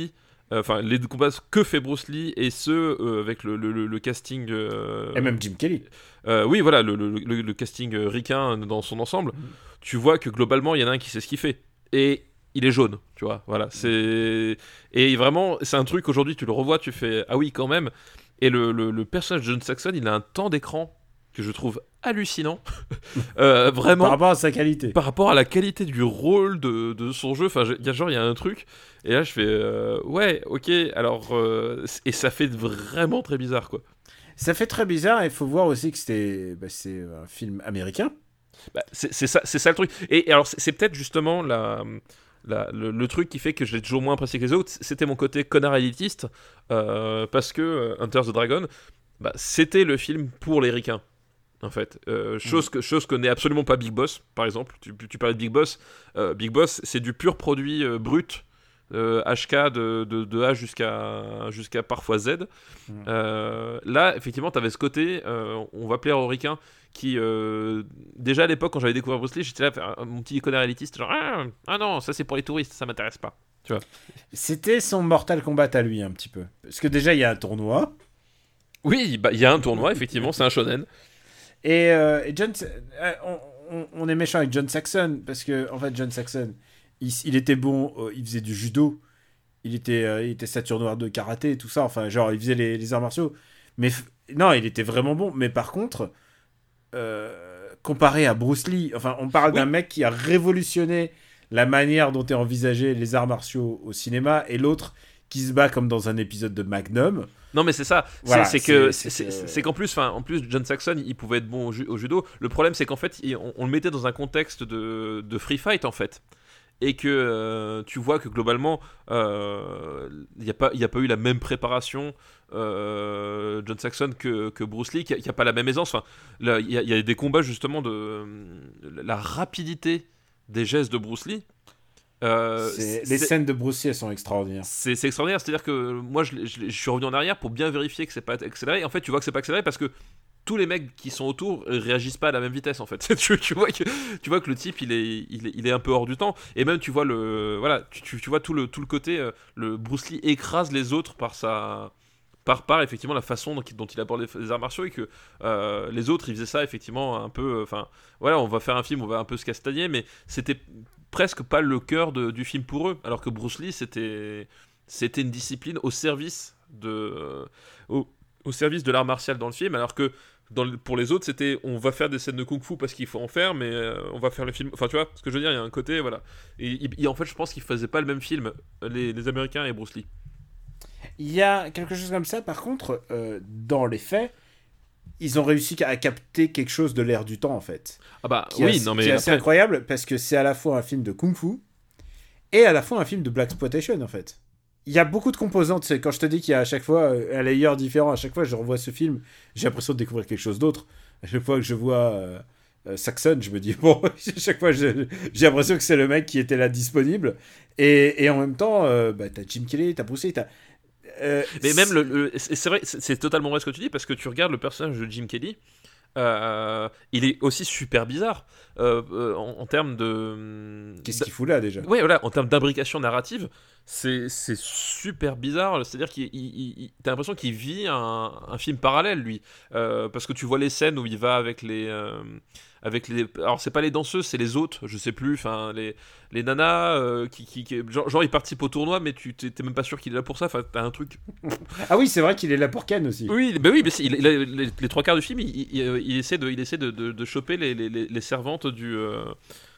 enfin, les combats que fait Bruce Lee et ceux euh, avec le, le, le, le casting. Euh, et même Jim Kelly. Euh, oui, voilà, le, le, le, le casting ricain dans son ensemble. Mmh. Tu vois que globalement, il y en a un qui sait ce qu'il fait. Et il est jaune, tu vois. Voilà, c'est. Et vraiment, c'est un truc, aujourd'hui, tu le revois, tu fais ah oui, quand même. Et le, le, le personnage de John Saxon, il a un temps d'écran que je trouve hallucinant. euh, vraiment. Par rapport à sa qualité. Par rapport à la qualité du rôle de, de son jeu. Enfin, il y a genre, il y a un truc. Et là, je fais euh, ouais, ok. Alors, euh, et ça fait vraiment très bizarre, quoi. Ça fait très bizarre. Et il faut voir aussi que c'était, bah, c'est un film américain. Bah, c'est, c'est ça, c'est ça le truc. Et, et alors, c'est, c'est peut-être justement la. La, le, le truc qui fait que je l'ai toujours moins apprécié que les autres, c'était mon côté connard élitiste, euh, parce que euh, Enter the Dragon, bah, c'était le film pour les ricains, en fait. Euh, chose, mmh. que, chose que n'est absolument pas Big Boss, par exemple. Tu, tu parlais de Big Boss. Euh, Big Boss, c'est du pur produit euh, brut, euh, H K de, de, de A jusqu'à, jusqu'à parfois Z. Mmh. Euh, là, effectivement, tu avais ce côté, euh, on va plaire aux ricains, qui, euh, déjà à l'époque, quand j'avais découvert Bruce Lee, j'étais là, faire mon petit connard élitiste, genre, ah, ah non, ça c'est pour les touristes, ça m'intéresse pas. Tu vois. C'était son Mortal Kombat à lui, un petit peu. Parce que déjà, il y a un tournoi. Oui, il bah, y a un tournoi, effectivement, c'est un shonen. Et, euh, et John, euh, on, on, on est méchant avec John Saxon, parce que, en fait, John Saxon, il, il était bon, euh, il faisait du judo, il était, euh, il était ceinture noire de karaté et tout ça, enfin, genre, il faisait les, les arts martiaux. Mais, f- non, il était vraiment bon, mais par contre... Euh, comparé à Bruce Lee, enfin on parle oui. d'un mec qui a révolutionné la manière dont est envisagé les arts martiaux au cinéma, et l'autre qui se bat comme dans un épisode de Magnum. Non mais c'est ça, voilà, c'est, c'est que c'est, c'est, c'est, c'est qu'en plus, enfin en plus John Saxon il pouvait être bon au, ju- au judo. Le problème c'est qu'en fait il, on, on le mettait dans un contexte de, de free fight en fait. Et que euh, tu vois que globalement, il euh, n'y a, a pas eu la même préparation euh, John Saxon que, que Bruce Lee, qu'il n'y a, a pas la même aisance. Enfin, il y, y a des combats justement de euh, la rapidité des gestes de Bruce Lee. Euh, c'est, les c'est, scènes de Bruce Lee, elles sont extraordinaires. C'est, c'est extraordinaire, c'est-à-dire que moi je, je, je suis revenu en arrière pour bien vérifier que c'est pas accéléré. En fait, tu vois que c'est pas accéléré parce que tous les mecs qui sont autour réagissent pas à la même vitesse en fait. tu, tu, vois que, tu vois que le type il est, il est, il est un peu hors du temps. Et même tu vois le, voilà, tu, tu vois tout le, tout le côté, euh, le Bruce Lee écrase les autres par sa, par, par effectivement la façon dont, dont il aborde les, les arts martiaux, et que euh, les autres ils faisaient ça effectivement un peu, enfin euh, voilà, on va faire un film, on va un peu se castagner, mais c'était presque pas le cœur de, du film pour eux. Alors que Bruce Lee c'était, c'était une discipline au service de, euh, au, au service de l'art martial dans le film, alors que Dans le, pour les autres, c'était on va faire des scènes de kung-fu parce qu'il faut en faire, mais euh, on va faire le film. Enfin, tu vois ce que je veux dire, il y a un côté, voilà. Et, et en fait, je pense qu'ils faisaient pas le même film, les, les Américains et Bruce Lee. Il y a quelque chose comme ça, par contre, euh, dans les faits, ils ont réussi à capter quelque chose de l'air du temps, en fait. Ah bah qui oui, est, non mais. Qui est assez après... incroyable parce que c'est à la fois un film de kung-fu et à la fois un film de blaxploitation, en fait. Il y a beaucoup de composantes. C'est quand je te dis qu'il y a à chaque fois un layer différent, à chaque fois que je revois ce film, j'ai l'impression de découvrir quelque chose d'autre. À chaque fois que je vois euh, euh, Saxon, je me dis, bon, à chaque fois, je, j'ai l'impression que c'est le mec qui était là disponible. Et, et en même temps, euh, bah, t'as Jim Kelly, t'as Bruce Lee, t'as... Euh, Mais même, le, le, c'est vrai, c'est, c'est totalement vrai ce que tu dis, parce que tu regardes le personnage de Jim Kelly, Euh, il est aussi super bizarre euh, euh, en, en termes de. Qu'est-ce qu'il fout là déjà ? Ouais, voilà, en termes d'imbrication narrative, c'est, c'est super bizarre. C'est-à-dire qu'il il, il, t'as l'impression qu'il vit un, un film parallèle, lui. Euh, parce que tu vois les scènes où il va avec les. Euh, avec les alors, c'est pas les danseuses, c'est les autres, je sais plus. Enfin, les, les nanas euh, qui, qui, qui. Genre, genre, il participe au tournoi, mais tu t'es, t'es même pas sûr qu'il est là pour ça. Enfin, t'as un truc. Ah oui, c'est vrai qu'il est là pour Ken aussi. Oui, bah oui, mais il, il, il, les, les trois quarts du film, il, il, il essaie de, il essaie de, de, de choper les, les, les servantes du, euh,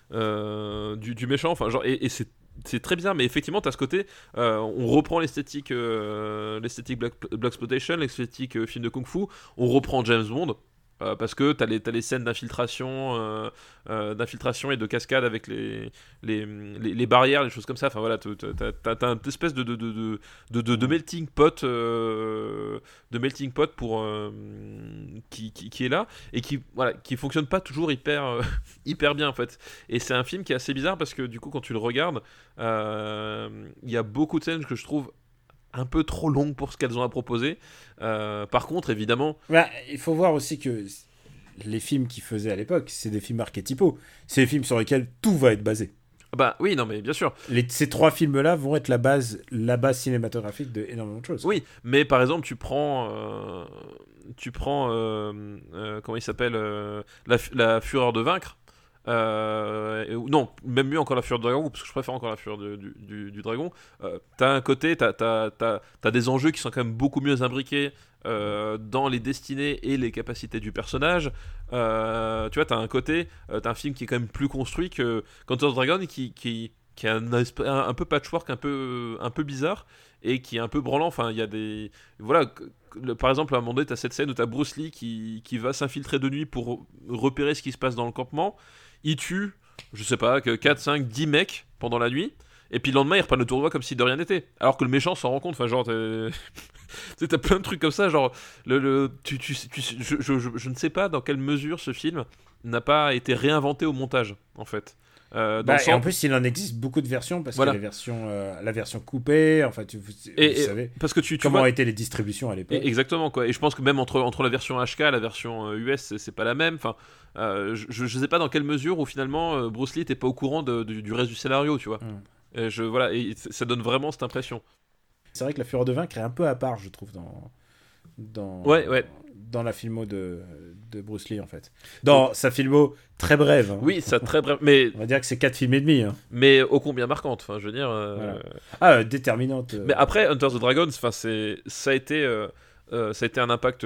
euh, du, du méchant. Enfin, genre, et, et c'est, c'est très bizarre, mais effectivement, t'as ce côté. Euh, on reprend l'esthétique, euh, l'esthétique Black, Blaxploitation, l'esthétique euh, film de kung-fu. On reprend James Bond. Euh, parce que t'as les, t'as les scènes d'infiltration, euh, euh, d'infiltration et de cascade avec les, les, les, les barrières, les choses comme ça. Enfin voilà, t'as, t'as, t'as une espèce de, de, de, de, de, de melting pot, euh, de melting pot pour, euh, qui, qui, qui est là et qui, voilà, qui fonctionne pas toujours hyper, euh, hyper bien en fait. Et c'est un film qui est assez bizarre parce que du coup, quand tu le regardes, il euh, y a beaucoup de scènes que je trouve un peu trop longue pour ce qu'elles ont à proposer. Euh, par contre, évidemment... Bah, il faut voir aussi que les films qu'ils faisaient à l'époque, c'est des films archétypaux. C'est des films sur lesquels tout va être basé. Bah oui, non mais bien sûr. Les, ces trois films-là vont être la base, la base cinématographique de énormément de choses. Oui, mais par exemple, tu prends, euh, tu prends, euh, euh, comment il s'appelle, euh, la, la Fureur de vaincre. Euh, et, non, même mieux encore la Fureur du Dragon, parce que je préfère encore la Fureur du, du, du, du Dragon. Euh, t'as un côté, t'as, t'as, t'as, t'as des enjeux qui sont quand même beaucoup mieux imbriqués euh, dans les destinées et les capacités du personnage. Euh, tu vois, t'as un côté, euh, t'as un film qui est quand même plus construit que Enter the Dragon, qui, qui, qui a un, un, un peu patchwork, un peu, un peu bizarre, et qui est un peu branlant. Enfin, il y a des... Voilà... Le, par exemple, à un moment donné, tu as cette scène où tu as Bruce Lee qui, qui va s'infiltrer de nuit pour repérer ce qui se passe dans le campement. Il tue, je sais pas, que quatre, cinq, dix mecs pendant la nuit. Et puis le lendemain, ils reprennent le tournoi comme si de rien n'était. Alors que le méchant s'en rend compte. Enfin, genre, t'es... tu as plein de trucs comme ça. Genre, le, le, tu, tu, tu, je, je, je, je ne sais pas dans quelle mesure ce film n'a pas été réinventé au montage, en fait. Euh, bah, sens... Et en plus, il en existe beaucoup de versions parce voilà. qu'il y a la version, euh, la version coupée. Enfin, tu, vous, et, vous et, savez parce que tu, tu comment vois... étaient les distributions à l'époque. Et, exactement quoi. Et je pense que même entre entre la version H K et la version U S, c'est, c'est pas la même. Enfin, euh, je je sais pas dans quelle mesure où finalement euh, Bruce Lee était pas au courant de, de, du reste du scénario, tu vois. Mm. Et je voilà, et ça donne vraiment cette impression. C'est vrai que la Fureur de vaincre est un peu à part, je trouve, dans dans ouais ouais. dans la filmo de, de Bruce Lee en fait. Dans oh. sa filmo très brève. Hein. Oui, ça très brève, mais on va dire que c'est quatre films et demi. Hein. Mais ô combien marquante. Enfin, je veux dire. Euh... Voilà. Ah, déterminante. Mais après, Enter the Dragon, enfin, c'est ça a été. Euh... Euh, ça a été un impact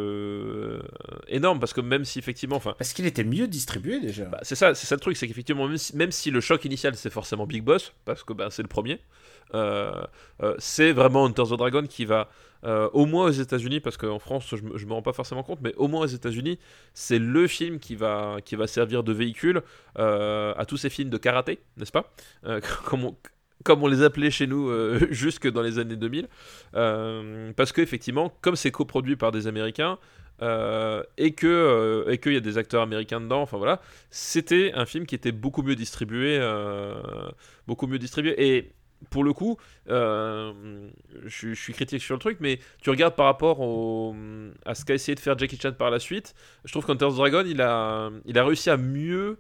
euh, énorme parce que même si effectivement, enfin, parce qu'il était mieux distribué déjà. Bah, c'est ça, c'est ça le truc, c'est qu'effectivement même si, même si le choc initial c'est forcément Big Boss parce que bah, c'est le premier, euh, euh, c'est vraiment Enter the Dragon qui va euh, au moins aux États-Unis, parce qu'en France je, je me rends pas forcément compte, mais au moins aux États-Unis c'est le film qui va qui va servir de véhicule euh, à tous ces films de karaté, n'est-ce pas, euh, comme on comme on les appelait chez nous euh, jusque dans les années deux mille, euh, parce qu'effectivement, comme c'est coproduit par des Américains, euh, et que euh, et qu'il y a des acteurs américains dedans, enfin voilà, c'était un film qui était beaucoup mieux distribué, euh, beaucoup mieux distribué, et pour le coup, euh, je, je suis critique sur le truc, mais tu regardes par rapport au, à ce qu'a essayé de faire Jackie Chan par la suite, je trouve qu'Enter the Dragon, il a, il a réussi à mieux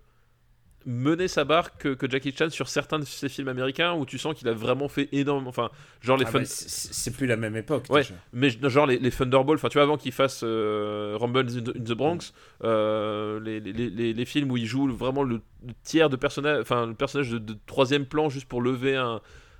mener sa barre que, que Jackie Chan sur certains de ses films américains où tu sens qu'il a vraiment fait énormément, enfin genre les ah fun... bah c'est, c'est plus la même époque ouais déjà. Mais genre les, les Thunderbolts, enfin tu vois, avant qu'il fasse euh, Rumble in the, in the Bronx, mm. euh, les, les, les, les films où il joue vraiment le, le tiers de personnage, enfin le personnage de, de troisième plan juste pour lever un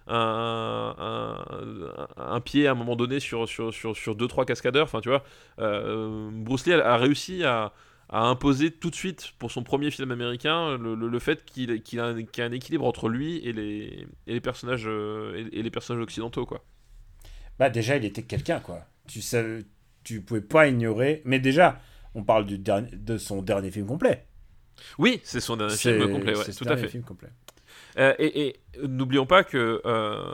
Un, un, un pied à un moment donné sur, sur, sur, sur deux trois cascadeurs, enfin tu vois, euh, Bruce Lee a, a réussi à a imposé tout de suite pour son premier film américain le, le, le fait qu'il, qu'il, a un, qu'il y a un équilibre entre lui et les, et les personnages euh, et, et les personnages occidentaux quoi. Bah déjà il était quelqu'un quoi. Tu savais, tu pouvais pas ignorer. Mais déjà on parle du dernier, de son dernier film complet. Oui, c'est son dernier c'est, film complet, ouais, c'est tout à fait. Film complet. Euh, et, et n'oublions pas que euh,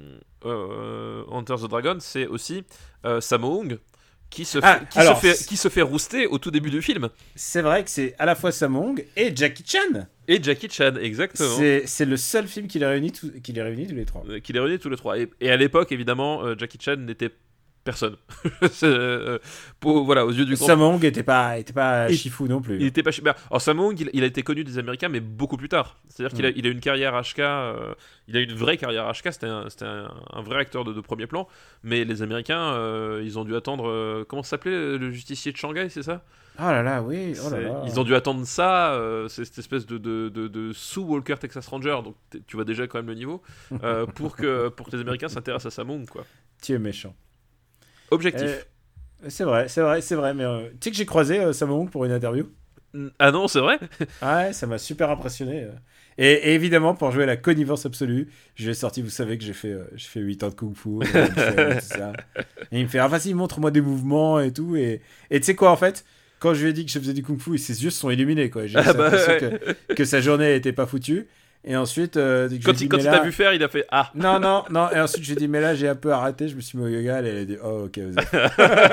euh, Enter the Dragon c'est aussi euh, Sammo Hung qui se, ah, fait, qui, alors, se fait, qui se fait rouster au tout début du film. C'est vrai que c'est à la fois Sammo Hung et Jackie Chan. Et Jackie Chan, exactement. C'est, c'est le seul film qui les réunit, tout, qui les réunit tous les trois. Euh, qui les réunit tous les trois. Et, et à l'époque, évidemment, euh, Jackie Chan n'était personne. c'est, euh, pour, voilà, aux yeux du grand. Sammo Hung était pas, était pas il, chifou non plus. Il était pas chi... Alors Sammo Hung, il, il a été connu des Américains, mais beaucoup plus tard. C'est-à-dire qu'il a, il a une carrière H K, euh, il a une vraie carrière H K, c'était un, c'était un, un vrai acteur de, de premier plan, mais les Américains, euh, ils ont dû attendre... Euh, comment ça s'appelait, le justicier de Shanghai, c'est ça ? Oh là là, oui. Oh là là. Ils ont dû attendre ça, euh, c'est cette espèce de, de, de, de sous Walker Texas Ranger, donc tu vois déjà quand même le niveau, euh, pour, que, pour que les Américains s'intéressent à Sammo Hung, quoi. Tu es méchant. Objectif. Euh, c'est vrai, c'est vrai, c'est vrai, mais euh, tu sais que j'ai croisé euh, Sammo Hung pour une interview. Ah non, c'est vrai. Ouais, ça m'a super impressionné. Euh. Et, et évidemment, pour jouer à la connivence absolue, je lui ai sorti, vous savez que j'ai fait, euh, j'ai fait huit ans de Kung Fu, euh, tout ça. Et il me fait, ah vas-y, montre-moi des mouvements et tout. Et tu sais quoi, en fait, quand je lui ai dit que je faisais du Kung Fu, ses yeux se sont illuminés, quoi. J'ai ah bah, l'impression ouais. que, que sa journée n'était pas foutue. Et ensuite, euh, quand, il, quand il là... t'a vu faire, il a fait ah. Non, non, non. Et ensuite, j'ai dit, mais là, j'ai un peu arrêté, je me suis mis au yoga. Et elle a dit, oh, ok, vas-y.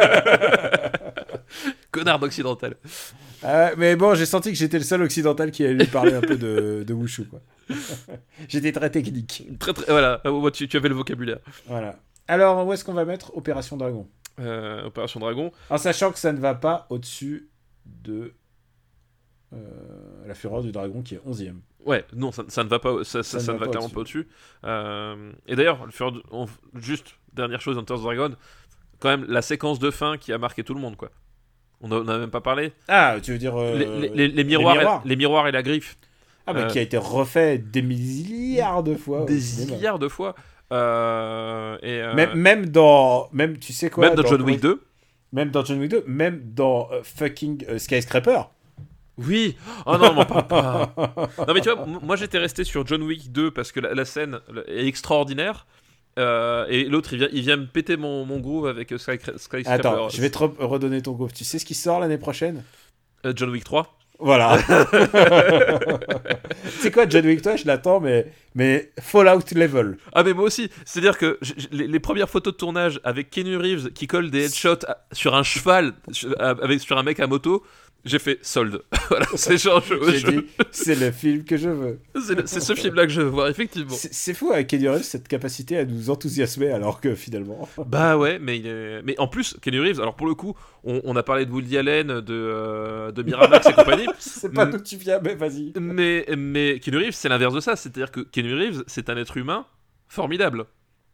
Connard d'occidental. Euh, mais bon, j'ai senti que j'étais le seul occidental qui allait lui parler un peu de, de wushu, quoi. J'étais très technique. Très, très, voilà, tu, tu avais le vocabulaire. Voilà. Alors, où est-ce qu'on va mettre Opération Dragon ? euh, Opération Dragon. En sachant que ça ne va pas au-dessus de euh, La Fureur du Dragon qui est onzième. Ouais, non, ça, ça ne va pas, ça, ça, Ça ça ne ne va va pas clairement au-dessus. pas au-dessus. Euh, et d'ailleurs, le Fureur du- on- juste dernière chose, Enter the Dragon, quand même la séquence de fin qui a marqué tout le monde, quoi. On n'en a même pas parlé. Ah, tu veux dire euh, les, les- les- les miroirs, miroirs. Et, les miroirs et la griffe. Ah, mais euh, qui a été refait des milliards de fois. au Des cinéma. milliards de fois. Euh, et, euh, Même, même dans. Même, tu sais quoi même dans John Wick deux. Même dans John Wick deux, même dans euh, fucking euh, Skyscraper. Oui. Oh non, m'en parle pas. Non mais tu vois, m- moi j'étais resté sur John Wick deux parce que la, la scène est extraordinaire. Euh, et l'autre il vient, il vient me péter mon, mon groove avec euh, Sky, Skyscraper. Attends, je vais te re- redonner ton groove. Tu sais ce qui sort l'année prochaine? Euh, John Wick trois. Voilà. C'est quoi John Wick trois? Je l'attends, mais, mais Fallout level. Ah mais moi aussi. C'est-à-dire que j- j- les, les premières photos de tournage avec Keanu Reeves qui colle des headshots à- sur un cheval, sur, avec, sur un mec à moto, j'ai fait solde. Voilà, c'est genre... je- J'ai je- dit, c'est le film que je veux. c'est, le- c'est ce film-là que je veux voir, effectivement. C'est c'est fou avec Keanu Reeves, cette capacité à nous enthousiasmer alors que finalement... Bah ouais, mais, il est- mais en plus, Keanu Reeves, alors pour le coup, on, on a parlé de Woody Allen, de, euh, de Miramax et compagnie, C'est pas Mm. d'où tu viens, mais vas-y. mais, mais Keanu Reeves, c'est l'inverse de ça, c'est-à-dire que Keanu Reeves, c'est un être humain formidable.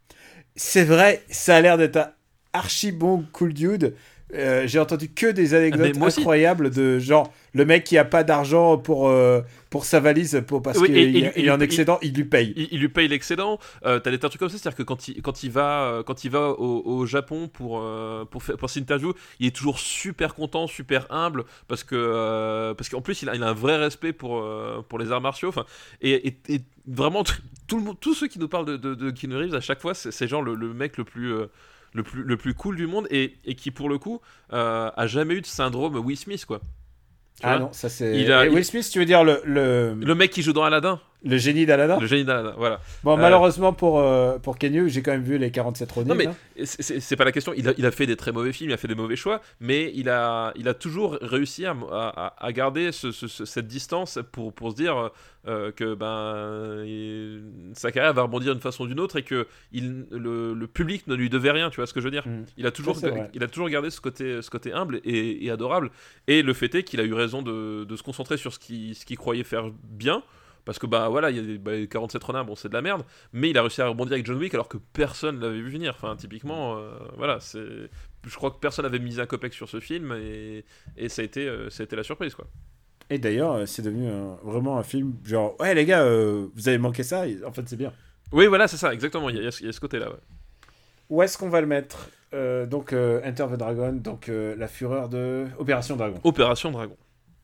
C'est vrai, ça a l'air d'être un archi bon cool dude. Euh, j'ai entendu que des anecdotes Mais moi aussi. incroyables de genre le mec qui a pas d'argent pour euh, pour sa valise pour parce Oui, qu'il et- il, et- il est en il- excédent, il lui paye. Il, il lui paye l'excédent. Euh, t'as des tas de trucs comme ça, c'est-à-dire que quand il, quand il va, euh, quand il va au, au Japon pour, euh, pour, faire, pour cette interview, il est toujours super content, super humble, parce que euh, parce qu'en plus il a, il a un vrai respect pour, euh, pour les arts martiaux. Enfin, et, et, et vraiment tout le monde, tous ceux qui nous parlent de, de, de Keanu Reeves à chaque fois, c'est, c'est genre le, le mec le plus euh, le plus le plus cool du monde et, et qui pour le coup euh, a jamais eu de syndrome Will Smith, quoi. Tu Ah vois, non, ça c'est. Il a- Et Will Smith, tu veux dire le le, le mec qui joue dans Aladdin, le génie d'Aladin. le génie d'Aladdin, voilà. Bon, Euh, malheureusement pour euh, pour Keanu, j'ai quand même vu les quarante-sept Ronin. Non mais hein. c'est- c'est c'est pas la question. Il a, il a fait des très mauvais films, il a fait des mauvais choix, mais il a, il a toujours réussi à, à, à garder ce, ce- ce- cette distance pour, pour se dire euh, que ben il- sa carrière va rebondir d'une façon ou d'une autre et que il, le, le public ne lui devait rien. Tu vois ce que je veux dire? Mm. Il a toujours, Ça, c'est vrai. il a toujours gardé ce côté, ce côté humble et, et adorable. Et le fait est qu'il a eu raison de, de se concentrer sur ce qu'il, ce qu'il croyait faire bien. Parce que bah voilà, il y a des bah, quarante-sept renards, bon c'est de la merde, mais il a réussi à rebondir avec John Wick alors que personne l'avait vu venir. Enfin typiquement, euh, voilà, c'est, je crois que personne n'avait misé un copec sur ce film et, et ça a été, euh, ça a été la surprise quoi. Et d'ailleurs, euh, c'est devenu un- vraiment un film genre ouais les gars, euh, vous avez manqué ça. Et en fait, c'est bien. Oui voilà, c'est ça, exactement. Il y a, il y a ce- il y a ce côté-là. Ouais. Où est-ce qu'on va le mettre? Euh, Donc euh, Enter the Dragon, donc euh, la fureur de Opération Dragon. Opération Dragon.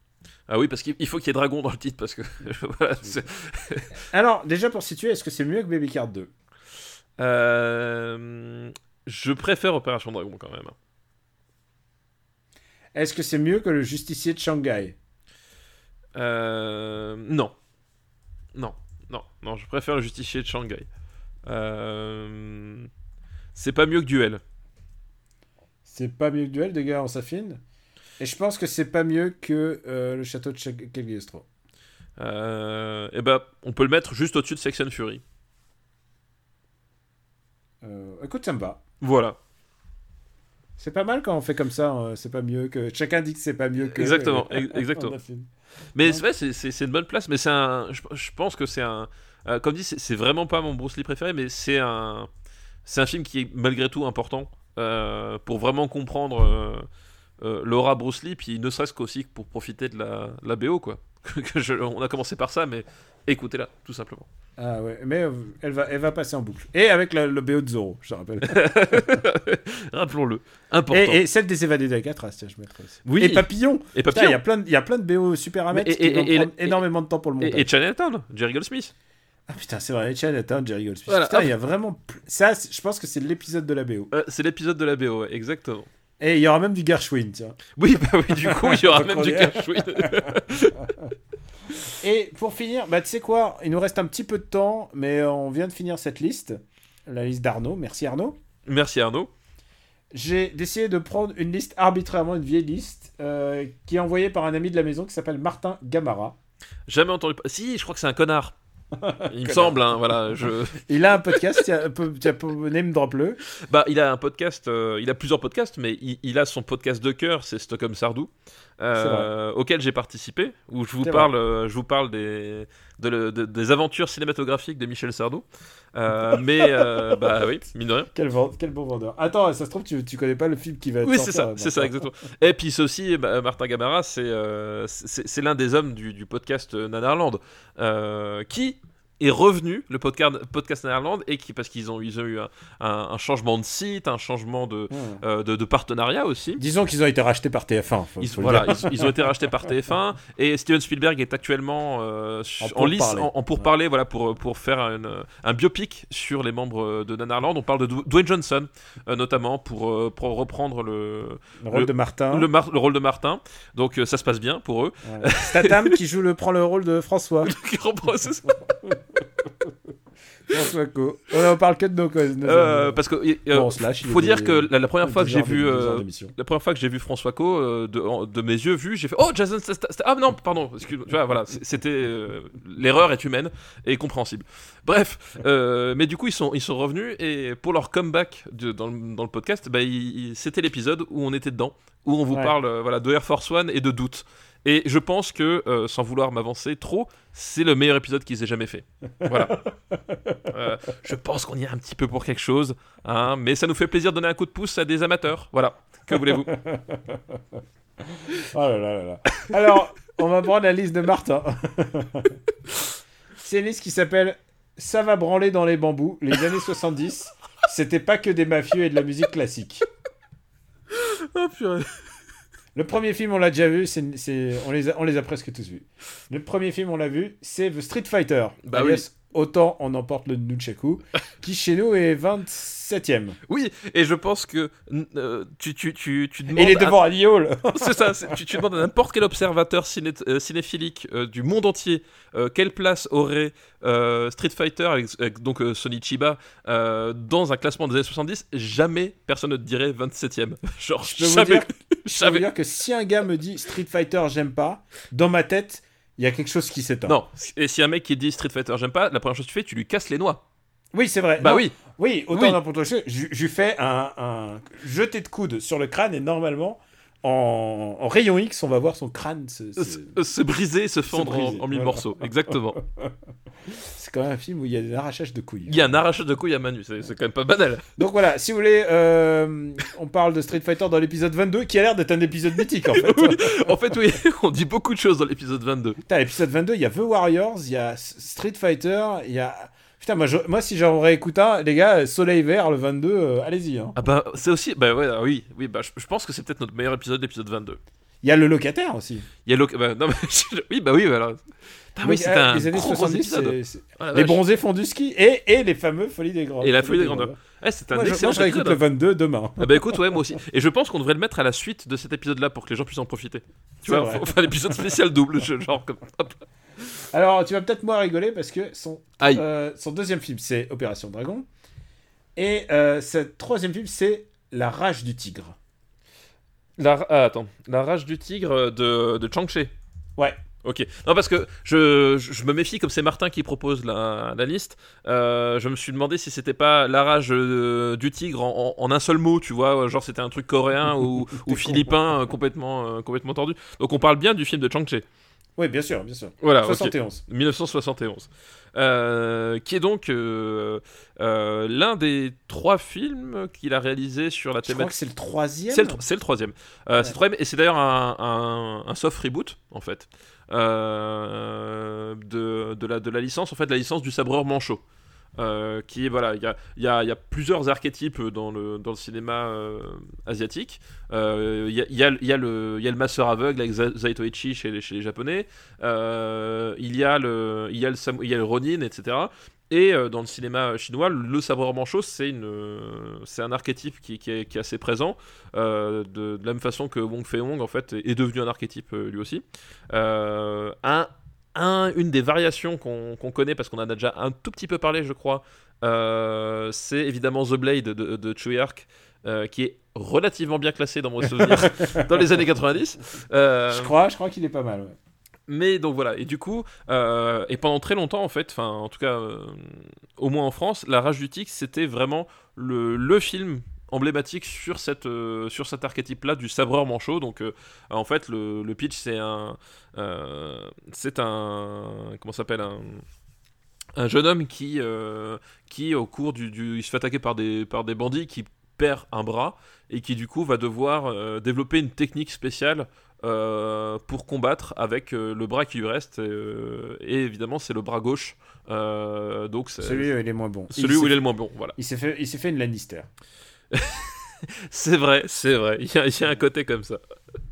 Ah oui, parce qu'il il faut qu'il y ait dragon dans le titre parce que voilà, c'est- Alors déjà pour situer, est-ce que c'est mieux que Baby Card deux? Euh, je préfère Opération Dragon quand même. Est-ce que c'est mieux que le Justicier de Shanghai? Euh, non. Non, non, non, je préfère le Justicier de Shanghai. Euh, C'est pas mieux que Duel. C'est pas mieux que Duel de gars en Safine. Et je pense que c'est pas mieux que euh, le château de Ch- Cagliostro. Euh, et ben, on peut le mettre juste au-dessus de Sex and Fury. Euh, écoute, ça me va. Voilà. C'est pas mal quand on fait comme ça. Hein. C'est pas mieux que. Chacun dit que c'est pas mieux que. Exactement, euh, ex- exactement. en Safine. Mais Ouais. c'est vrai, c'est, c'est, c'est une bonne place, mais c'est un. Je, je pense que c'est un. euh, comme dit, c'est, c'est vraiment pas mon Bruce Lee préféré, mais c'est un. C'est un film qui est malgré tout important euh, pour vraiment comprendre euh, euh, l'aura Bruce Lee, puis ne serait-ce qu'aussi pour profiter de la, la B O, quoi. Que je- on a commencé par ça, mais écoutez-la, tout simplement. Ah ouais, mais euh, elle va, elle va passer en boucle. Et avec la- le B O de Zorro, je te rappelle. Rappelons-le. Important. et, et celle des évadés d'Alcatraz, tiens, je mettrai aussi. Oui. Et Papillon. Et Putain, Papillon. il y a plein de, il y a plein de B O super à mettre Mais- qui et- vont et- prendre et- énormément de temps pour le montage. Et, et Chinatown, Jerry Goldsmith. Ah putain, c'est vrai, Chinatown, Jerry Goldsmith. Voilà, Putain, hop. il y a vraiment... pl- Ça, c'est- je pense que c'est l'épisode de la B O. Euh, c'est l'épisode de la B O, ouais, exactement. Et il y aura même du Gershwin, tiens. Oui, bah oui, du coup, il y aura Donc, même on du est- cash, oui. Et pour finir, bah tu sais quoi, il nous reste un petit peu de temps, mais on vient de finir cette liste. La liste d'Arnaud. Merci Arnaud. Merci Arnaud. J'ai décidé de prendre une liste arbitrairement, une vieille liste, euh, qui est envoyée par un ami de la maison qui s'appelle Martin Gamara. Jamais entendu. Si, je crois que c'est un connard. Il me semble, hein, voilà. Je... Il a un podcast, tiens, peu- tiens, peu- name drop-le. Bah, il a un podcast, euh, il a plusieurs podcasts, mais il, il a son podcast de cœur, c'est Stockholm Sardou. euh, auquel j'ai participé, où je vous C'est parle, euh, je vous parle des, de, de, de, des aventures cinématographiques de Michel Sardou. Euh, mais euh, bah oui, mine de rien. Quel, vend... Quel bon vendeur. Attends, ça se trouve, tu, tu connais pas le film qui va être Oui, sortir, c'est ça, là, c'est ça, exactement. Et puis c'est aussi, bah, Martin Gamara, c'est, euh, c'est, c'est l'un des hommes du, du podcast Nanarland, euh, qui est revenu, le podcast, podcast Nanarland, et qui, parce qu'ils ont, ils ont eu un, un, un changement de site, un changement de, mmh. euh, de, de partenariat aussi. Disons qu'ils ont été rachetés par T F un. Faut, ils, faut voilà, ils, ils ont été rachetés par T F un, et Steven Spielberg est actuellement euh, en, en lice, en, en pourparler, ouais. voilà, pour, pour faire une, un biopic sur les membres de Nanarland. On parle de Dwayne Johnson, euh, notamment, pour, pour reprendre le, le rôle le, de Martin. Le, mar, le rôle de Martin. Donc euh, ça se passe bien pour eux. Ouais. Statham qui joue le, prend le rôle de François. C'est ça. François Co. On en parle que de nos causes. Euh, parce que euh, bon, slash, faut dire des... que la, la première fois que j'ai vu, euh, de la première fois que j'ai vu François Co euh, de, de mes yeux vus, j'ai fait oh Jason Statham. Ah non, pardon, excuse, tu vois, voilà, c'était euh, l'erreur est humaine et compréhensible. Bref, euh, mais du coup ils sont ils sont revenus et pour leur comeback de, dans, le, dans le podcast, bah, il, il, c'était l'épisode où on était dedans, où on vous ouais. parle euh, voilà de Air Force One et de Doute. Et je pense que, euh, sans vouloir m'avancer trop, c'est le meilleur épisode qu'ils aient jamais fait. Voilà. euh, je pense qu'on y est un petit peu pour quelque chose, hein, mais ça nous fait plaisir de donner un coup de pouce à des amateurs. Voilà. Que voulez-vous ? Oh là là là là. Alors, on va prendre la liste de Martin. C'est une liste qui s'appelle « Ça va branler dans les bambous, les années soixante-dix, c'était pas que des mafieux et de la musique classique. » Oh purée. Le premier film, on l'a déjà vu, c'est, c'est, on, les a, on les a presque tous vus. Le premier film, on l'a vu, c'est The Street Fighter. Bah alias, oui. Autant on emporte le Nunchaku, qui chez nous est vingt-septième. Oui, et je pense que euh, tu, tu, tu, tu demandes... Et il est devant à... Annie Hall. C'est ça, c'est, tu, tu demandes à n'importe quel observateur ciné, euh, cinéphilique euh, du monde entier euh, quelle place aurait euh, Street Fighter, avec, avec donc euh, Sonny Chiba, euh, dans un classement des années soixante-dix, jamais personne ne te dirait vingt-septième. Genre, je peux jamais. Vous dire, je peux vous dire que si un gars me dit Street Fighter, j'aime pas, dans ma tête... il y a quelque chose qui s'éteint. Non, et si un mec qui dit Street Fighter j'aime pas, la première chose que tu fais, tu lui casses les noix. Oui, c'est vrai. Bah non. oui. Oui, autant oui. n'importe quoi. Je, je lui fais un, un jeté de coude sur le crâne et normalement, en, en rayon X, on va voir son crâne se, se... se, se briser, se fendre se briser. en, en mille voilà. morceaux. Exactement. C'est quand même un film où il y a un arrachage de couilles. Il y a un arrachage de couilles à Manu, c'est, c'est quand même pas banal. Donc voilà, si vous voulez, euh, on parle de Street Fighter dans l'épisode vingt-deux, qui a l'air d'être un épisode mythique en fait. Oui, en fait, oui, on dit beaucoup de choses dans l'épisode vingt-deux. Putain, l'épisode vingt-deux, il y a The Warriors, il y a Street Fighter, il y a... Putain, moi, je, moi si j'en réécoute un, les gars, Soleil Vert, le vingt-deux, euh, allez-y. Hein. Ah bah, c'est aussi... Bah ouais, oui, oui bah, je, je pense que c'est peut-être notre meilleur épisode, l'épisode vingt-deux. Il y a le locataire aussi. Il y a le... Bah, non, mais... oui, bah oui, bah alors... Ah oui, c'est euh, un les années gros soixante-dix, épisode. C'est, c'est... Ah, les bronzés font du ski et, et les fameux Folies des Grandeurs. Et la Folie des Grandeurs. Ouais, c'est un moi, excellent je, moi, je réécoute épisode. le vingt-deux demain. Ah bah écoute, ouais, moi aussi. Et je pense qu'on devrait le mettre à la suite de cet épisode-là pour que les gens puissent en profiter. Tu c'est vois, vrai. faut faire l'épisode spécial double, genre comme... Hop. Alors, tu vas peut-être moins rigoler parce que son, euh, son deuxième film, c'est Opération Dragon. Et euh, ce troisième film, c'est La Rage du Tigre. La, ah, attends, La Rage du Tigre de, de Chang-Chi. Ouais. Ok. Non, parce que je, je me méfie, comme c'est Martin qui propose la, la liste, euh, je me suis demandé si c'était pas La Rage euh, du Tigre en, en, en un seul mot, tu vois, genre c'était un truc coréen ou, ou philippin euh, complètement, euh, complètement tordu. Donc on parle bien du film de Chang-Chi. Oui, bien sûr, bien sûr. Voilà, soixante et onze. Okay. dix-neuf cent soixante et onze. Euh, qui est donc euh, euh, l'un des trois films qu'il a réalisé sur la thématique. Je crois que c'est le troisième. C'est le, c'est le troisième. Euh, ouais. C'est le troisième, et c'est d'ailleurs un, un, un soft reboot, en fait, euh, de, de, la, de la licence, en fait, la licence du sabreur manchot. Euh, qui est voilà, il y a, y, a, y a plusieurs archétypes dans le, dans le cinéma euh, asiatique. Il euh, y, a, y, a, y, a le, y a le masseur aveugle avec Zaitoichi chez les, chez les Japonais. Euh, il y a le, il y a le, il y a le Ronin, et cetera. Et euh, dans le cinéma chinois, le sabreur manchot, c'est, une, euh, c'est un archétype qui, qui, est, qui est assez présent, euh, de, de la même façon que Wong Fei-hong en fait est, est devenu un archétype euh, lui aussi. Euh, un Un, une des variations qu'on, qu'on connaît, parce qu'on en a déjà un tout petit peu parlé, je crois, euh, c'est évidemment The Blade de, de Tsui-Hark, euh, qui est relativement bien classé dans mon souvenir dans les années quatre-vingt-dix. Euh, je crois, je crois qu'il est pas mal, ouais. Mais donc voilà, et du coup, euh, et pendant très longtemps en fait, enfin en tout cas, euh, au moins en France, La Rage du Tigre, c'était vraiment le, le film emblématique sur cette euh, sur cet archétype là du sabreur manchot. Donc euh, en fait le, le pitch c'est un euh, c'est un comment ça s'appelle un un jeune homme qui euh, qui au cours du, du il se fait attaquer par des par des bandits, qui perd un bras et qui du coup va devoir euh, développer une technique spéciale euh, pour combattre avec euh, le bras qui lui reste, euh, et évidemment c'est le bras gauche, euh, donc c'est, celui où il est moins bon. Celui il où il fait... est le moins bon, voilà. Il s'est fait, il s'est fait une Lannister. C'est vrai, c'est vrai. Il y a, il y a un côté comme ça.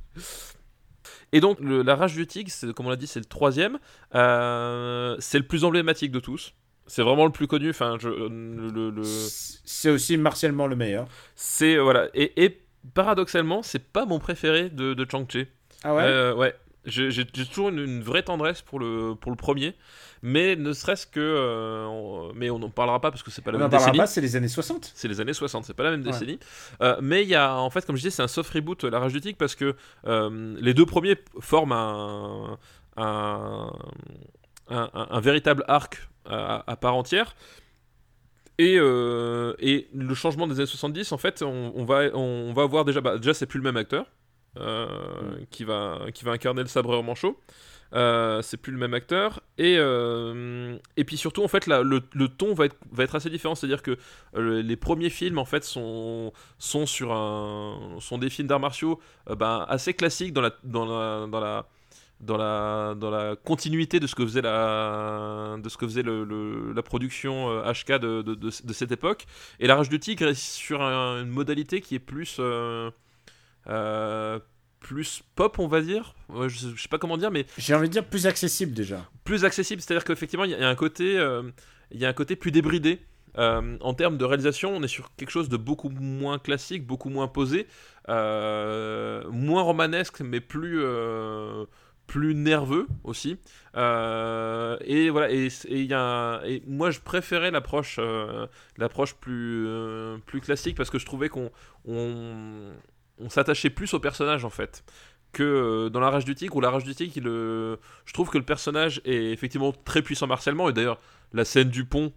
Et donc, le, la rage du tigre, c'est, comme on l'a dit, c'est le troisième. Euh, c'est le plus emblématique de tous. C'est vraiment le plus connu. Enfin, je, le, le, le... C'est aussi martialement le meilleur. C'est voilà. Et, et paradoxalement, c'est pas mon préféré de, de Chang-Chi. Ah ouais. Euh, ouais. J'ai, j'ai, j'ai toujours une, une vraie tendresse pour le pour le premier, mais ne serait-ce que, euh, on, mais on n'en parlera pas parce que c'est pas la on même en parlera décennie. pas, c'est les années soixante. C'est les années soixante, c'est pas la même ouais. décennie. Euh, mais il y a, en fait, comme je disais, c'est un soft reboot, La Rage du Tigre, parce que euh, les deux premiers forment un un, un, un, un véritable arc à, à part entière. Et, euh, et le changement des années soixante-dix, en fait, on, on va on va avoir déjà, bah, déjà c'est plus le même acteur. Euh, mm. qui va qui va incarner le sabreur manchot. Euh, c'est plus le même acteur, et euh, et puis surtout en fait là, le, le ton va être va être assez différent, c'est-à-dire que euh, les premiers films en fait sont sont sur un sont des films d'arts martiaux euh, ben, assez classiques dans la dans la dans la dans la dans la continuité de ce que faisait la de ce que faisait le, le, la production euh, H K de, de, de, de cette époque. Et La Rage du Tigre est sur un, une modalité qui est plus euh, Euh, plus pop, on va dire. Je, je sais pas comment dire, mais j'ai envie de dire plus accessible déjà. Plus accessible, c'est-à-dire qu'effectivement il y, y a un côté, euh, il y a un côté plus débridé. Euh, en termes de réalisation, on est sur quelque chose de beaucoup moins classique, beaucoup moins posé, euh, moins romanesque, mais plus euh, plus nerveux aussi. Euh, et voilà. Et, et, y a, et moi, je préférais l'approche euh, l'approche plus euh, plus classique, parce que je trouvais qu'on on, on s'attachait plus au personnage en fait que euh, dans La Rage du Tigre. Où La Rage du Tigre, il, euh, je trouve que le personnage est effectivement très puissant martialement, et d'ailleurs la scène du pont,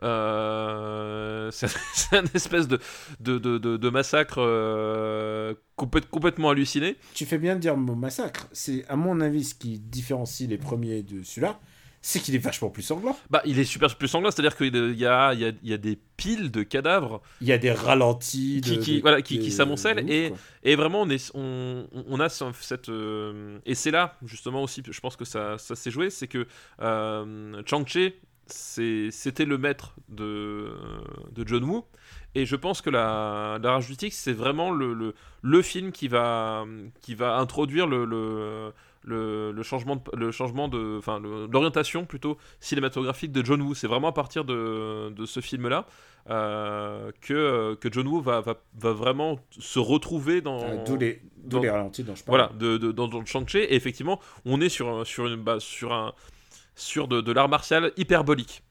euh, c'est, c'est un espèce de, de, de, de, de massacre euh, complète, complètement halluciné. Tu fais bien de dire le mot massacre. C'est à mon avis ce qui différencie les premiers de celui-là, c'est qu'il est vachement plus sanglant. Bah, il est super plus sanglant, c'est-à-dire qu'il y a, il y a, il y a des piles de cadavres. Il y a des ralentis de, qui, qui, de, voilà, qui, de, qui s'amoncellent. ouf, et, et vraiment, on, est, on, on a cette... Euh, et c'est là, justement, aussi, je pense que ça, ça s'est joué, c'est que euh, Chang-Chi, c'est, c'était le maître de, de John Woo. Et je pense que la, la Rage du Tigre, c'est vraiment le, le, le film qui va, qui va introduire le... le Le, le changement de, le changement de enfin le, l'orientation plutôt cinématographique de John Woo. C'est vraiment à partir de, de ce film là euh, que, que John Woo va, va, va vraiment se retrouver dans ah, d'où les, d'où dans, les ralentis dont je parle. Voilà, de, de, dans, dans le Shang-Chi. Et effectivement on est sur, sur, une, bah, sur, un, sur de, de l'art martial hyperbolique.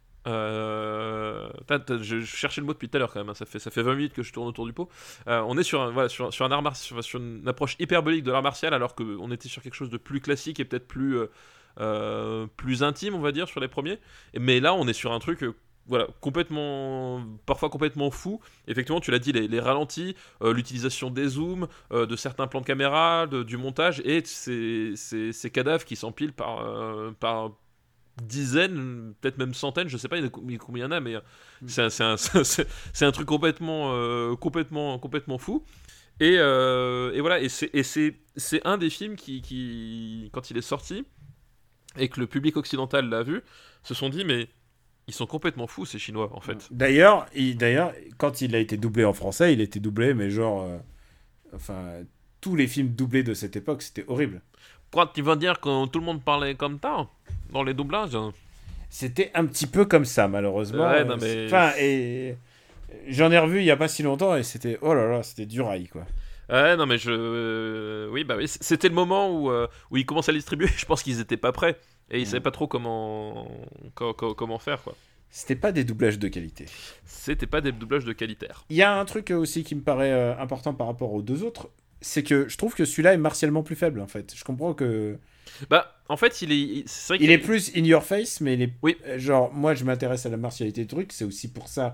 Euh, t'as, t'as, je, je cherchais le mot depuis tout à l'heure quand même, hein. ça, fait, ça fait vingt minutes que je tourne autour du pot. Euh, on est sur un, voilà, sur, sur un art martial, sur, sur une approche hyperbolique de l'art martial, alors qu'on était sur quelque chose de plus classique et peut-être plus, euh, euh, plus intime, on va dire, sur les premiers. Mais là, on est sur un truc euh, voilà, complètement, parfois complètement fou. Effectivement, tu l'as dit, les, les ralentis, euh, l'utilisation des zooms, euh, de certains plans de caméra, de, du montage, et ces, ces, ces cadavres qui s'empilent par, euh, par dizaines, peut-être même centaines, je sais pas combien il y en a, mais c'est un, c'est un, c'est, c'est un truc complètement, euh, complètement, complètement fou. Et, euh, et voilà, et, c'est, et c'est, c'est un des films qui, qui, quand il est sorti, et que le public occidental l'a vu, se sont dit, mais ils sont complètement fous ces Chinois, en fait. D'ailleurs, il, d'ailleurs quand il a été doublé en français, il a été doublé, mais genre... Euh, enfin, tous les films doublés de cette époque, c'était horrible. Quoi, tu vas dire que tout le monde parlait comme ça dans les doublages? C'était un petit peu comme ça, malheureusement. Ouais, non, mais... Enfin, et... J'en ai revu il y a pas si longtemps, et c'était... Oh là là, c'était du rail, quoi. Ouais, non, mais je... Euh, oui, bah oui, c'était le moment où, euh, où ils commençaient à le distribuer. Je pense qu'ils étaient pas prêts. Et ils mmh. savaient pas trop comment... Co- co- comment faire, quoi. C'était pas des doublages de qualité. C'était pas des doublages de qualité. Il y a un truc aussi qui me paraît euh, important par rapport aux deux autres, c'est que je trouve que celui-là est martialement plus faible, en fait. Je comprends que... Bah, en fait, il est... C'est vrai il est plus in your face, mais il est... Oui. Genre, moi, je m'intéresse à la martialité du truc, c'est aussi pour ça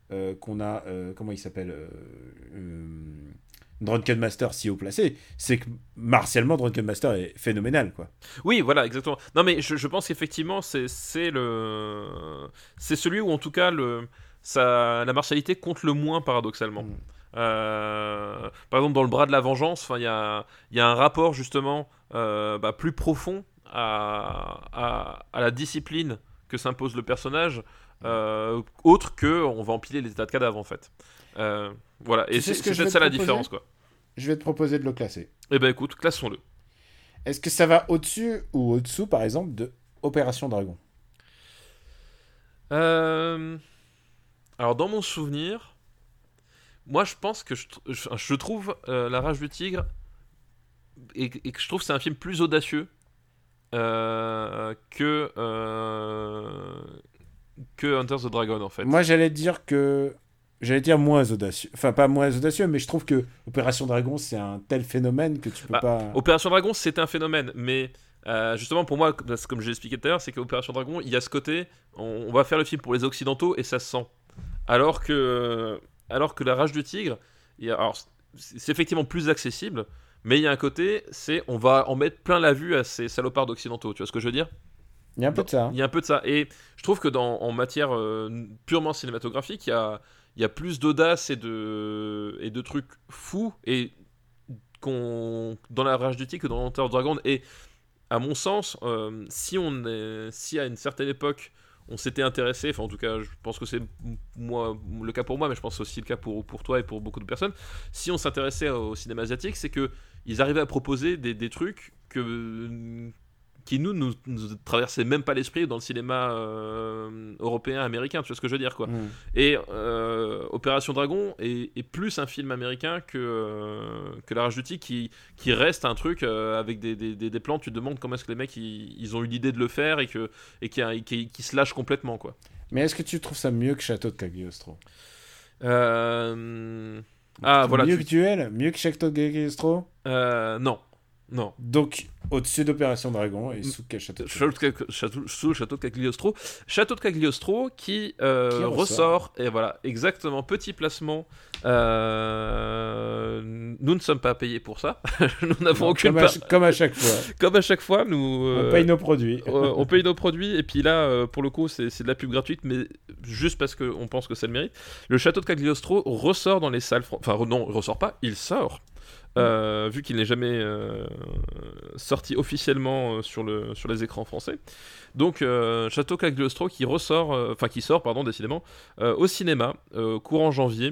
euh, qu'on a, euh, comment il s'appelle euh, euh, Drunken Master si haut placé, c'est que martialement Drunken Master est phénoménal, quoi. Oui, voilà, exactement. Non, mais je, je pense qu'effectivement, c'est, c'est le, c'est celui où en tout cas le, ça, la martialité compte le moins paradoxalement. Mm. Euh, par exemple, dans le bras de la vengeance, il y a, y a un rapport justement euh, bah, plus profond à, à, à la discipline que s'impose le personnage, euh, autre que on va empiler les états de cadavres en fait. Euh, voilà, et Tu sais c'est, ce que c'est je vais peut-être ça te la proposer différence, quoi. Je vais te proposer de le classer. Eh ben écoute, classons-le. Est-ce que ça va au-dessus ou au-dessous, par exemple, de Opération Dragon? Euh... Alors, dans mon souvenir, moi je pense que je, je, je trouve euh, La Rage du Tigre et, et que je trouve que c'est un film plus audacieux euh, que euh, que Enter the Dragon en fait. Moi, j'allais dire que j'allais dire moins audacieux. Enfin, pas moins audacieux, mais je trouve que Opération Dragon, c'est un tel phénomène que tu peux Bah, pas. Opération Dragon, c'était un phénomène, mais euh, justement pour moi, comme, comme je l'ai expliqué tout à l'heure, c'est qu'Opération Dragon, il y a ce côté, on, on va faire le film pour les Occidentaux et ça se sent. Alors que, alors que La Rage du Tigre, il y a, alors, c'est, c'est effectivement plus accessible, mais il y a un côté, c'est on va en mettre plein la vue à ces salopards d'Occidentaux, tu vois ce que je veux dire? Il y a un peu de ça. Il y a un peu de ça. Et je trouve que dans, en matière euh, purement cinématographique, il y a, il y a plus d'audace et de, et de trucs fous et qu'on, dans La Rage du Tigre que dans Enter the Dragon. Et à mon sens, euh, si, on est, si à une certaine époque, on s'était intéressé, enfin en tout cas, je pense que c'est moi, le cas pour moi, mais je pense que c'est aussi le cas pour, pour toi et pour beaucoup de personnes. Si on s'intéressait au cinéma asiatique, c'est qu'ils arrivaient à proposer des, des trucs que... qui nous, nous, nous traversaient même pas l'esprit dans le cinéma euh, européen, américain, tu vois ce que je veux dire, quoi. Mm. Et euh, Opération Dragon est, est plus un film américain que, euh, que La Rage du Tigre, qui, qui reste un truc euh, avec des, des, des, des plans, tu te demandes comment est-ce que les mecs, ils, ils ont eu l'idée de le faire et, que, et qui, qui, qui se lâchent complètement, quoi. Mais est-ce que tu trouves ça mieux que Château de Cagliostro? Euh... Ah, voilà. Mieux tu... que Duel? Mieux que Château de Cagliostro? Euh, non. Non. Donc, au-dessus d'Opération Dragon et sous quel château? Sous le château de Cagliostro. Château de Cagliostro qui, euh, qui ressort. ressort. Et voilà, exactement, petit placement. Euh, nous ne sommes pas payés pour ça. Nous n'avons Non, aucune comme, à, part. comme à chaque fois. Comme à chaque fois, nous. Euh, on paye nos produits. euh, on paye nos produits. Et puis là, euh, pour le coup, c'est, c'est de la pub gratuite, mais juste parce qu'on pense que ça le mérite. Le château de Cagliostro ressort dans les salles. Fran- enfin, non, il ressort pas, il sort. Euh, vu qu'il n'est jamais euh, sorti officiellement euh, sur, le, sur les écrans français. Donc euh, Château Cagliostro qui ressort, enfin euh, qui sort pardon décidément euh, au cinéma euh, courant janvier.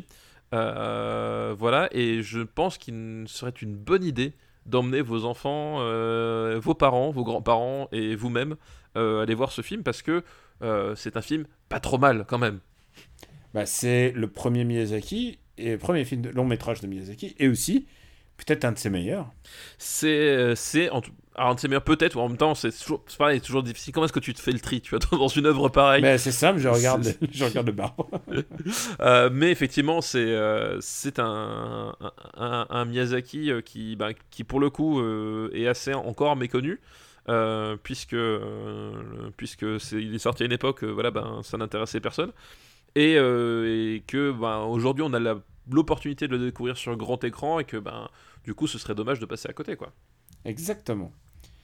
Euh, voilà, et je pense qu'il serait une bonne idée d'emmener vos enfants, euh, vos parents, vos grands-parents et vous-même euh, aller voir ce film parce que euh, c'est un film pas trop mal quand même. Bah, c'est le premier Miyazaki et le premier film de long métrage de Miyazaki et aussi peut-être un de ses meilleurs. C'est, c'est en tout... Alors, un de ses meilleurs peut-être, ou en même temps, c'est, toujours... c'est pareil, c'est toujours difficile. Comment est-ce que tu te fais le tri, tu vois, dans une œuvre pareille? Mais c'est simple, je regarde, le... je regarde le barreau. euh, mais effectivement, c'est, euh, c'est un, un, un, un Miyazaki qui, bah, qui, pour le coup, euh, est assez encore méconnu. Euh, puisque euh, puisque c'est, il est sorti à une époque, euh, voilà, ben, ça n'intéressait personne. Et, euh, et que ben, aujourd'hui, on a la l'opportunité de le découvrir sur grand écran et que ben du coup ce serait dommage de passer à côté quoi. Exactement.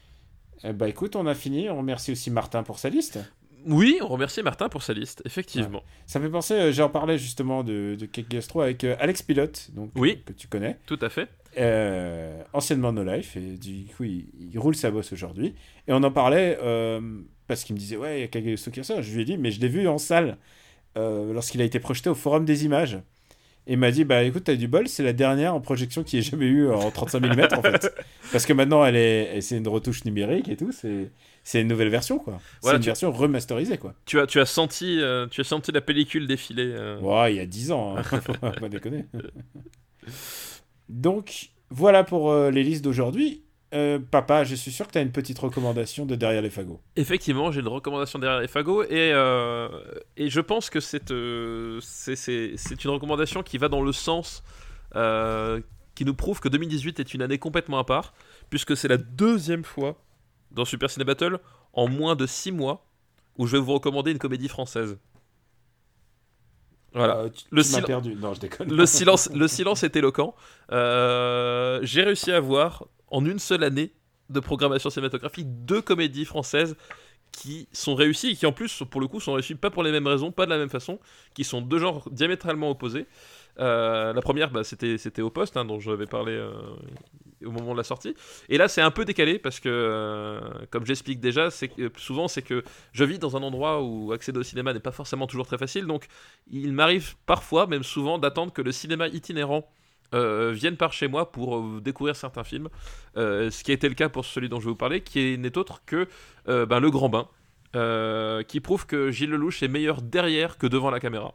Eh ben écoute, on a fini, on remercie aussi Martin pour sa liste. Oui, on remercie Martin pour sa liste, effectivement. Ouais. Ça me fait penser, euh, j'en parlais justement de, de Cagliostro avec euh, Alex Pilote, donc, oui, euh, que tu connais. Tout à fait. Euh, anciennement No Life, et du coup il, il roule sa bosse aujourd'hui. Et on en parlait euh, parce qu'il me disait, ouais, il y a Cagliostro qui ressort. Je lui ai dit, mais je l'ai vu en salle euh, lorsqu'il a été projeté au Forum des Images. Et il m'a dit, bah écoute, t'as du bol, c'est la dernière en projection qu'il y ait jamais eu en trente-cinq millimètres en fait. Parce que maintenant, elle est, c'est une retouche numérique et tout, c'est, c'est une nouvelle version quoi. C'est voilà, une tu... version remasterisée quoi. Tu as, tu as, senti, euh, tu as senti la pellicule défiler. Euh... Ouais, il y a dix ans, hein. Faut pas déconner. Donc, voilà pour euh, les listes d'aujourd'hui. Euh, papa, je suis sûr que tu as une petite recommandation de Derrière les fagots. Effectivement, j'ai une recommandation Derrière les fagots et, euh, et je pense que c'est, euh, c'est, c'est, c'est une recommandation qui va dans le sens euh, qui nous prouve que deux mille dix-huit est une année complètement à part, puisque c'est la deuxième fois dans Super Ciné Battle en moins de six mois où je vais vous recommander une comédie française. Voilà. Euh, tu, le tu m'as sil- perdu. Non, je déconne. Le silence, le silence est éloquent. Euh, j'ai réussi à voir, en une seule année de programmation cinématographique, deux comédies françaises qui sont réussies et qui, en plus, pour le coup, sont réussies pas pour les mêmes raisons, pas de la même façon, qui sont deux genres diamétralement opposés. Euh, la première, bah, c'était, c'était Au Poste, hein, dont j'avais parlé euh, au moment de la sortie. Et là, c'est un peu décalé parce que, euh, comme j'explique déjà, c'est que, souvent, c'est que je vis dans un endroit où accéder au cinéma n'est pas forcément toujours très facile. Donc, il m'arrive parfois, même souvent, d'attendre que le cinéma itinérant euh, vienne par chez moi pour euh, découvrir certains films. Euh, ce qui a été le cas pour celui dont je vais vous parler, qui n'est autre que euh, ben, Le Grand Bain, euh, qui prouve que Gilles Lellouche est meilleur derrière que devant la caméra.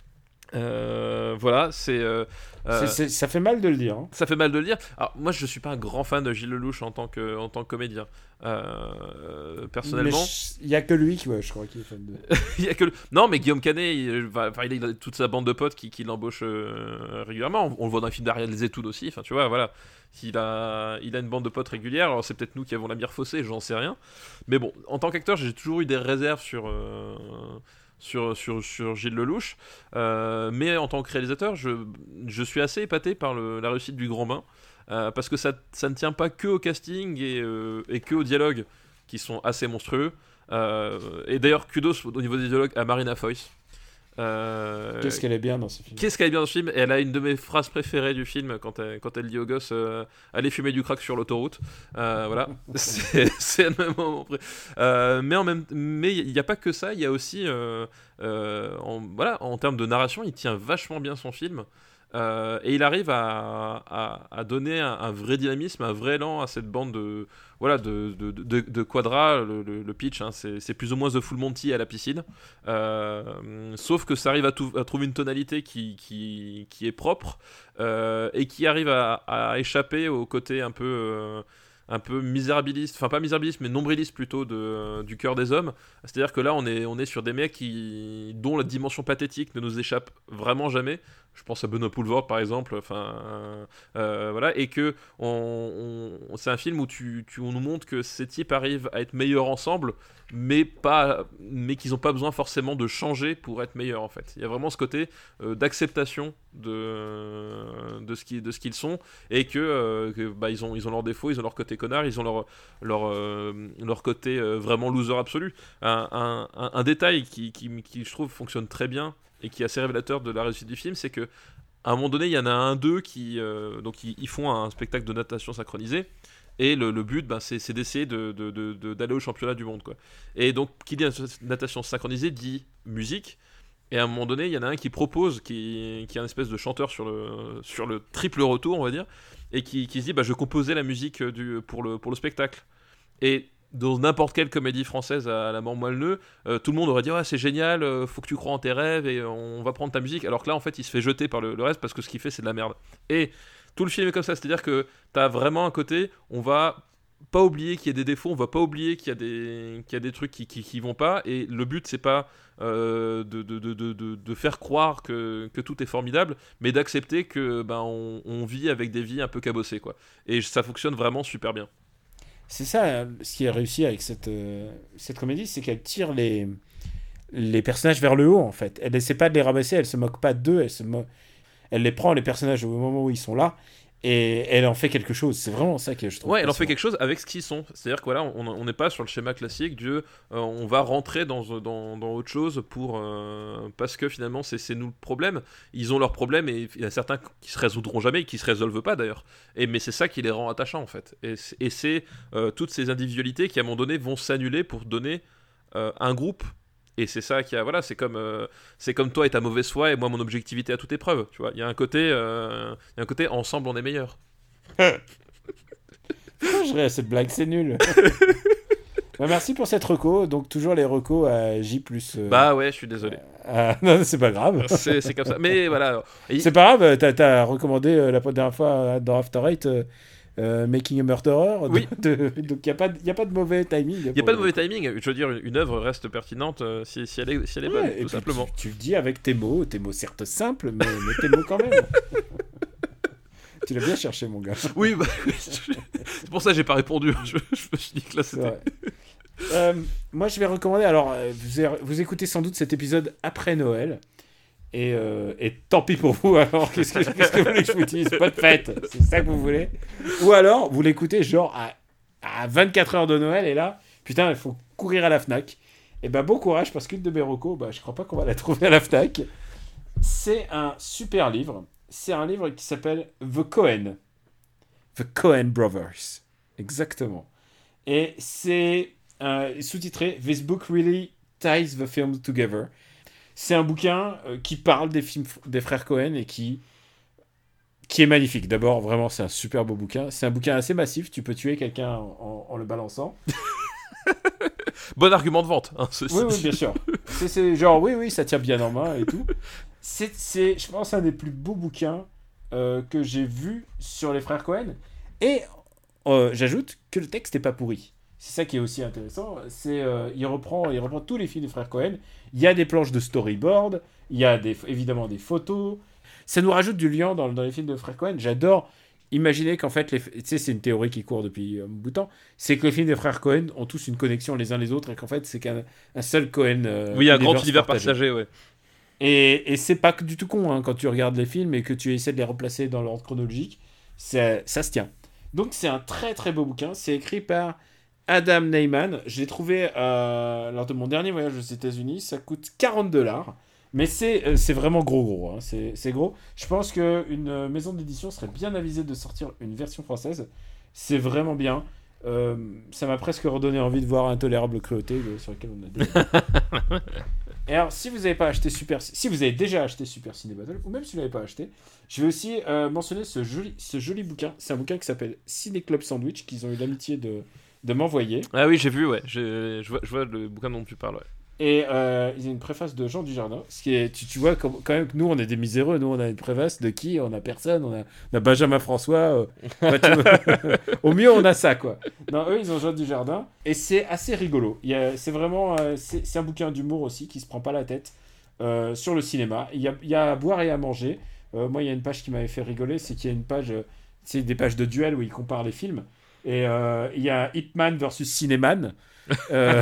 Euh, voilà, c'est, euh, euh, c'est, c'est, ça fait mal de le dire. Hein. Ça fait mal de le dire. Alors moi, je suis pas un grand fan de Gilles Lellouche en tant que en tant que comédien. Euh, personnellement, il y a que lui qui, ouais, je crois, qui est fan de. Il y a que le... non, mais Guillaume Canet, il, enfin, il a toute sa bande de potes qui, qui l'embauchent euh, régulièrement. On, on le voit dans les films d'Ariel Zetoun aussi. Enfin, tu vois, voilà. Il a, il a une bande de potes régulière. Alors c'est peut-être nous qui avons la mire faussée, j'en sais rien. Mais bon, en tant qu'acteur, j'ai toujours eu des réserves sur. Euh... Sur, sur, sur Gilles Lellouche, euh, mais en tant que réalisateur, je, je suis assez épaté par le, la réussite du Grand Bain, euh, parce que ça, ça ne tient pas que au casting et, euh, et que aux dialogues qui sont assez monstrueux. Euh, et d'ailleurs, kudos au niveau des dialogues à Marina Foïs. Euh, Qu'est-ce qu'elle est bien dans ce film. Qu'est-ce qu'elle est bien dans ce film. Et elle a une de mes phrases préférées du film quand elle, quand elle dit au gosse euh, allez fumer du crack sur l'autoroute. Euh, voilà, c'est, c'est un même moment près. Euh, mais en même, mais il n'y a pas que ça. Il y a aussi, euh, euh, en, voilà, en termes de narration, il tient vachement bien son film. Euh, et il arrive à, à, à donner un, un vrai dynamisme, un vrai élan à cette bande de, voilà, de, de, de, de Quadra. Le, le, le pitch, hein, c'est, c'est plus ou moins The Full Monty à la piscine. Euh, sauf que ça arrive à, tout, à trouver une tonalité qui, qui, qui est propre euh, et qui arrive à, à échapper au côté un peu... Euh, un peu misérabiliste, enfin pas misérabiliste mais nombriliste plutôt de, euh, du cœur des hommes. C'est-à-dire que là on est, on est sur des mecs qui, dont la dimension pathétique ne nous échappe vraiment jamais. Je pense à Benoît Poelvoorde par exemple, enfin euh, euh, voilà, et que on, on, c'est un film où tu, tu, on nous montre que ces types arrivent à être meilleurs ensemble, mais pas, mais qu'ils n'ont pas besoin forcément de changer pour être meilleurs en fait. Il y a vraiment ce côté euh, d'acceptation de, de, ce qui, de ce qu'ils sont, et que, euh, que bah, ils ont, ils ont leurs défauts, ils ont leur côté connard, ils ont leur, leur, euh, leur côté euh, vraiment loser absolu. Un, un, un, un détail qui, qui, qui, je trouve, fonctionne très bien et qui est assez révélateur de la réussite du film, c'est que à un moment donné, il y en a un d'eux qui, euh, donc ils, ils font un spectacle de natation synchronisé. Et le, le but, ben, c'est, c'est d'essayer de, de, de, de, d'aller au championnat du monde, quoi. Et donc, qui dit natation synchronisée dit musique. Et à un moment donné, il y en a un qui propose, qui, qui est un espèce de chanteur sur le, sur le triple retour, on va dire, et qui, qui se dit bah, je composais la musique du, pour, le, pour le spectacle. Et dans n'importe quelle comédie française à la mort moelleux, euh, tout le monde aurait dit ah, c'est génial, euh, faut que tu crois en tes rêves et on va prendre ta musique. Alors que là, en fait, il se fait jeter par le, le reste parce que ce qu'il fait, c'est de la merde. Et tout le film est comme ça, c'est-à-dire que t'as vraiment un côté, on va pas oublier qu'il y a des défauts, on va pas oublier qu'il y a des, qu'il y a des trucs qui, qui, qui vont pas, et le but c'est pas euh, de, de, de, de, de faire croire que, que tout est formidable, mais d'accepter que ben, on, on vit avec des vies un peu cabossées, quoi. Et ça fonctionne vraiment super bien. C'est ça, ce qui est réussi avec cette, euh, cette comédie, c'est qu'elle tire les, les personnages vers le haut, en fait. Elle essaie pas de les rabaisser, elle se moque pas d'eux, elle, se mo... elle les prend, les personnages, au moment où ils sont là, et elle en fait quelque chose. C'est vraiment ça que je trouve. Ouais, elle en fait quelque chose avec ce qu'ils sont. C'est-à-dire que voilà, on n'est pas sur le schéma classique de euh, on va rentrer dans, dans, dans autre chose pour, euh, parce que finalement c'est, c'est nous le problème. Ils ont leurs problèmes et il y a certains qui se résoudront jamais et qui se résolvent pas d'ailleurs. Et, mais c'est ça qui les rend attachants en fait. Et, et c'est euh, toutes ces individualités qui à un moment donné vont s'annuler pour donner euh, un groupe. Et c'est ça qui a, voilà, c'est comme, euh, c'est comme toi et ta mauvaise foi et moi mon objectivité à toute épreuve, tu vois. Il y a un côté, euh, il y a un côté ensemble on est meilleur. Je rêve, cette blague, c'est nul. Bah, merci pour cette reco. Donc toujours les recos à J plus. Euh, bah ouais, je suis désolé. Euh, non, c'est pas grave. C'est, c'est comme ça. Mais voilà. Et... C'est pas grave. T'as, t'as recommandé euh, la dernière fois dans After Eight. Euh, Euh, Making a Murderer, oui. de, de, donc il n'y a, a pas de mauvais timing. Il n'y a pas de mauvais timing, je veux dire, une œuvre reste pertinente euh, si, si elle est, si elle est ouais, bonne, et tout simplement. Tu, tu le dis avec tes mots, tes mots certes simples, mais, mais tes mots quand même. Tu l'as bien cherché, mon gars. Oui, bah, c'est pour ça que j'ai pas répondu, je, je me suis dit que là c'était... euh, moi je vais recommander, alors vous, vous écoutez sans doute cet épisode après Noël, Et, euh, et tant pis pour vous, alors qu'est-ce que, qu'est-ce que vous voulez que je vous dise? Pas de fête, c'est ça que vous voulez. Ou alors, vous l'écoutez genre à, à vingt-quatre heures de Noël, et là, putain, il faut courir à la Fnac. Et ben bon courage, parce qu'une de mes recos, bah, je crois pas qu'on va la trouver à la Fnac. C'est un super livre. C'est un livre qui s'appelle The Coen. The Coen Brothers. Exactement. Et c'est euh, sous-titré This Book Really Ties the Film Together. C'est un bouquin euh, qui parle des films des frères Coen et qui, qui est magnifique. D'abord, vraiment, c'est un super beau bouquin. C'est un bouquin assez massif. Tu peux tuer quelqu'un en, en, en le balançant. Bon argument de vente. Hein, oui, oui, bien sûr. C'est, c'est genre, oui, oui, ça tient bien en main et tout. C'est, c'est je pense, un des plus beaux bouquins euh, que j'ai vu sur les frères Coen. Et euh, j'ajoute que le texte n'est pas pourri. C'est ça qui est aussi intéressant. C'est, euh, il, reprend, il reprend tous les films des frères Coen. Il y a des planches de storyboard. Il y a des, évidemment des photos. Ça nous rajoute du lien dans, dans les films de frères Coen. J'adore imaginer qu'en fait, les, tu sais, c'est une théorie qui court depuis un bout de temps. C'est que les films des frères Coen ont tous une connexion les uns les autres et qu'en fait, c'est qu'un un seul Coen. Euh, oui, un grand univers partagé, ouais. Et, et c'est pas du tout con hein, quand tu regardes les films et que tu essaies de les replacer dans l'ordre chronologique. Ça, ça se tient. Donc, c'est un très très beau bouquin. C'est écrit par Adam Neyman. Je l'ai trouvé euh, lors de mon dernier voyage aux États-Unis. Ça coûte quarante dollars. Mais c'est, euh, c'est vraiment gros gros. Hein. C'est, c'est gros. Je pense qu'une maison d'édition serait bien avisée de sortir une version française. C'est vraiment bien. Euh, ça m'a presque redonné envie de voir Intolérable Cruauté euh, sur lequel on a déjà. Et alors, si vous n'avez pas acheté Super, si vous avez déjà acheté Super Ciné Battle, ou même si vous l'avez pas acheté, je vais aussi euh, mentionner ce joli, ce joli bouquin. C'est un bouquin qui s'appelle Ciné Club Sandwich, qu'ils ont eu l'amitié de, de m'envoyer. Ah oui, j'ai vu, ouais. J'ai, je, vois, je vois le bouquin dont tu parles, ouais. Et euh, il y a une préface de Jean Dujardin. Ce qui est, tu, tu vois, quand, quand même que nous, on est des miséreux. Nous, on a une préface de qui? On a personne. On a, on a Benjamin François. Euh, bah, tu, au mieux, on a ça, quoi. Non, eux, ils ont Jean Dujardin. Et c'est assez rigolo. Il y a, c'est vraiment... Euh, c'est, c'est un bouquin d'humour aussi qui se prend pas la tête euh, sur le cinéma. Il y a, il y a à boire et à manger. Euh, moi, il y a une page qui m'avait fait rigoler. C'est qu'il y a une page... Euh, c'est des pages de duel où ils comparent les films. Et euh, il y a Hitman versus Cinéman. Euh...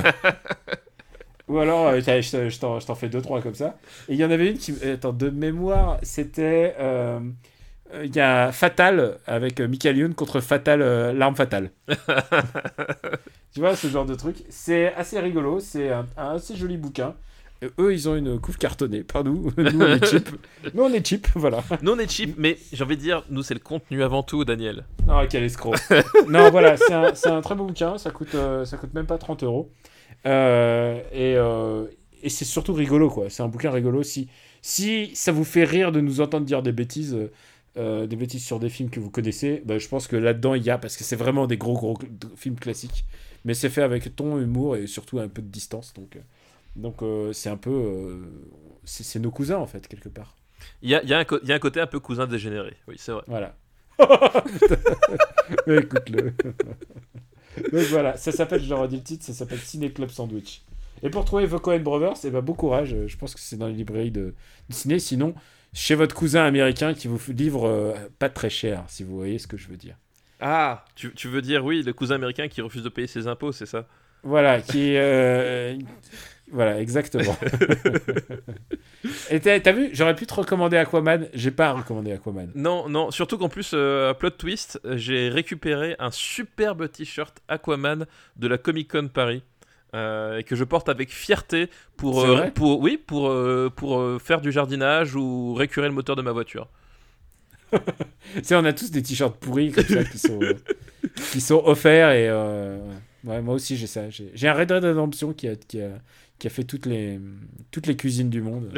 Ou alors, euh, je, je, t'en, je t'en fais deux, trois comme ça. Et il y en avait une qui... Attends, de mémoire, c'était... Il euh, y a Fatal avec euh, Michael Youn contre Fatal, euh, l'arme fatale. Tu vois, ce genre de truc. C'est assez rigolo. C'est un, un assez joli bouquin. Et eux, ils ont une couve cartonnée. Pas nous. Nous, on est cheap. Nous, on est cheap, voilà. Nous, on est cheap, mais j'ai envie de dire, nous, c'est le contenu avant tout, Daniel. Ah, quel escroc. Non, voilà, c'est un, c'est un très beau bouquin. Ça coûte, euh, ça coûte même pas trente euros. Euh, et, euh, et c'est surtout rigolo, quoi. C'est un bouquin rigolo. Si, si ça vous fait rire de nous entendre dire des bêtises, euh, des bêtises sur des films que vous connaissez, bah, je pense que là-dedans il y a, parce que c'est vraiment des gros gros films classiques, mais c'est fait avec ton humour et surtout un peu de distance. Donc, donc euh, c'est un peu, euh, c'est, c'est nos cousins en fait quelque part. Il y a, il y a un, co- il y a un côté un peu cousin dégénéré. Oui, c'est vrai. Voilà. Mais écoute-le. Donc voilà, ça s'appelle, je leur ai dit le titre, ça s'appelle Ciné Club Sandwich. Et pour trouver The Coen Brothers, eh ben, bon courage, je pense que c'est dans les librairies de, de ciné, sinon chez votre cousin américain qui vous livre euh, pas très cher, si vous voyez ce que je veux dire. Ah, tu, tu veux dire, oui, le cousin américain qui refuse de payer ses impôts, c'est ça? Voilà, qui... Euh... Voilà, exactement. Et t'as, t'as vu, j'aurais pu te recommander Aquaman, j'ai pas recommandé Aquaman. Non, non, surtout qu'en plus, euh, plot twist, j'ai récupéré un superbe t-shirt Aquaman de la Comic Con Paris. Euh, et que je porte avec fierté pour, euh, pour, oui, pour, euh, pour euh, faire du jardinage ou récurer le moteur de ma voiture. Tu sais, on a tous des t-shirts pourris comme ça qui sont, euh, qui sont offerts et euh, ouais, moi aussi j'ai ça. J'ai, j'ai un Red Dead Redemption qui a, qui a, qui a fait toutes les, toutes les cuisines du monde.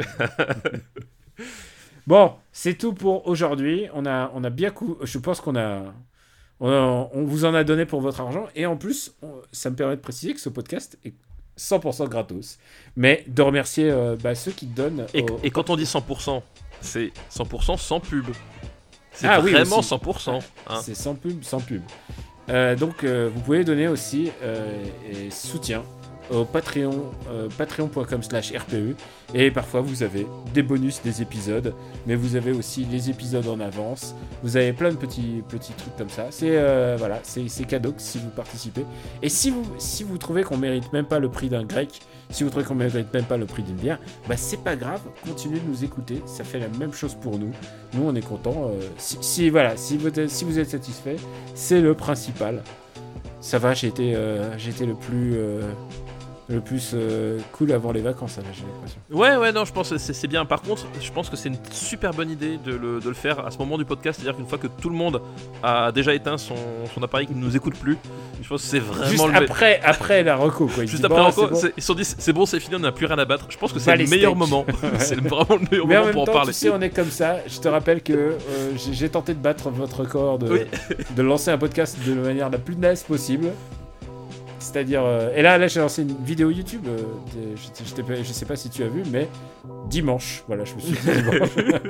Bon, c'est tout pour aujourd'hui. On a, on a bien cou... Je pense qu'on a... On, a... on vous en a donné pour votre argent. Et en plus, on... ça me permet de préciser que ce podcast est cent pour cent gratos. Mais de remercier euh, bah, ceux qui donnent... Et, au... et quand on dit cent pour cent, c'est cent pour cent sans pub. C'est ah, vraiment oui, cent pour cent. Hein. C'est sans pub, sans pub. Euh, donc, euh, vous pouvez donner aussi euh, et soutien au Patreon, euh, patreon.com slash RPE. Et parfois, vous avez des bonus des épisodes, mais vous avez aussi les épisodes en avance. Vous avez plein de petits, petits trucs comme ça. C'est euh, voilà, c'est, c'est cadeau si vous participez. Et si vous, si vous trouvez qu'on mérite même pas le prix d'un grec, si vous trouvez qu'on mérite même pas le prix d'une bière, bah c'est pas grave, continuez de nous écouter. Ça fait la même chose pour nous. Nous, on est contents. Euh, si, si, voilà, si vous, êtes, si vous êtes satisfait, c'est le principal. Ça va, j'ai été, euh, j'ai été le plus... Euh, le plus euh, cool avant les vacances, là, j'ai l'impression. Ouais, ouais, non, je pense que c'est, c'est bien. Par contre, je pense que c'est une super bonne idée de le, de le faire à ce moment du podcast. C'est-à-dire qu'une fois que tout le monde a déjà éteint son, son appareil qui ne nous écoute plus, je pense que c'est vraiment Juste le après, après la reco, quoi. Ils Juste disent, après bon, la reco, c'est bon. c'est, ils se sont dit c'est bon, c'est fini, on n'a plus rien à battre. Je pense que c'est Pas le les meilleur steaks. moment. C'est vraiment le meilleur Mais en moment même pour en temps, parler. tu sais, on est comme ça. Je te rappelle que euh, j'ai, j'ai tenté de battre votre record, de, Oui. de lancer un podcast de la manière la plus nice possible. C'est-à-dire... Euh, et là, là, j'ai lancé une vidéo YouTube. Euh, de- je, je, t'ai- je sais pas si tu as vu, mais dimanche. Voilà, je me suis dit dimanche.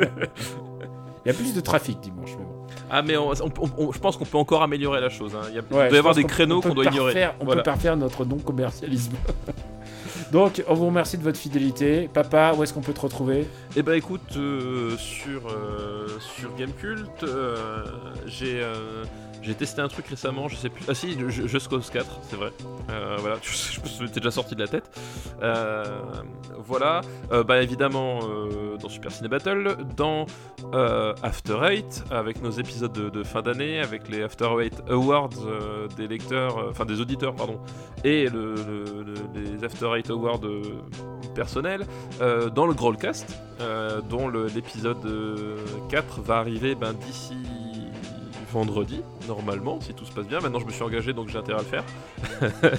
Il y a plus de trafic dimanche, mais bon. Ah, mais on- on- on- je pense qu'on peut encore améliorer la chose. Hein. Il, y a, il Ouais, doit je y avoir pense des qu'on- créneaux on qu'on peut doit ignorer. parfaire- On Voilà. peut parfaire notre non-commercialisme. Donc, on vous remercie de votre fidélité. Papa, où est-ce qu'on peut te retrouver ? Eh ben écoute, euh, sur, euh, sur Gamecult, euh, j'ai, euh, j'ai testé un truc récemment, je sais plus. Ah si, je- Just Cause quatre, c'est vrai. Euh, voilà, je, je me suis c'était déjà sorti de la tête. Euh, voilà, Euh, bah évidemment euh, dans Super Ciné Battle, dans euh, After Eight, avec nos épisodes de, de fin d'année, avec les After Eight Awards euh, des lecteurs, euh, enfin des auditeurs, pardon, et le, le- le- les After Eight Awards euh, personnels, euh, dans le Growlcast, euh, dont le- l'épisode euh, quatre va arriver ben, d'ici vendredi, normalement, si tout se passe bien. Maintenant, je me suis engagé, donc j'ai intérêt à le faire.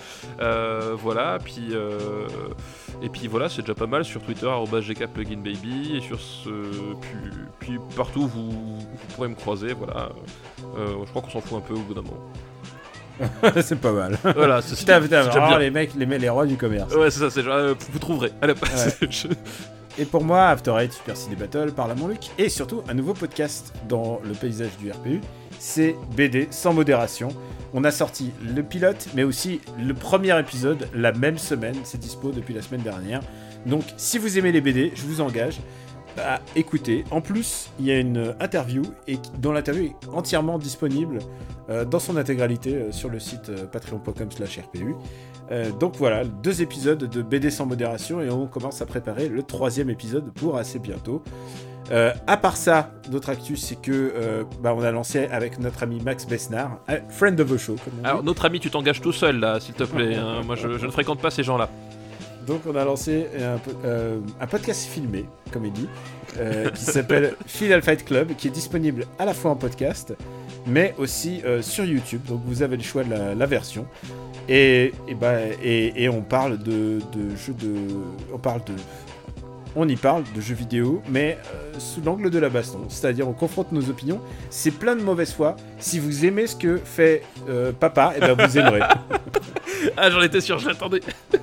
Euh, voilà, puis... euh, et puis voilà, c'est déjà pas mal sur Twitter, arobase gkpluginbaby, et sur ce... Puis, puis partout où vous, vous pourrez me croiser, voilà. Euh, je crois qu'on s'en fout un peu au bout d'un moment. C'est pas mal. Voilà, c'est, Putain, c'est putain, déjà vraiment, bien. les mecs, les, les rois du commerce. Ouais, c'est ça, c'est genre, euh, vous trouverez. Allez, hop, Ouais. je- Et pour moi, After Eight, Super Ciné Battle, parle à mon Luc. Et surtout, un nouveau podcast dans le paysage du R P U. C'est B D sans modération. On a sorti le pilote, mais aussi le premier épisode la même semaine. C'est dispo depuis la semaine dernière. Donc, si vous aimez les B D, je vous engage à écouter. En plus, il y a une interview, et dont l'interview est entièrement disponible euh, dans son intégralité euh, sur le site euh, patreon.com slash RPU. Euh, donc voilà, deux épisodes de B D sans modération, et on commence à préparer le troisième épisode pour assez bientôt. Euh, à part ça, d'autres actus, c'est que euh, bah, on a lancé avec notre ami Max Besnard, euh, friend of the show, comme on dit. Alors, notre ami, tu t'engages tout seul, là, s'il te plaît. hein. Moi, je, je ne fréquente pas ces gens-là. Donc on a lancé un, po- euh, un podcast filmé, comme il dit, euh, qui s'appelle Final Fight Club, qui est disponible à la fois en podcast, mais aussi euh, sur YouTube. Donc vous avez le choix de la, la version. Et, et, bah, et, et on parle de, de jeux de... On parle de... On y parle de jeux vidéo, mais euh, sous l'angle de la baston. C'est-à-dire, on confronte nos opinions. C'est plein de mauvaise foi. Si vous aimez ce que fait euh, Papa, et ben vous aimerez. Ah, j'en étais sûr, je l'attendais.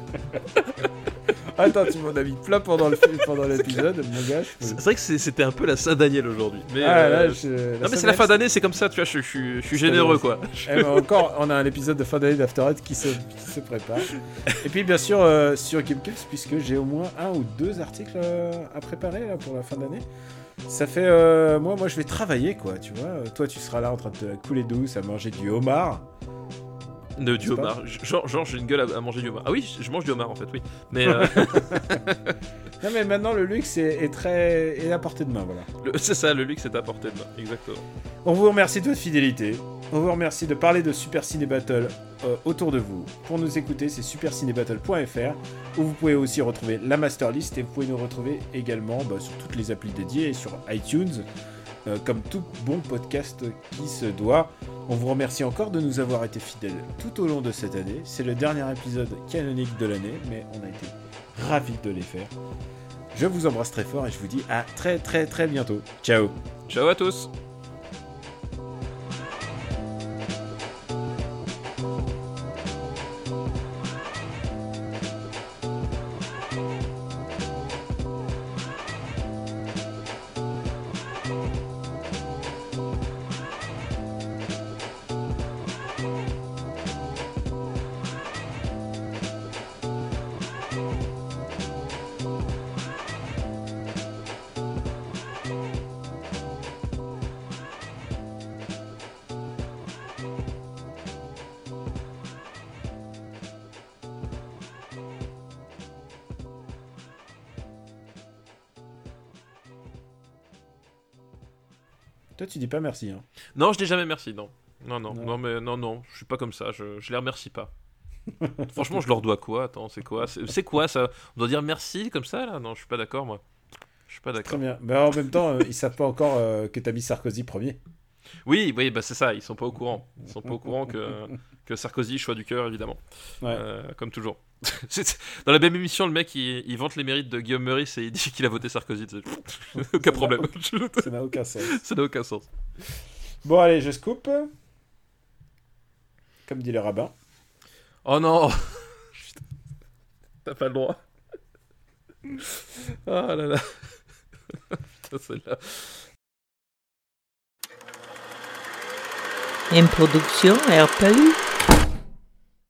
Attends, tu m'en as mis plein pendant, le, film- pendant l'épisode, mon gars. je- C'est vrai que c'est- c'était un peu la Saint-Daniel aujourd'hui. Mais, Ah, là, euh, je- non, mais c'est la fin d'année, c'est comme ça, tu vois, je, je- je suis généreux, quoi. Eh ben, encore, on a un épisode de fin d'année d'After Eight qui se, qui se prépare. Et puis, bien sûr, euh, sur GameCult, puisque j'ai au moins un ou deux articles euh, à préparer là, pour la fin d'année. Ça fait... euh, moi, moi, je vais travailler, quoi, tu vois. Toi, tu seras là en train de te couler douce, à manger du homard. De, du C'est pas- homard. Genre, genre, j'ai une gueule à, à manger du homard. Ah oui, je mange du homard, en fait, oui. Mais euh, Non, mais maintenant, le luxe est, est très... est à portée de main, voilà. le- c'est ça, le luxe est à portée de main, exactement. On vous remercie de votre fidélité. On vous remercie de parler de Super Ciné Battle euh, autour de vous. Pour nous écouter, c'est super ciné battle point f r, où vous pouvez aussi retrouver la master list, et vous pouvez nous retrouver également bah, sur toutes les applis dédiées et sur iTunes, euh, comme tout bon podcast qui se doit. On vous remercie encore de nous avoir été fidèles tout au long de cette année. C'est le dernier épisode canonique de l'année, mais on a été ravis de les faire. Je vous embrasse très fort et je vous dis à très très très bientôt. Ciao. Ciao à tous. Toi, tu dis pas merci. Hein. Non, je dis jamais merci, non. Non, non, non, Non. mais non, non, je suis pas comme ça, je, je les remercie pas. Franchement, je leur dois quoi? Attends, c'est quoi? C'est c'est quoi ça? On doit dire merci comme ça là? Non, je suis pas d'accord moi. Je suis pas Très d'accord. bien. Mais en même temps, euh, ils savent pas encore euh, que t'as mis Sarkozy premier. Oui, oui, bah c'est ça, ils sont pas au courant. Ils sont pas au courant que, que Sarkozy, choix du cœur évidemment. Ouais. Euh, comme toujours. C'est- Dans la même émission, le mec il, il vante les mérites de Guillaume Meurice et il dit qu'il a voté Sarkozy. tu sais. Aucun problème. Ça n'a aucun sens. Ça n'a aucun sens. Bon, allez, je scoop. Comme dit le rabbin. Oh non! Putain. T'as pas le droit. Ah là là. Putain, celle-là. Une production R P U.